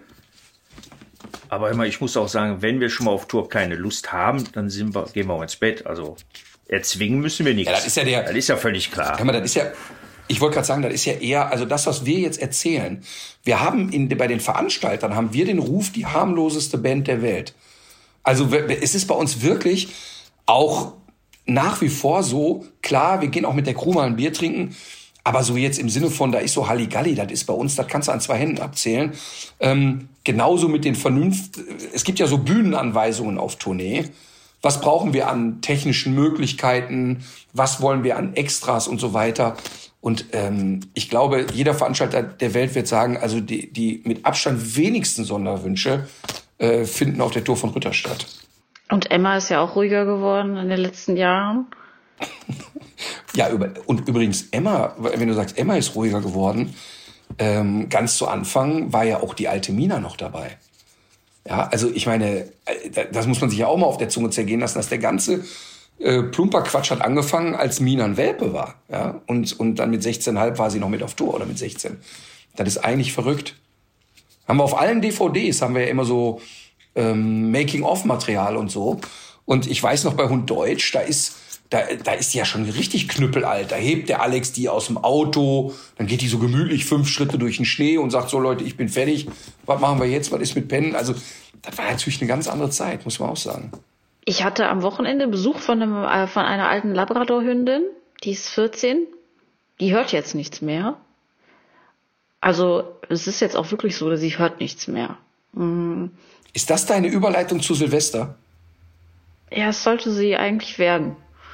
Aber immer, ich muss auch sagen, wenn wir schon mal auf Tour keine Lust haben, dann sind wir, gehen wir auch ins Bett. Also erzwingen müssen wir nichts. Ja, das ist ja der. Das ist ja völlig klar. Kann man, das ist ja. Ich wollte gerade sagen, das ist ja eher, also das, was wir jetzt erzählen. Wir haben in, bei den Veranstaltern haben wir den Ruf, die harmloseste Band der Welt. Also es ist bei uns wirklich auch nach wie vor so, klar, wir gehen auch mit der Crew mal ein Bier trinken, aber so jetzt im Sinne von, da ist so Halligalli, das ist bei uns, das kannst du an zwei Händen abzählen. Ähm, genauso mit den Vernunft, es gibt ja so Bühnenanweisungen auf Tournee. Was brauchen wir an technischen Möglichkeiten? Was wollen wir an Extras und so weiter? Und ähm, ich glaube, jeder Veranstalter der Welt wird sagen, also die, die mit Abstand wenigsten Sonderwünsche äh, finden auf der Tour von Rütter statt. Und Emma ist ja auch ruhiger geworden in den letzten Jahren. Ja, über, und übrigens Emma, wenn du sagst, Emma ist ruhiger geworden, ähm, ganz zu Anfang war ja auch die alte Mina noch dabei. Ja, also ich meine, das muss man sich ja auch mal auf der Zunge zergehen lassen, dass der ganze äh, Plumperquatsch hat angefangen, als Mina ein Welpe war. Ja, und, und dann mit sechzehn Komma fünf war sie noch mit auf Tour oder mit sechzehn. Das ist eigentlich verrückt. Haben wir auf allen D V Ds, haben wir ja immer so ähm, Making-of-Material und so. Und ich weiß noch, bei Hund Deutsch, da ist, da, da ist die ja schon richtig knüppelalt. Da hebt der Alex die aus dem Auto, dann geht die so gemütlich fünf Schritte durch den Schnee und sagt so, Leute, ich bin fertig. Was machen wir jetzt? Was ist mit Pennen? Also, das war natürlich eine ganz andere Zeit, muss man auch sagen. Ich hatte am Wochenende Besuch von, einem, äh, von einer alten Labrador-Hündin, die ist vierzehn. Die hört jetzt nichts mehr. Also, es ist jetzt auch wirklich so, dass sie hört nichts mehr. Mhm. Ist das deine Überleitung zu Silvester? Ja, es sollte sie eigentlich werden.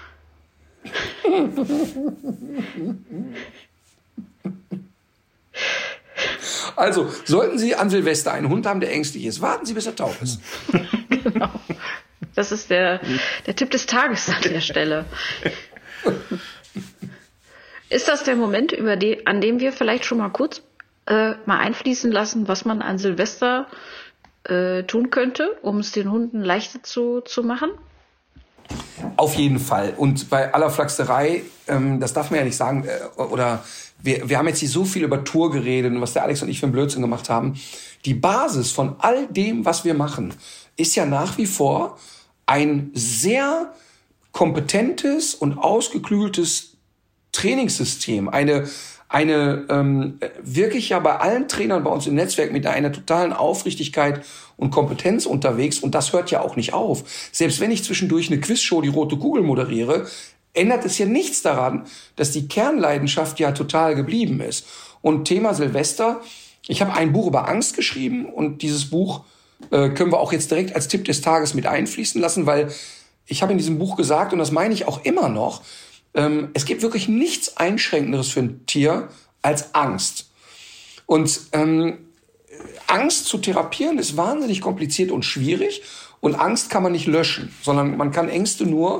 Also, sollten Sie an Silvester einen Hund haben, der ängstlich ist, warten Sie, bis er taub ist. Genau. Das ist der, der Tipp des Tages an der Stelle. Ist das der Moment, über die, an dem wir vielleicht schon mal kurz äh, mal einfließen lassen, was man an Silvester äh, tun könnte, um es den Hunden leichter zu, zu machen? Auf jeden Fall. Und bei aller Flachserei, ähm, das darf man ja nicht sagen, äh, oder wir, wir haben jetzt hier so viel über Tour geredet und was der Alex und ich für einen Blödsinn gemacht haben. Die Basis von all dem, was wir machen, ist ja nach wie vor ein sehr kompetentes und ausgeklügeltes Trainingssystem. Eine, eine ähm, wirklich ja bei allen Trainern bei uns im Netzwerk mit einer totalen Aufrichtigkeit und Kompetenz unterwegs. Und das hört ja auch nicht auf. Selbst wenn ich zwischendurch eine Quizshow, die Rote Kugel, moderiere, ändert es ja nichts daran, dass die Kernleidenschaft ja total geblieben ist. Und Thema Silvester, ich habe ein Buch über Angst geschrieben und dieses Buch äh, können wir auch jetzt direkt als Tipp des Tages mit einfließen lassen, weil ich habe in diesem Buch gesagt, und das meine ich auch immer noch, ähm, es gibt wirklich nichts Einschränkenderes für ein Tier als Angst. Und ähm, Angst zu therapieren ist wahnsinnig kompliziert und schwierig. Und Angst kann man nicht löschen, sondern man kann Ängste nur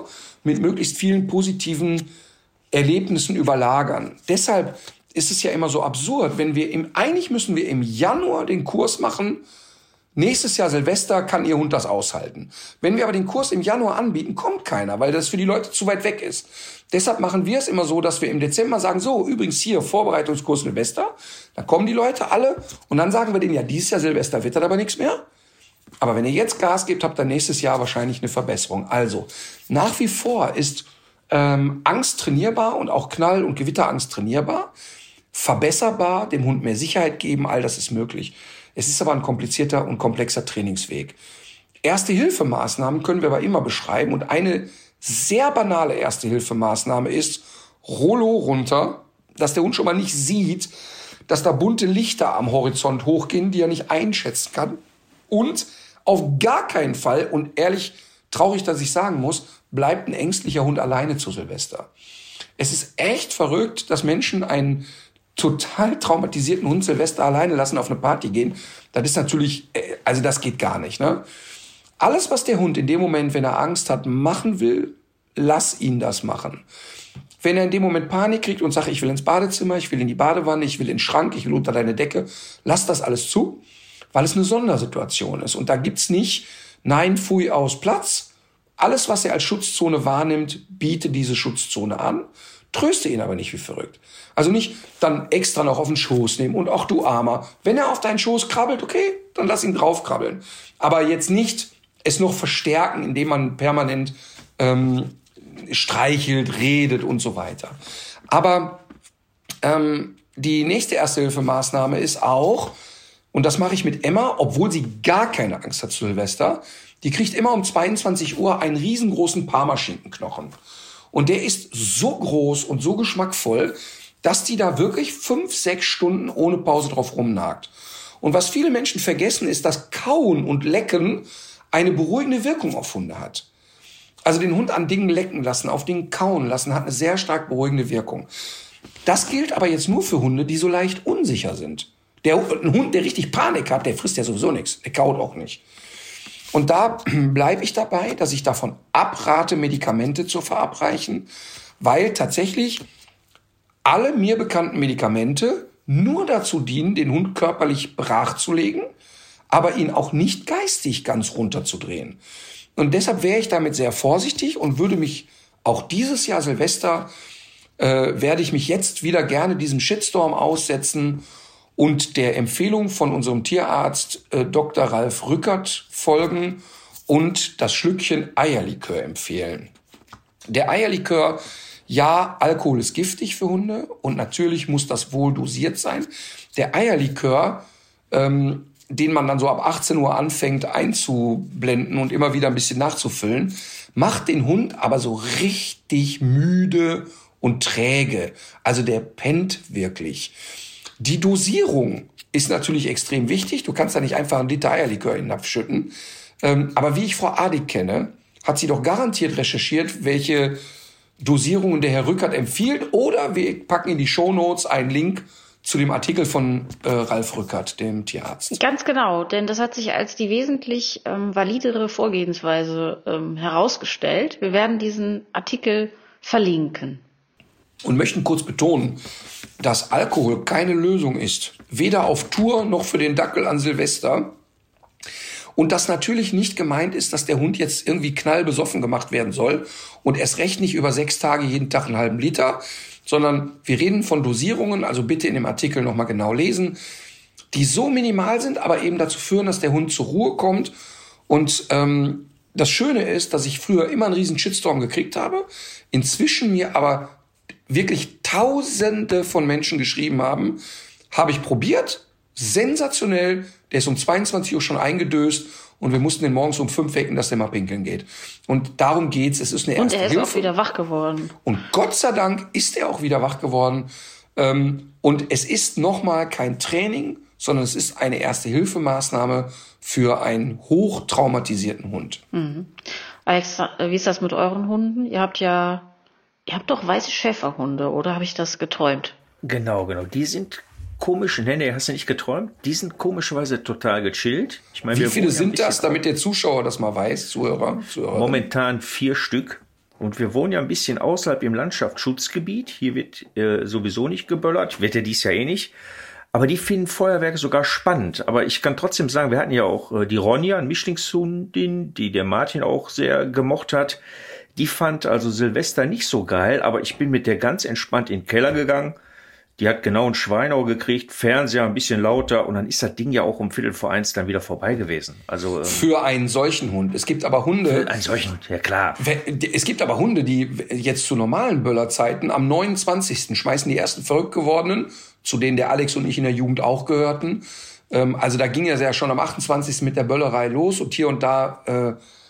mit möglichst vielen positiven Erlebnissen überlagern. Deshalb ist es ja immer so absurd, wenn wir im, eigentlich müssen wir im Januar den Kurs machen, nächstes Jahr Silvester kann Ihr Hund das aushalten. Wenn wir aber den Kurs im Januar anbieten, kommt keiner, weil das für die Leute zu weit weg ist. Deshalb machen wir es immer so, dass wir im Dezember sagen, so, übrigens hier, Vorbereitungskurs Silvester. Da kommen die Leute alle und dann sagen wir denen, ja, dieses Jahr Silvester wird dann aber nichts mehr. Aber wenn ihr jetzt Gas gebt, habt ihr nächstes Jahr wahrscheinlich eine Verbesserung. Also, nach wie vor ist ähm, Angst trainierbar und auch Knall- und Gewitterangst trainierbar. Verbesserbar, dem Hund mehr Sicherheit geben, all das ist möglich. Es ist aber ein komplizierter und komplexer Trainingsweg. Erste-Hilfemaßnahmen können wir aber immer beschreiben. Und eine sehr banale Erste-Hilfemaßnahme ist Rollo runter, dass der Hund schon mal nicht sieht, dass da bunte Lichter am Horizont hochgehen, die er nicht einschätzen kann. Und auf gar keinen Fall, und ehrlich traurig, dass ich sagen muss, bleibt ein ängstlicher Hund alleine zu Silvester. Es ist echt verrückt, dass Menschen einen total traumatisierten Hund Silvester alleine lassen, auf eine Party gehen. Das ist natürlich, also das geht gar nicht, ne? Alles, was der Hund in dem Moment, wenn er Angst hat, machen will, lass ihn das machen. Wenn er in dem Moment Panik kriegt und sagt, ich will ins Badezimmer, ich will in die Badewanne, ich will in den Schrank, ich will unter deine Decke, lass das alles zu, weil es eine Sondersituation ist. Und da gibt's nicht, nein, pfui, aus, Platz. Alles, was er als Schutzzone wahrnimmt, biete diese Schutzzone an. Tröste ihn aber nicht wie verrückt. Also nicht dann extra noch auf den Schoß nehmen und auch du Armer. Wenn er auf deinen Schoß krabbelt, okay, dann lass ihn draufkrabbeln. Aber jetzt nicht es noch verstärken, indem man permanent ähm, streichelt, redet und so weiter. Aber ähm, die nächste Erste-Hilfe-Maßnahme ist auch, und das mache ich mit Emma, obwohl sie gar keine Angst hat zu Silvester, die kriegt immer um zweiundzwanzig Uhr einen riesengroßen Parmaschinkenknochen. Und der ist so groß und so geschmackvoll, dass die da wirklich fünf, sechs Stunden ohne Pause drauf rumnagt. Und was viele Menschen vergessen, ist, dass Kauen und Lecken eine beruhigende Wirkung auf Hunde hat. Also den Hund an Dingen lecken lassen, auf Dingen kauen lassen, hat eine sehr stark beruhigende Wirkung. Das gilt aber jetzt nur für Hunde, die so leicht unsicher sind. Der, ein Hund, der richtig Panik hat, der frisst ja sowieso nichts, der kaut auch nicht. Und da bleibe ich dabei, dass ich davon abrate, Medikamente zu verabreichen, weil tatsächlich alle mir bekannten Medikamente nur dazu dienen, den Hund körperlich brachzulegen, aber ihn auch nicht geistig ganz runterzudrehen. Und deshalb wäre ich damit sehr vorsichtig und würde mich auch dieses Jahr Silvester, äh, werde ich mich jetzt wieder gerne diesem Shitstorm aussetzen und der Empfehlung von unserem Tierarzt äh, Doktor Ralf Rückert folgen und das Schlückchen Eierlikör empfehlen. Der Eierlikör, ja, Alkohol ist giftig für Hunde und natürlich muss das wohl dosiert sein. Der Eierlikör, ähm, den man dann so ab achtzehn Uhr anfängt einzublenden und immer wieder ein bisschen nachzufüllen, macht den Hund aber so richtig müde und träge. Also der pennt wirklich. Die Dosierung ist natürlich extrem wichtig. Du kannst da nicht einfach einen Liter Eierlikör in den Napf schütten. Ähm, aber wie ich Frau Adig kenne, hat sie doch garantiert recherchiert, welche Dosierungen der Herr Rückert empfiehlt. Oder wir packen in die Shownotes einen Link zu dem Artikel von äh, Ralf Rückert, dem Tierarzt. Ganz genau, denn das hat sich als die wesentlich ähm, validere Vorgehensweise ähm, herausgestellt. Wir werden diesen Artikel verlinken. Und möchten kurz betonen, dass Alkohol keine Lösung ist. Weder auf Tour noch für den Dackel an Silvester. Und dass natürlich nicht gemeint ist, dass der Hund jetzt irgendwie knallbesoffen gemacht werden soll und erst recht nicht über sechs Tage jeden Tag einen halben Liter, sondern wir reden von Dosierungen, also bitte in dem Artikel nochmal genau lesen, die so minimal sind, aber eben dazu führen, dass der Hund zur Ruhe kommt. Und ähm, das Schöne ist, dass ich früher immer einen riesen Shitstorm gekriegt habe, inzwischen mir aber wirklich Tausende von Menschen geschrieben haben, habe ich probiert, sensationell, der ist um zweiundzwanzig Uhr schon eingedöst und wir mussten den morgens um fünf wecken, dass der mal pinkeln geht. Und darum geht's, es ist eine erste Hilfe. Und er ist auch wieder wach geworden. Und Gott sei Dank ist er auch wieder wach geworden. Und es ist nochmal kein Training, sondern es ist eine Erste-Hilfe-Maßnahme für einen hochtraumatisierten Hund. Mhm. Alex, wie ist das mit euren Hunden? Ihr habt ja Ihr habt doch weiße Schäferhunde, oder habe ich das geträumt? Genau, genau. Die sind komisch. Nee, nee, hast du nicht geträumt? Die sind komischerweise total gechillt. Ich meine, wie viele sind das, damit der Zuschauer das mal weiß, Zuhörer? Zuhörer? Momentan vier Stück. Und wir wohnen ja ein bisschen außerhalb im Landschaftsschutzgebiet. Hier wird äh, sowieso nicht geböllert, wird ja dies Jahr eh nicht. Aber die finden Feuerwerke sogar spannend. Aber ich kann trotzdem sagen, wir hatten ja auch äh, die Ronja, eine Mischlingshundin, die der Martin auch sehr gemocht hat. Die fand also Silvester nicht so geil, aber ich bin mit der ganz entspannt in den Keller gegangen. Die hat genau ein Schweinauge gekriegt, Fernseher ein bisschen lauter und dann ist das Ding ja auch um Viertel vor eins dann wieder vorbei gewesen. Also ähm, für einen solchen Hund. Es gibt aber Hunde. Für einen solchen Hund, ja klar. Es gibt aber Hunde, die jetzt zu normalen Böllerzeiten am neunundzwanzigsten schmeißen die ersten verrückt gewordenen, zu denen der Alex und ich in der Jugend auch gehörten. Ähm, also da ging ja ja schon am achtundzwanzigsten mit der Böllerei los und hier und da äh,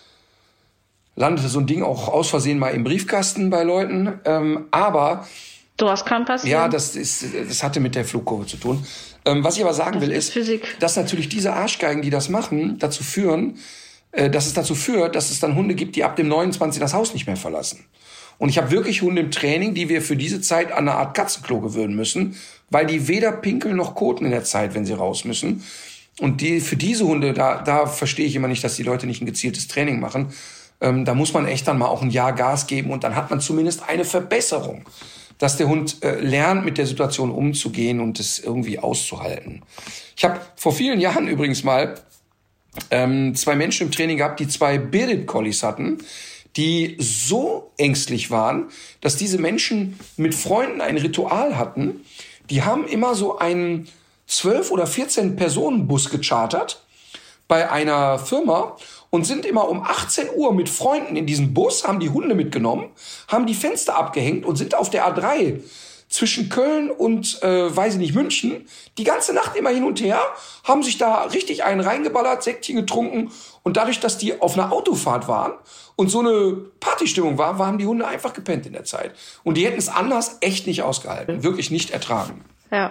landete so ein Ding auch aus Versehen mal im Briefkasten bei Leuten. Ähm, aber sowas kann passieren. Ja, das ist, das hatte mit der Flugkurve zu tun. Ähm, was ich aber sagen das will, ist, ist, Physik. dass natürlich diese Arschgeigen, die das machen, dazu führen, äh, dass es dazu führt, dass es dann Hunde gibt, die ab dem neunundzwanzigsten das Haus nicht mehr verlassen. Und ich habe wirklich Hunde im Training, die wir für diese Zeit an eine Art Katzenklo gewöhnen müssen, weil die weder pinkeln noch koten in der Zeit, wenn sie raus müssen. Und die, für diese Hunde, da, da verstehe ich immer nicht, dass die Leute nicht ein gezieltes Training machen. Ähm, da muss man echt dann mal auch ein Jahr Gas geben und dann hat man zumindest eine Verbesserung, dass der Hund äh, lernt, mit der Situation umzugehen und es irgendwie auszuhalten. Ich habe vor vielen Jahren übrigens mal ähm, zwei Menschen im Training gehabt, die zwei Bearded Collies hatten, die so ängstlich waren, dass diese Menschen mit Freunden ein Ritual hatten. Die haben immer so einen zwölf- oder vierzehn Personen Bus gechartert bei einer Firma und sind immer um achtzehn Uhr mit Freunden in diesem Bus, haben die Hunde mitgenommen, haben die Fenster abgehängt und sind auf der A drei zwischen Köln und, äh, weiß ich nicht, München, die ganze Nacht immer hin und her, haben sich da richtig einen reingeballert, Säckchen getrunken und dadurch, dass die auf einer Autofahrt waren und so eine Partystimmung war, waren die Hunde einfach gepennt in der Zeit. Und die hätten es anders echt nicht ausgehalten, wirklich nicht ertragen. Ja.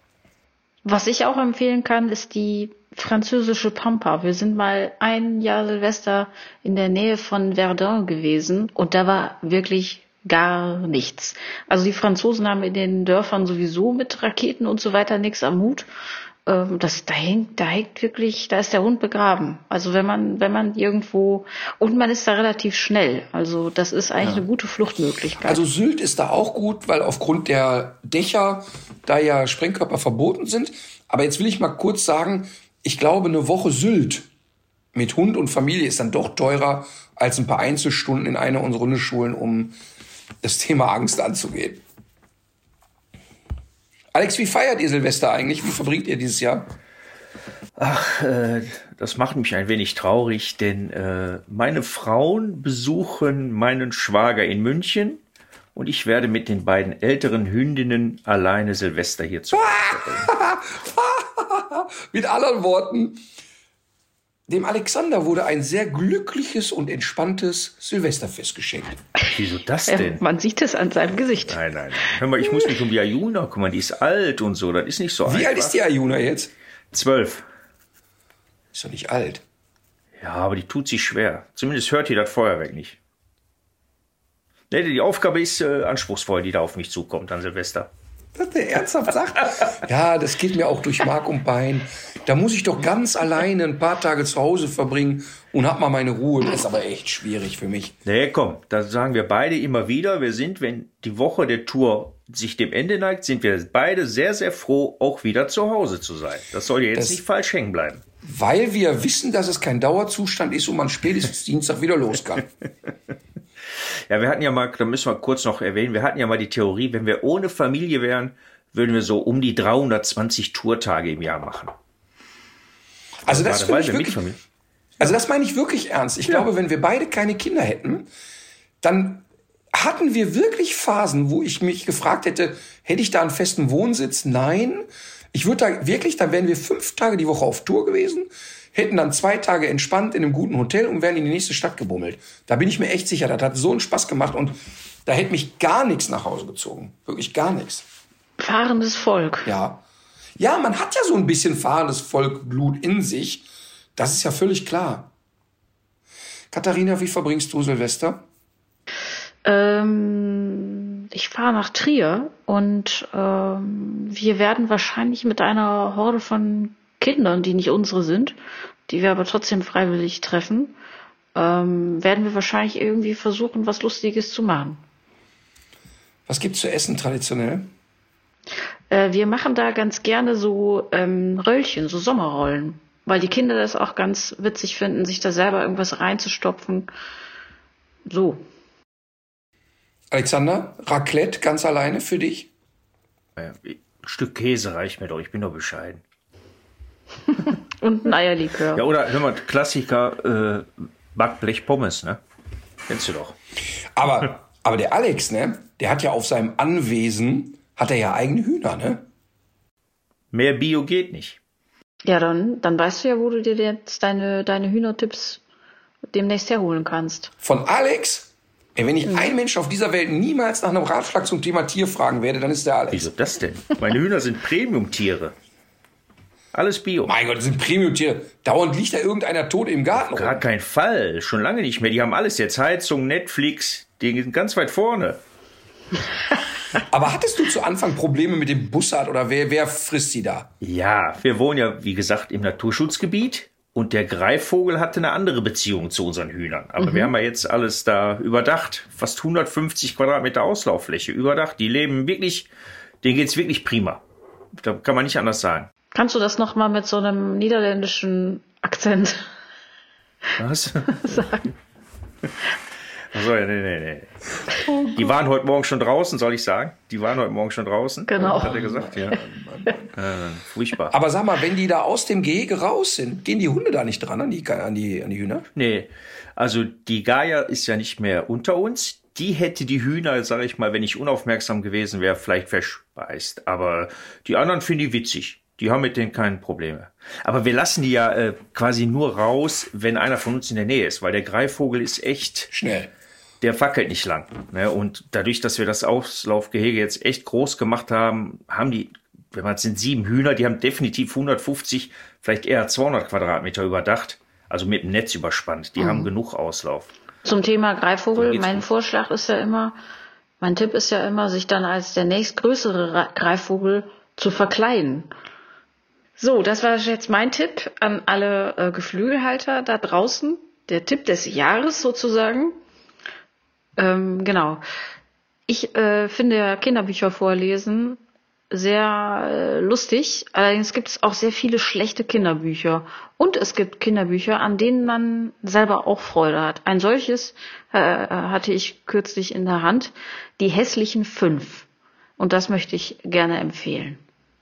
Was ich auch empfehlen kann, ist die französische Pampa. Wir sind mal ein Jahr Silvester in der Nähe von Verdun gewesen und da war wirklich gar nichts. Also die Franzosen haben in den Dörfern sowieso mit Raketen und so weiter nichts am Hut. Ähm, das, da hängt, da hängt wirklich, da ist der Hund begraben. Also wenn man, wenn man irgendwo, und man ist da relativ schnell. Also das ist eigentlich ja. eine gute Fluchtmöglichkeit. Also Sylt ist da auch gut, weil aufgrund der Dächer da ja Sprengkörper verboten sind. Aber jetzt will ich mal kurz sagen, ich glaube, eine Woche Sylt mit Hund und Familie ist dann doch teurer als ein paar Einzelstunden in einer unserer Hundeschulen, um das Thema Angst anzugehen. Alex, wie feiert ihr Silvester eigentlich? Wie verbringt ihr dieses Jahr? Ach, äh, das macht mich ein wenig traurig, denn äh, meine Frauen besuchen meinen Schwager in München und ich werde mit den beiden älteren Hündinnen alleine Silvester hier zu Hause verbringen. Mit anderen Worten, dem Alexander wurde ein sehr glückliches und entspanntes Silvesterfest geschenkt. Wieso das denn? Ja, man sieht es an seinem Gesicht. Nein, nein, nein. Hör mal, ich muss mich um die Ayuna kümmern, die ist alt und so, das ist nicht so einfach. Wie alt ist die Ayuna jetzt? Zwölf. Ist doch nicht alt. Ja, aber die tut sich schwer. Zumindest hört ihr das Feuerwerk nicht. Nee, die Aufgabe ist äh, anspruchsvoll, die da auf mich zukommt an Silvester. Was der ernsthaft sagt? Ja, das geht mir auch durch Mark und Bein. Da muss ich doch ganz alleine ein paar Tage zu Hause verbringen und hab mal meine Ruhe. Das ist aber echt schwierig für mich. Nee, komm, das sagen wir beide immer wieder. Wir sind, wenn die Woche der Tour sich dem Ende neigt, sind wir beide sehr, sehr froh, auch wieder zu Hause zu sein. Das soll ja jetzt das, nicht falsch hängen bleiben. Weil wir wissen, dass es kein Dauerzustand ist und man spätestens Dienstag wieder los kann. Ja, wir hatten ja mal, da müssen wir kurz noch erwähnen, wir hatten ja mal die Theorie, wenn wir ohne Familie wären, würden wir so um die dreihundertzwanzig Tourtage im Jahr machen. Also das finde ich wirklich, also das meine ich wirklich ernst. Ich ja. glaube, wenn wir beide keine Kinder hätten, dann hatten wir wirklich Phasen, wo ich mich gefragt hätte, hätte ich da einen festen Wohnsitz? Nein. Ich würde da wirklich, dann wären wir fünf Tage die Woche auf Tour gewesen, hätten dann zwei Tage entspannt in einem guten Hotel und wären in die nächste Stadt gebummelt. Da bin ich mir echt sicher, das hat so einen Spaß gemacht und da hätte mich gar nichts nach Hause gezogen. Wirklich gar nichts. Fahrendes Volk. Ja. Ja, man hat ja so ein bisschen fahrendes Volkblut in sich. Das ist ja völlig klar. Katharina, wie verbringst du Silvester? Ähm, ich fahre nach Trier und ähm, wir werden wahrscheinlich mit einer Horde von Kindern, die nicht unsere sind, die wir aber trotzdem freiwillig treffen, ähm, werden wir wahrscheinlich irgendwie versuchen, was Lustiges zu machen. Was gibt's zu essen traditionell? Äh, wir machen da ganz gerne so ähm, Röllchen, so Sommerrollen, weil die Kinder das auch ganz witzig finden, sich da selber irgendwas reinzustopfen. So. Alexander, Raclette ganz alleine für dich? Ja, ein Stück Käse reicht mir doch, ich bin doch bescheiden. Und ein Eierlikör. Ja, oder hör mal, Klassiker, äh, Backblech Pommes, ne? Kennst du doch. Aber, aber der Alex, ne, der hat ja auf seinem Anwesen, hat er ja eigene Hühner, ne? Mehr Bio geht nicht. Ja, dann, dann weißt du ja, wo du dir jetzt deine, deine Hühnertipps demnächst herholen kannst. Von Alex? Ey, wenn ich mhm. einen Menschen auf dieser Welt niemals nach einem Ratschlag zum Thema Tier fragen werde, dann ist der Alex. Wieso das denn? Meine Hühner sind Premium-Tiere. Alles Bio. Mein Gott, das sind Premium-Tiere. Dauernd liegt da irgendeiner tot im Garten. Gar kein Fall. Schon lange nicht mehr. Die haben alles jetzt. Heizung, Netflix. Die sind ganz weit vorne. Aber hattest du zu Anfang Probleme mit dem Bussard oder wer, wer frisst sie da? Ja, wir wohnen ja, wie gesagt, im Naturschutzgebiet. Und der Greifvogel hatte eine andere Beziehung zu unseren Hühnern. Aber mhm. wir haben ja jetzt alles da überdacht. Fast hundertfünfzig Quadratmeter Auslauffläche überdacht. Die leben wirklich, denen geht's wirklich prima. Da kann man nicht anders sagen. Kannst du das nochmal mit so einem niederländischen Akzent Was? sagen? Achso, ja, nee, nee, nee. Oh, die waren heute Morgen schon draußen, soll ich sagen? Die waren heute Morgen schon draußen. Genau. Hat er gesagt, ja. äh, furchtbar. Aber sag mal, wenn die da aus dem Gehege raus sind, gehen die Hunde da nicht dran an die, an die, an die Hühner? Nee, also die Gaia ist ja nicht mehr unter uns. Die hätte die Hühner, sag ich mal, wenn ich unaufmerksam gewesen wäre, vielleicht verspeist. Aber die anderen finde ich witzig. Die haben mit denen keine Probleme. Aber wir lassen die ja äh, quasi nur raus, wenn einer von uns in der Nähe ist. Weil der Greifvogel ist echt... Schnell. Der fackelt nicht lang. Ne? Und dadurch, dass wir das Auslaufgehege jetzt echt groß gemacht haben, haben die, wenn man es sind sieben Hühner, die haben definitiv hundertfünfzig, vielleicht eher zweihundert Quadratmeter überdacht. Also mit dem Netz überspannt. Die mhm. haben genug Auslauf. Zum Thema Greifvogel, mein Vorschlag ist ja immer, mein Tipp ist ja immer, sich dann als der nächstgrößere Greifvogel zu verkleiden. So, das war jetzt mein Tipp an alle äh, Geflügelhalter da draußen. Der Tipp des Jahres sozusagen. Ähm, genau. Ich äh, finde Kinderbücher vorlesen sehr äh, lustig. Allerdings gibt es auch sehr viele schlechte Kinderbücher. Und es gibt Kinderbücher, an denen man selber auch Freude hat. Ein solches äh, hatte ich kürzlich in der Hand. Die hässlichen fünf. Und das möchte ich gerne empfehlen.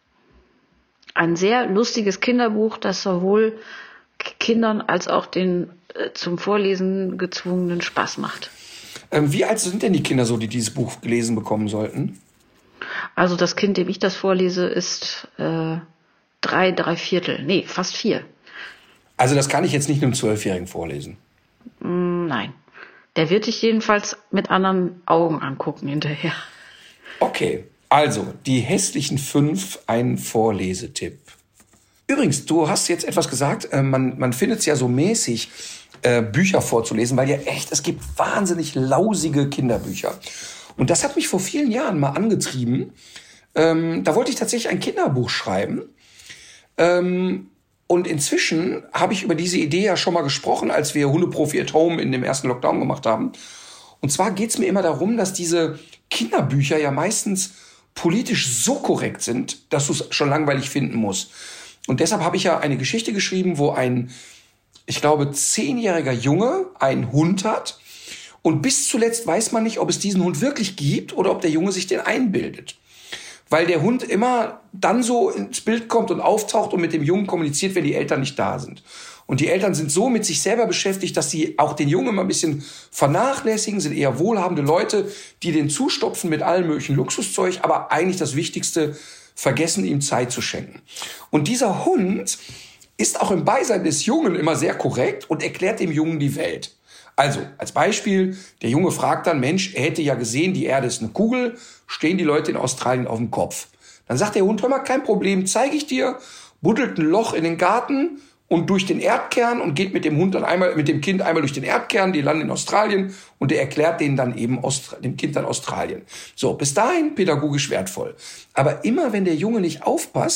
Ein sehr lustiges Kinderbuch, das sowohl Kindern als auch den äh, zum Vorlesen gezwungenen Spaß macht. Ähm, wie alt sind denn die Kinder so, die dieses Buch gelesen bekommen sollten? Also das Kind, dem ich das vorlese, ist äh, drei, drei Viertel. Nee, fast vier. Also das kann ich jetzt nicht einem Zwölfjährigen vorlesen? Mm, nein. Der wird dich jedenfalls mit anderen Augen angucken hinterher. Okay. Also, die hässlichen fünf, ein Vorlesetipp. Übrigens, du hast jetzt etwas gesagt, äh, man, man findet es ja so mäßig, äh, Bücher vorzulesen, weil ja echt, es gibt wahnsinnig lausige Kinderbücher. Und das hat mich vor vielen Jahren mal angetrieben. Ähm, da wollte ich tatsächlich ein Kinderbuch schreiben. Ähm, und inzwischen habe ich über diese Idee ja schon mal gesprochen, als wir Hundeprofi at Home in dem ersten Lockdown gemacht haben. Und zwar geht es mir immer darum, dass diese Kinderbücher ja meistens politisch so korrekt sind, dass du es schon langweilig finden musst. Und deshalb habe ich ja eine Geschichte geschrieben, wo ein, ich glaube, zehnjähriger Junge einen Hund hat. Und bis zuletzt weiß man nicht, ob es diesen Hund wirklich gibt oder ob der Junge sich den einbildet. Weil der Hund immer dann so ins Bild kommt und auftaucht und mit dem Jungen kommuniziert, wenn die Eltern nicht da sind. Und die Eltern sind so mit sich selber beschäftigt, dass sie auch den Jungen immer ein bisschen vernachlässigen, sind eher wohlhabende Leute, die den zustopfen mit allem möglichen Luxuszeug, aber eigentlich das Wichtigste, vergessen, ihm Zeit zu schenken. Und dieser Hund ist auch im Beisein des Jungen immer sehr korrekt und erklärt dem Jungen die Welt. Also, als Beispiel, der Junge fragt dann, Mensch, er hätte ja gesehen, die Erde ist eine Kugel, stehen die Leute in Australien auf dem Kopf. Dann sagt der Hund, hör mal, kein Problem, zeige ich dir, buddelt ein Loch in den Garten und durch den Erdkern und geht mit dem Hund dann einmal, mit dem Kind einmal durch den Erdkern, die landen in Australien und der erklärt denen dann eben, Austra- dem Kind dann Australien. So, bis dahin pädagogisch wertvoll. Aber immer wenn der Junge nicht aufpasst,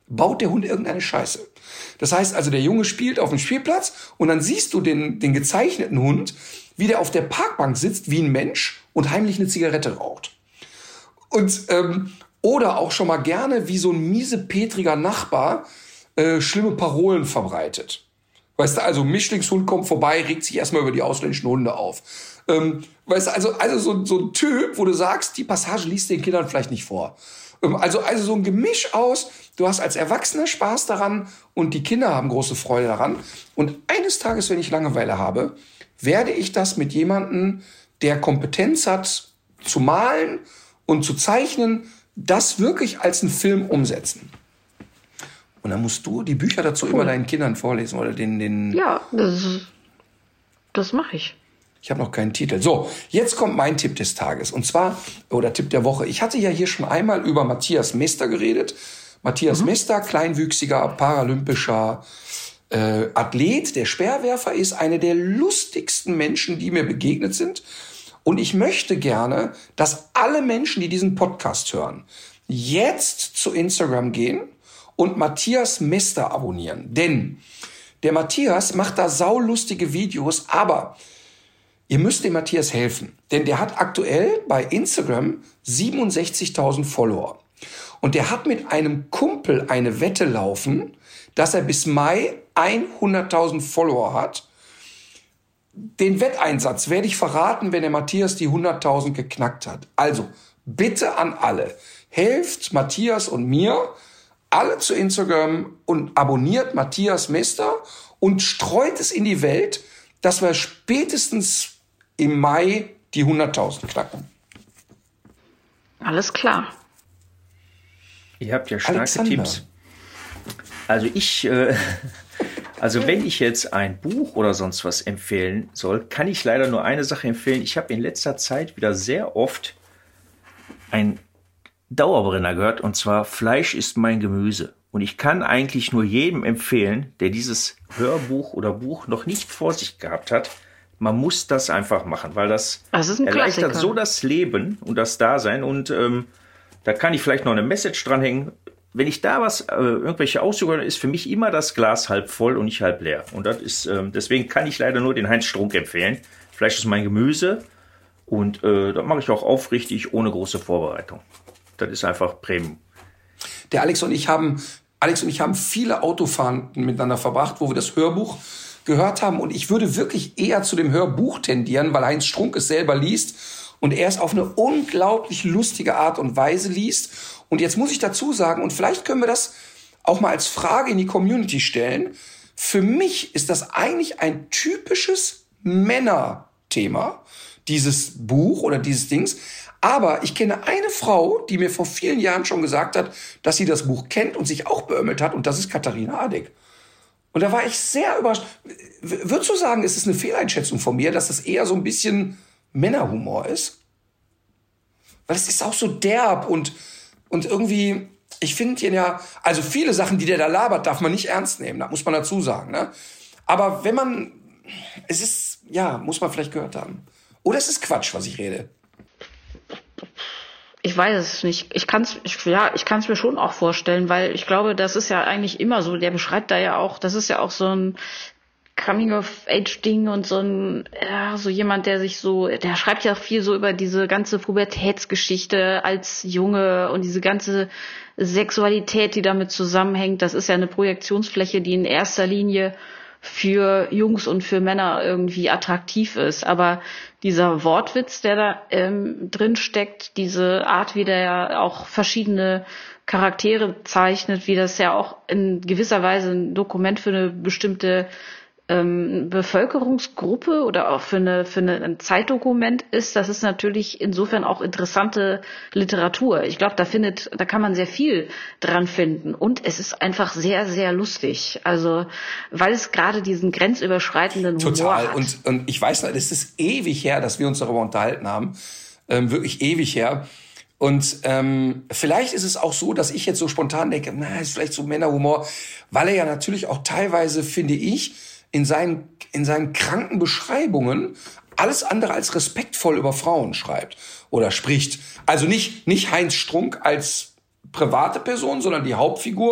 baut der Hund irgendeine Scheiße. Das heißt also, der Junge spielt auf dem Spielplatz und dann siehst du den, den gezeichneten Hund, wie der auf der Parkbank sitzt, wie ein Mensch und heimlich eine Zigarette raucht. Und, ähm, oder auch schon mal gerne, wie so ein miesepetriger Nachbar äh, schlimme Parolen verbreitet. Weißt du, also Mischlingshund kommt vorbei, regt sich erstmal über die ausländischen Hunde auf. Ähm, weißt du, also, also so, so ein Typ, wo du sagst, die Passage liest den Kindern vielleicht nicht vor. Ähm, also, also so ein Gemisch aus, du hast als Erwachsener Spaß daran und die Kinder haben große Freude daran. Und eines Tages, wenn ich Langeweile habe, werde ich das mit jemandem, der Kompetenz hat, zu malen und zu zeichnen, das wirklich als einen Film umsetzen. Und dann musst du die Bücher dazu cool. immer deinen Kindern vorlesen oder den... den ja, das, das mache ich. Ich habe noch keinen Titel. So, jetzt kommt mein Tipp des Tages. Und zwar, oder Tipp der Woche. Ich hatte ja hier schon einmal über Matthias Mester geredet. Matthias mhm. Mester, kleinwüchsiger, paralympischer äh, Athlet, der Speerwerfer ist, einer der lustigsten Menschen, die mir begegnet sind. Und ich möchte gerne, dass alle Menschen, die diesen Podcast hören, jetzt zu Instagram gehen und Matthias Mester abonnieren. Denn der Matthias macht da saulustige Videos, aber ihr müsst dem Matthias helfen. Denn der hat aktuell bei Instagram siebenundsechzigtausend Follower. Und der hat mit einem Kumpel eine Wette laufen, dass er bis Mai hunderttausend Follower hat. Den Wetteinsatz werde ich verraten, wenn der Matthias die hunderttausend geknackt hat. Also bitte an alle, helft Matthias und mir, alle zu Instagram und abonniert Matthias Mester und streut es in die Welt, dass wir spätestens im Mai die hunderttausend knacken. Alles klar. Ihr habt ja starke Alexander. Tipps. Also ich, äh, also wenn ich jetzt ein Buch oder sonst was empfehlen soll, kann ich leider nur eine Sache empfehlen. Ich habe in letzter Zeit wieder sehr oft ein Dauerbrenner gehört, und zwar Fleisch ist mein Gemüse. Und ich kann eigentlich nur jedem empfehlen, der dieses Hörbuch oder Buch noch nicht vor sich gehabt hat, man muss das einfach machen, weil das, das ist ein erleichtert Klassiker. so das Leben und das Dasein. Und ähm, da kann ich vielleicht noch eine Message dranhängen. Wenn ich da was, äh, irgendwelche Auszüge höre, ist für mich immer das Glas halb voll und nicht halb leer. Und das ist, ähm, deswegen kann ich leider nur den Heinz Strunk empfehlen. Fleisch ist mein Gemüse. Und äh, das mache ich auch aufrichtig, ohne große Vorbereitung. Das ist einfach Premium. Der Alex und ich haben, Alex und ich haben viele Autofahrten miteinander verbracht, wo wir das Hörbuch gehört haben. Und ich würde wirklich eher zu dem Hörbuch tendieren, weil Heinz Strunk es selber liest und er es auf eine unglaublich lustige Art und Weise liest. Und jetzt muss ich dazu sagen, und vielleicht können wir das auch mal als Frage in die Community stellen, für mich ist das eigentlich ein typisches Männerthema, dieses Buch oder dieses Dings. Aber ich kenne eine Frau, die mir vor vielen Jahren schon gesagt hat, dass sie das Buch kennt und sich auch beömmelt hat. Und das ist Katharina Adick. Und da war ich sehr überrascht. Würdest du sagen, ist es eine Fehleinschätzung von mir, dass das eher so ein bisschen Männerhumor ist? Weil es ist auch so derb und, und irgendwie, ich finde ihn ja, also viele Sachen, die der da labert, darf man nicht ernst nehmen. Das muss man dazu sagen. Ne? Aber wenn man, es ist, ja, muss man vielleicht gehört haben. Oder es ist Quatsch, was ich rede. Ich weiß es nicht. Ich kann es, ja, ich kann es mir schon auch vorstellen, weil ich glaube, das ist ja eigentlich immer so. Der beschreibt da ja auch, das ist ja auch so ein Coming-of-Age-Ding und so ein, ja, so jemand, der sich so, der schreibt ja viel so über diese ganze Pubertätsgeschichte als Junge und diese ganze Sexualität, die damit zusammenhängt. Das ist ja eine Projektionsfläche, die in erster Linie für Jungs und für Männer irgendwie attraktiv ist. Aber dieser Wortwitz, der da ähm, drin steckt, diese Art, wie der ja auch verschiedene Charaktere zeichnet, wie das ja auch in gewisser Weise ein Dokument für eine bestimmte ähm, Bevölkerungsgruppe oder auch für eine für eine, ein Zeitdokument ist, das ist natürlich insofern auch interessante Literatur. Ich glaube, da findet, da kann man sehr viel dran finden und es ist einfach sehr, sehr lustig. Also, weil es gerade diesen grenzüberschreitenden Humor Total. hat. Und, und ich weiß noch, es ist ewig her, dass wir uns darüber unterhalten haben. Ähm, wirklich ewig her. Und ähm, vielleicht ist es auch so, dass ich jetzt so spontan denke, na, ist vielleicht so Männerhumor, weil er ja natürlich auch teilweise, finde ich, in seinen, in seinen kranken Beschreibungen alles andere als respektvoll über Frauen schreibt oder spricht. Also nicht, nicht Heinz Strunk als private Person, sondern die Hauptfigur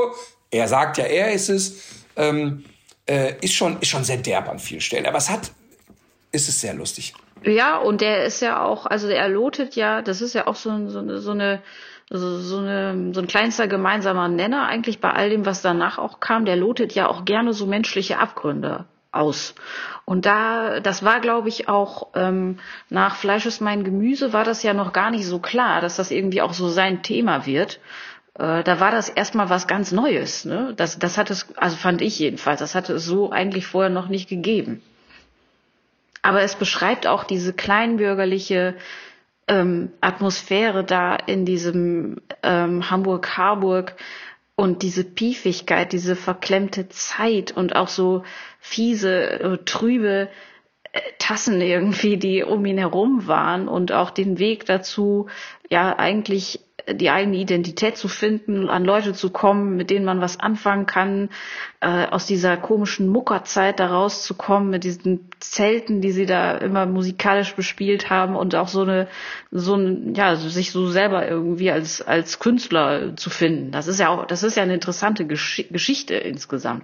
er sagt ja, er ist es, ähm, äh, ist schon, ist schon sehr derb an vielen Stellen. Aber es hat, ist es sehr lustig. Ja, und der ist ja auch, also der lotet ja, das ist ja auch so, so, so eine, so, so eine, so ein kleinster gemeinsamer Nenner eigentlich bei all dem, was danach auch kam. Der lotet ja auch gerne so menschliche Abgründe aus. Und da, das war, glaube ich, auch ähm, nach Fleisch ist mein Gemüse war das ja noch gar nicht so klar, dass das irgendwie auch so sein Thema wird. Äh, da war das erstmal was ganz Neues. Ne? Das, das hat es, also fand ich jedenfalls, das hatte es so eigentlich vorher noch nicht gegeben. Aber es beschreibt auch diese kleinbürgerliche ähm, Atmosphäre da in diesem ähm, Hamburg-Harburg und diese Piefigkeit, diese verklemmte Zeit und auch so fiese, äh, trübe äh, Tassen irgendwie, die um ihn herum waren und auch den Weg dazu, ja eigentlich die eigene Identität zu finden, an Leute zu kommen, mit denen man was anfangen kann, äh, aus dieser komischen Muckerzeit da rauszukommen, mit diesen Zelten, die sie da immer musikalisch bespielt haben und auch so eine, so ein, ja, sich so selber irgendwie als, als Künstler zu finden. Das ist ja auch, das ist ja eine interessante Gesch- Geschichte insgesamt.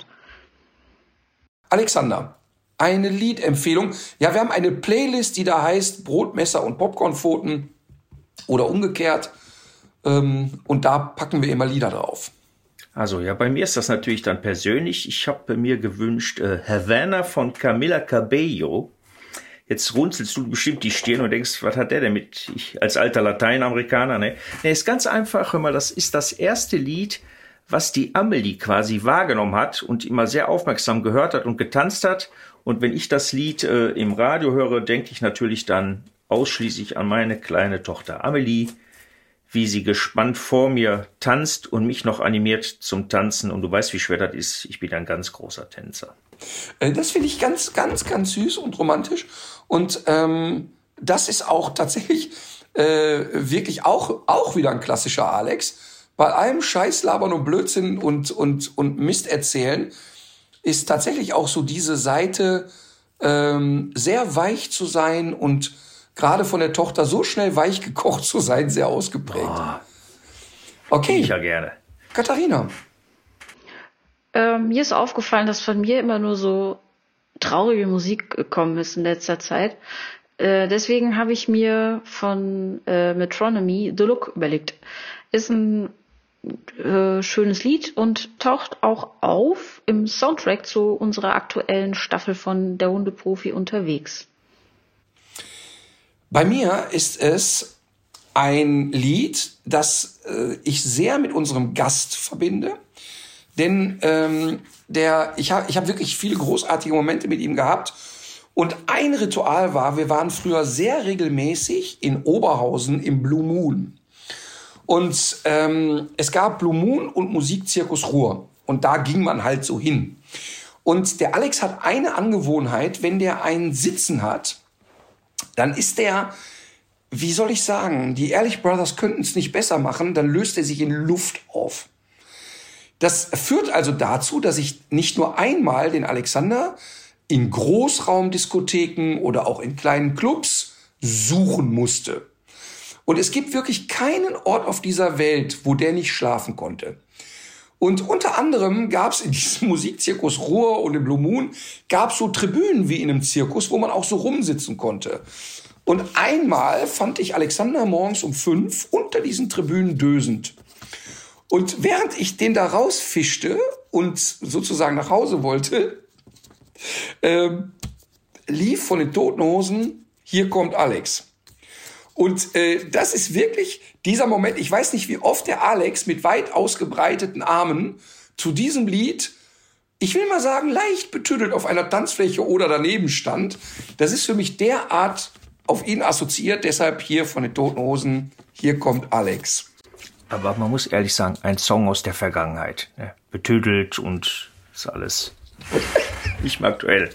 Alexander, eine Liedempfehlung. Ja, wir haben eine Playlist, die da heißt Brotmesser und Popcornpfoten oder umgekehrt. Und da packen wir immer Lieder drauf. Also ja, bei mir ist das natürlich dann persönlich. Ich habe mir gewünscht äh, Havana von Camila Cabello. Jetzt runzelst du bestimmt die Stirn und denkst, was hat der denn mit, ich als alter Lateinamerikaner, ne? Ne, ist ganz einfach, hör mal, das ist das erste Lied, was die Amelie quasi wahrgenommen hat und immer sehr aufmerksam gehört hat und getanzt hat. Und wenn ich das Lied äh, im Radio höre, denke ich natürlich dann ausschließlich an meine kleine Tochter Amelie, wie sie gespannt vor mir tanzt und mich noch animiert zum Tanzen. Und du weißt, wie schwer das ist. Ich bin ein ganz großer Tänzer. Das finde ich ganz, ganz, ganz süß und romantisch. Und ähm, das ist auch tatsächlich äh, wirklich auch, auch wieder ein klassischer Alex. Bei allem Scheißlabern und Blödsinn und, und, und Mist erzählen ist tatsächlich auch so diese Seite, ähm, sehr weich zu sein und gerade von der Tochter so schnell weich gekocht zu sein, sehr ausgeprägt. Oh, okay. Ich ja gerne. Katharina. Äh, mir ist aufgefallen, dass von mir immer nur so traurige Musik gekommen ist in letzter Zeit. Äh, deswegen habe ich mir von äh, Metronomy The Look überlegt. Ist ein äh, schönes Lied und taucht auch auf im Soundtrack zu unserer aktuellen Staffel von Der Hundeprofi unterwegs. Bei mir ist es ein Lied, das äh, ich sehr mit unserem Gast verbinde. Denn ähm, der, ich habe ich hab wirklich viele großartige Momente mit ihm gehabt. Und ein Ritual war, wir waren früher sehr regelmäßig in Oberhausen im Blue Moon. Und ähm, es gab Blue Moon und Musikzirkus Ruhr. Und da ging man halt so hin. Und der Alex hat eine Angewohnheit, wenn der einen Sitzen hat, dann ist der, wie soll ich sagen, die Ehrlich Brothers könnten es nicht besser machen, dann löst er sich in Luft auf. Das führt also dazu, dass ich nicht nur einmal den Alexander in Großraumdiskotheken oder auch in kleinen Clubs suchen musste. Und es gibt wirklich keinen Ort auf dieser Welt, wo der nicht schlafen konnte. Und unter anderem gab es in diesem Musikzirkus Ruhr und im Blue Moon gab es so Tribünen wie in einem Zirkus, wo man auch so rumsitzen konnte. Und einmal fand ich Alexander morgens um fünf unter diesen Tribünen dösend. Und während ich den da rausfischte und sozusagen nach Hause wollte, äh, lief von den Toten Hosen Hier kommt Alex. Und äh, das ist wirklich dieser Moment, ich weiß nicht, wie oft der Alex mit weit ausgebreiteten Armen zu diesem Lied, ich will mal sagen, leicht betüdelt auf einer Tanzfläche oder daneben stand. Das ist für mich derart auf ihn assoziiert, deshalb hier von den Toten Hosen, Hier kommt Alex. Aber man muss ehrlich sagen, ein Song aus der Vergangenheit. Ne? Betüdelt und ist alles nicht mehr aktuell.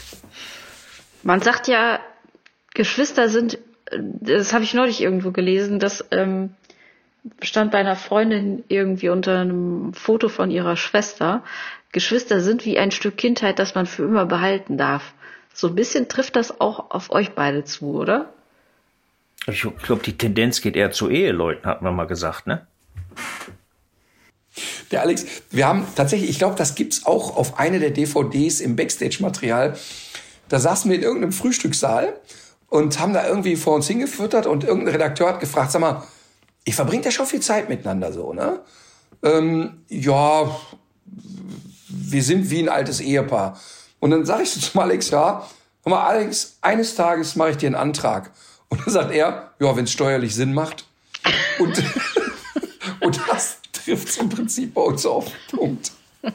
Man sagt ja, Geschwister sind, das habe ich neulich irgendwo gelesen, das ähm, stand bei einer Freundin irgendwie unter einem Foto von ihrer Schwester. Geschwister sind wie ein Stück Kindheit, das man für immer behalten darf. So ein bisschen trifft das auch auf euch beide zu, oder? Ich glaube, die Tendenz geht eher zu Eheleuten, hat man mal gesagt, ne? Der Alex, wir haben tatsächlich, ich glaube, das gibt's auch auf eine der D V Ds im Backstage-Material. Da saßen wir in irgendeinem Frühstückssaal und haben da irgendwie vor uns hingefüttert und irgendein Redakteur hat gefragt, sag mal, ihr verbringt ja schon viel Zeit miteinander so, ne? Ähm, ja, wir sind wie ein altes Ehepaar. Und dann sage ich so zum Alex, ja, hör mal, Alex, eines Tages mache ich dir einen Antrag. Und dann sagt er, ja, wenn es steuerlich Sinn macht. Und, und das trifft im Prinzip bei uns auf den Punkt.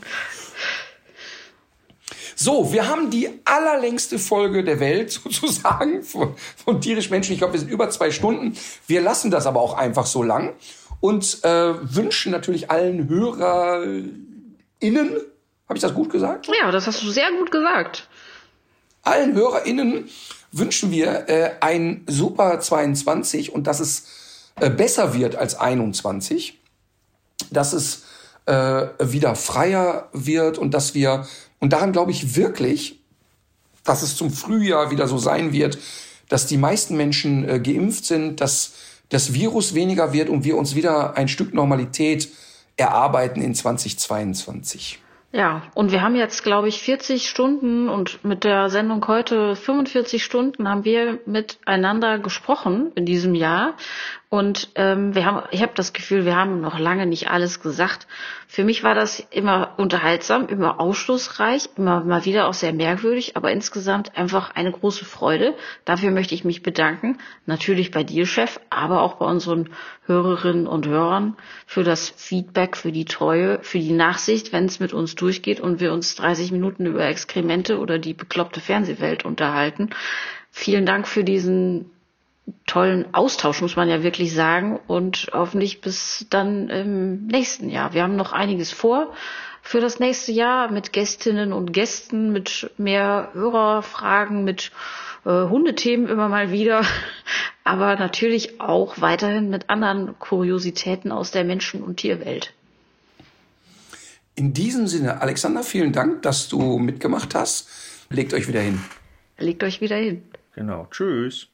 So, wir haben die allerlängste Folge der Welt sozusagen von, von Tierisch Menschlich. Ich glaube, wir sind über zwei Stunden. Wir lassen das aber auch einfach so lang und äh, wünschen natürlich allen HörerInnen, habe ich das gut gesagt? Ja, das hast du sehr gut gesagt. Allen HörerInnen wünschen wir äh, ein super zweiundzwanzig und dass es äh, besser wird als einundzwanzig. Dass es äh, wieder freier wird und dass wir, und daran glaube ich wirklich, dass es zum Frühjahr wieder so sein wird, dass die meisten Menschen äh, geimpft sind, dass das Virus weniger wird und wir uns wieder ein Stück Normalität erarbeiten in zweitausendzweiundzwanzig. Ja, und wir haben jetzt, glaube ich, vierzig Stunden und mit der Sendung heute fünfundvierzig Stunden haben wir miteinander gesprochen in diesem Jahr. Und ähm, wir haben, ich habe das Gefühl, wir haben noch lange nicht alles gesagt. Für mich war das immer unterhaltsam, immer aufschlussreich, immer mal wieder auch sehr merkwürdig, aber insgesamt einfach eine große Freude. Dafür möchte ich mich bedanken. Natürlich bei dir, Chef, aber auch bei unseren Hörerinnen und Hörern für das Feedback, für die Treue, für die Nachsicht, wenn es mit uns durchgeht und wir uns dreißig Minuten über Exkremente oder die bekloppte Fernsehwelt unterhalten. Vielen Dank für diesen tollen Austausch, muss man ja wirklich sagen, und hoffentlich bis dann im nächsten Jahr. Wir haben noch einiges vor für das nächste Jahr mit Gästinnen und Gästen, mit mehr Hörerfragen, mit äh, Hundethemen immer mal wieder, aber natürlich auch weiterhin mit anderen Kuriositäten aus der Menschen- und Tierwelt. In diesem Sinne, Alexander, vielen Dank, dass du mitgemacht hast. Legt euch wieder hin. Legt euch wieder hin. Genau, tschüss.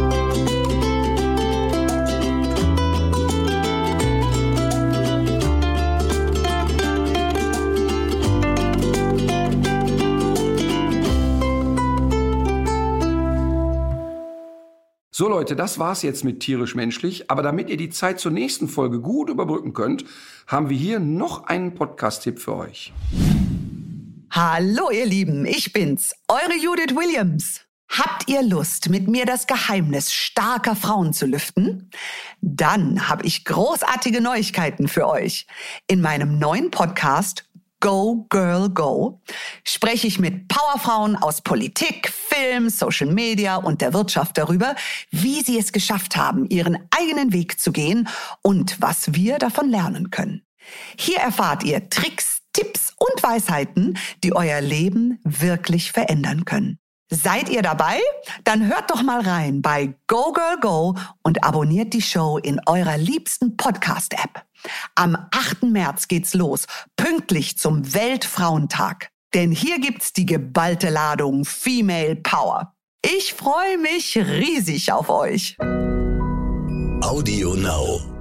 So Leute, das war's jetzt mit Tierisch Menschlich. Aber damit ihr die Zeit zur nächsten Folge gut überbrücken könnt, haben wir hier noch einen Podcast-Tipp für euch. Hallo ihr Lieben, ich bin's, eure Judith Williams. Habt ihr Lust, mit mir das Geheimnis starker Frauen zu lüften? Dann habe ich großartige Neuigkeiten für euch. In meinem neuen Podcast Go Girl Go spreche ich mit Powerfrauen aus Politik, Film, Social Media und der Wirtschaft darüber, wie sie es geschafft haben, ihren eigenen Weg zu gehen und was wir davon lernen können. Hier erfahrt ihr Tricks, Tipps und Weisheiten, die euer Leben wirklich verändern können. Seid ihr dabei? Dann hört doch mal rein bei Go Girl Go und abonniert die Show in eurer liebsten Podcast-App. Am achten März geht's los, pünktlich zum Weltfrauentag. Denn hier gibt's die geballte Ladung Female Power. Ich freue mich riesig auf euch. Audio Now.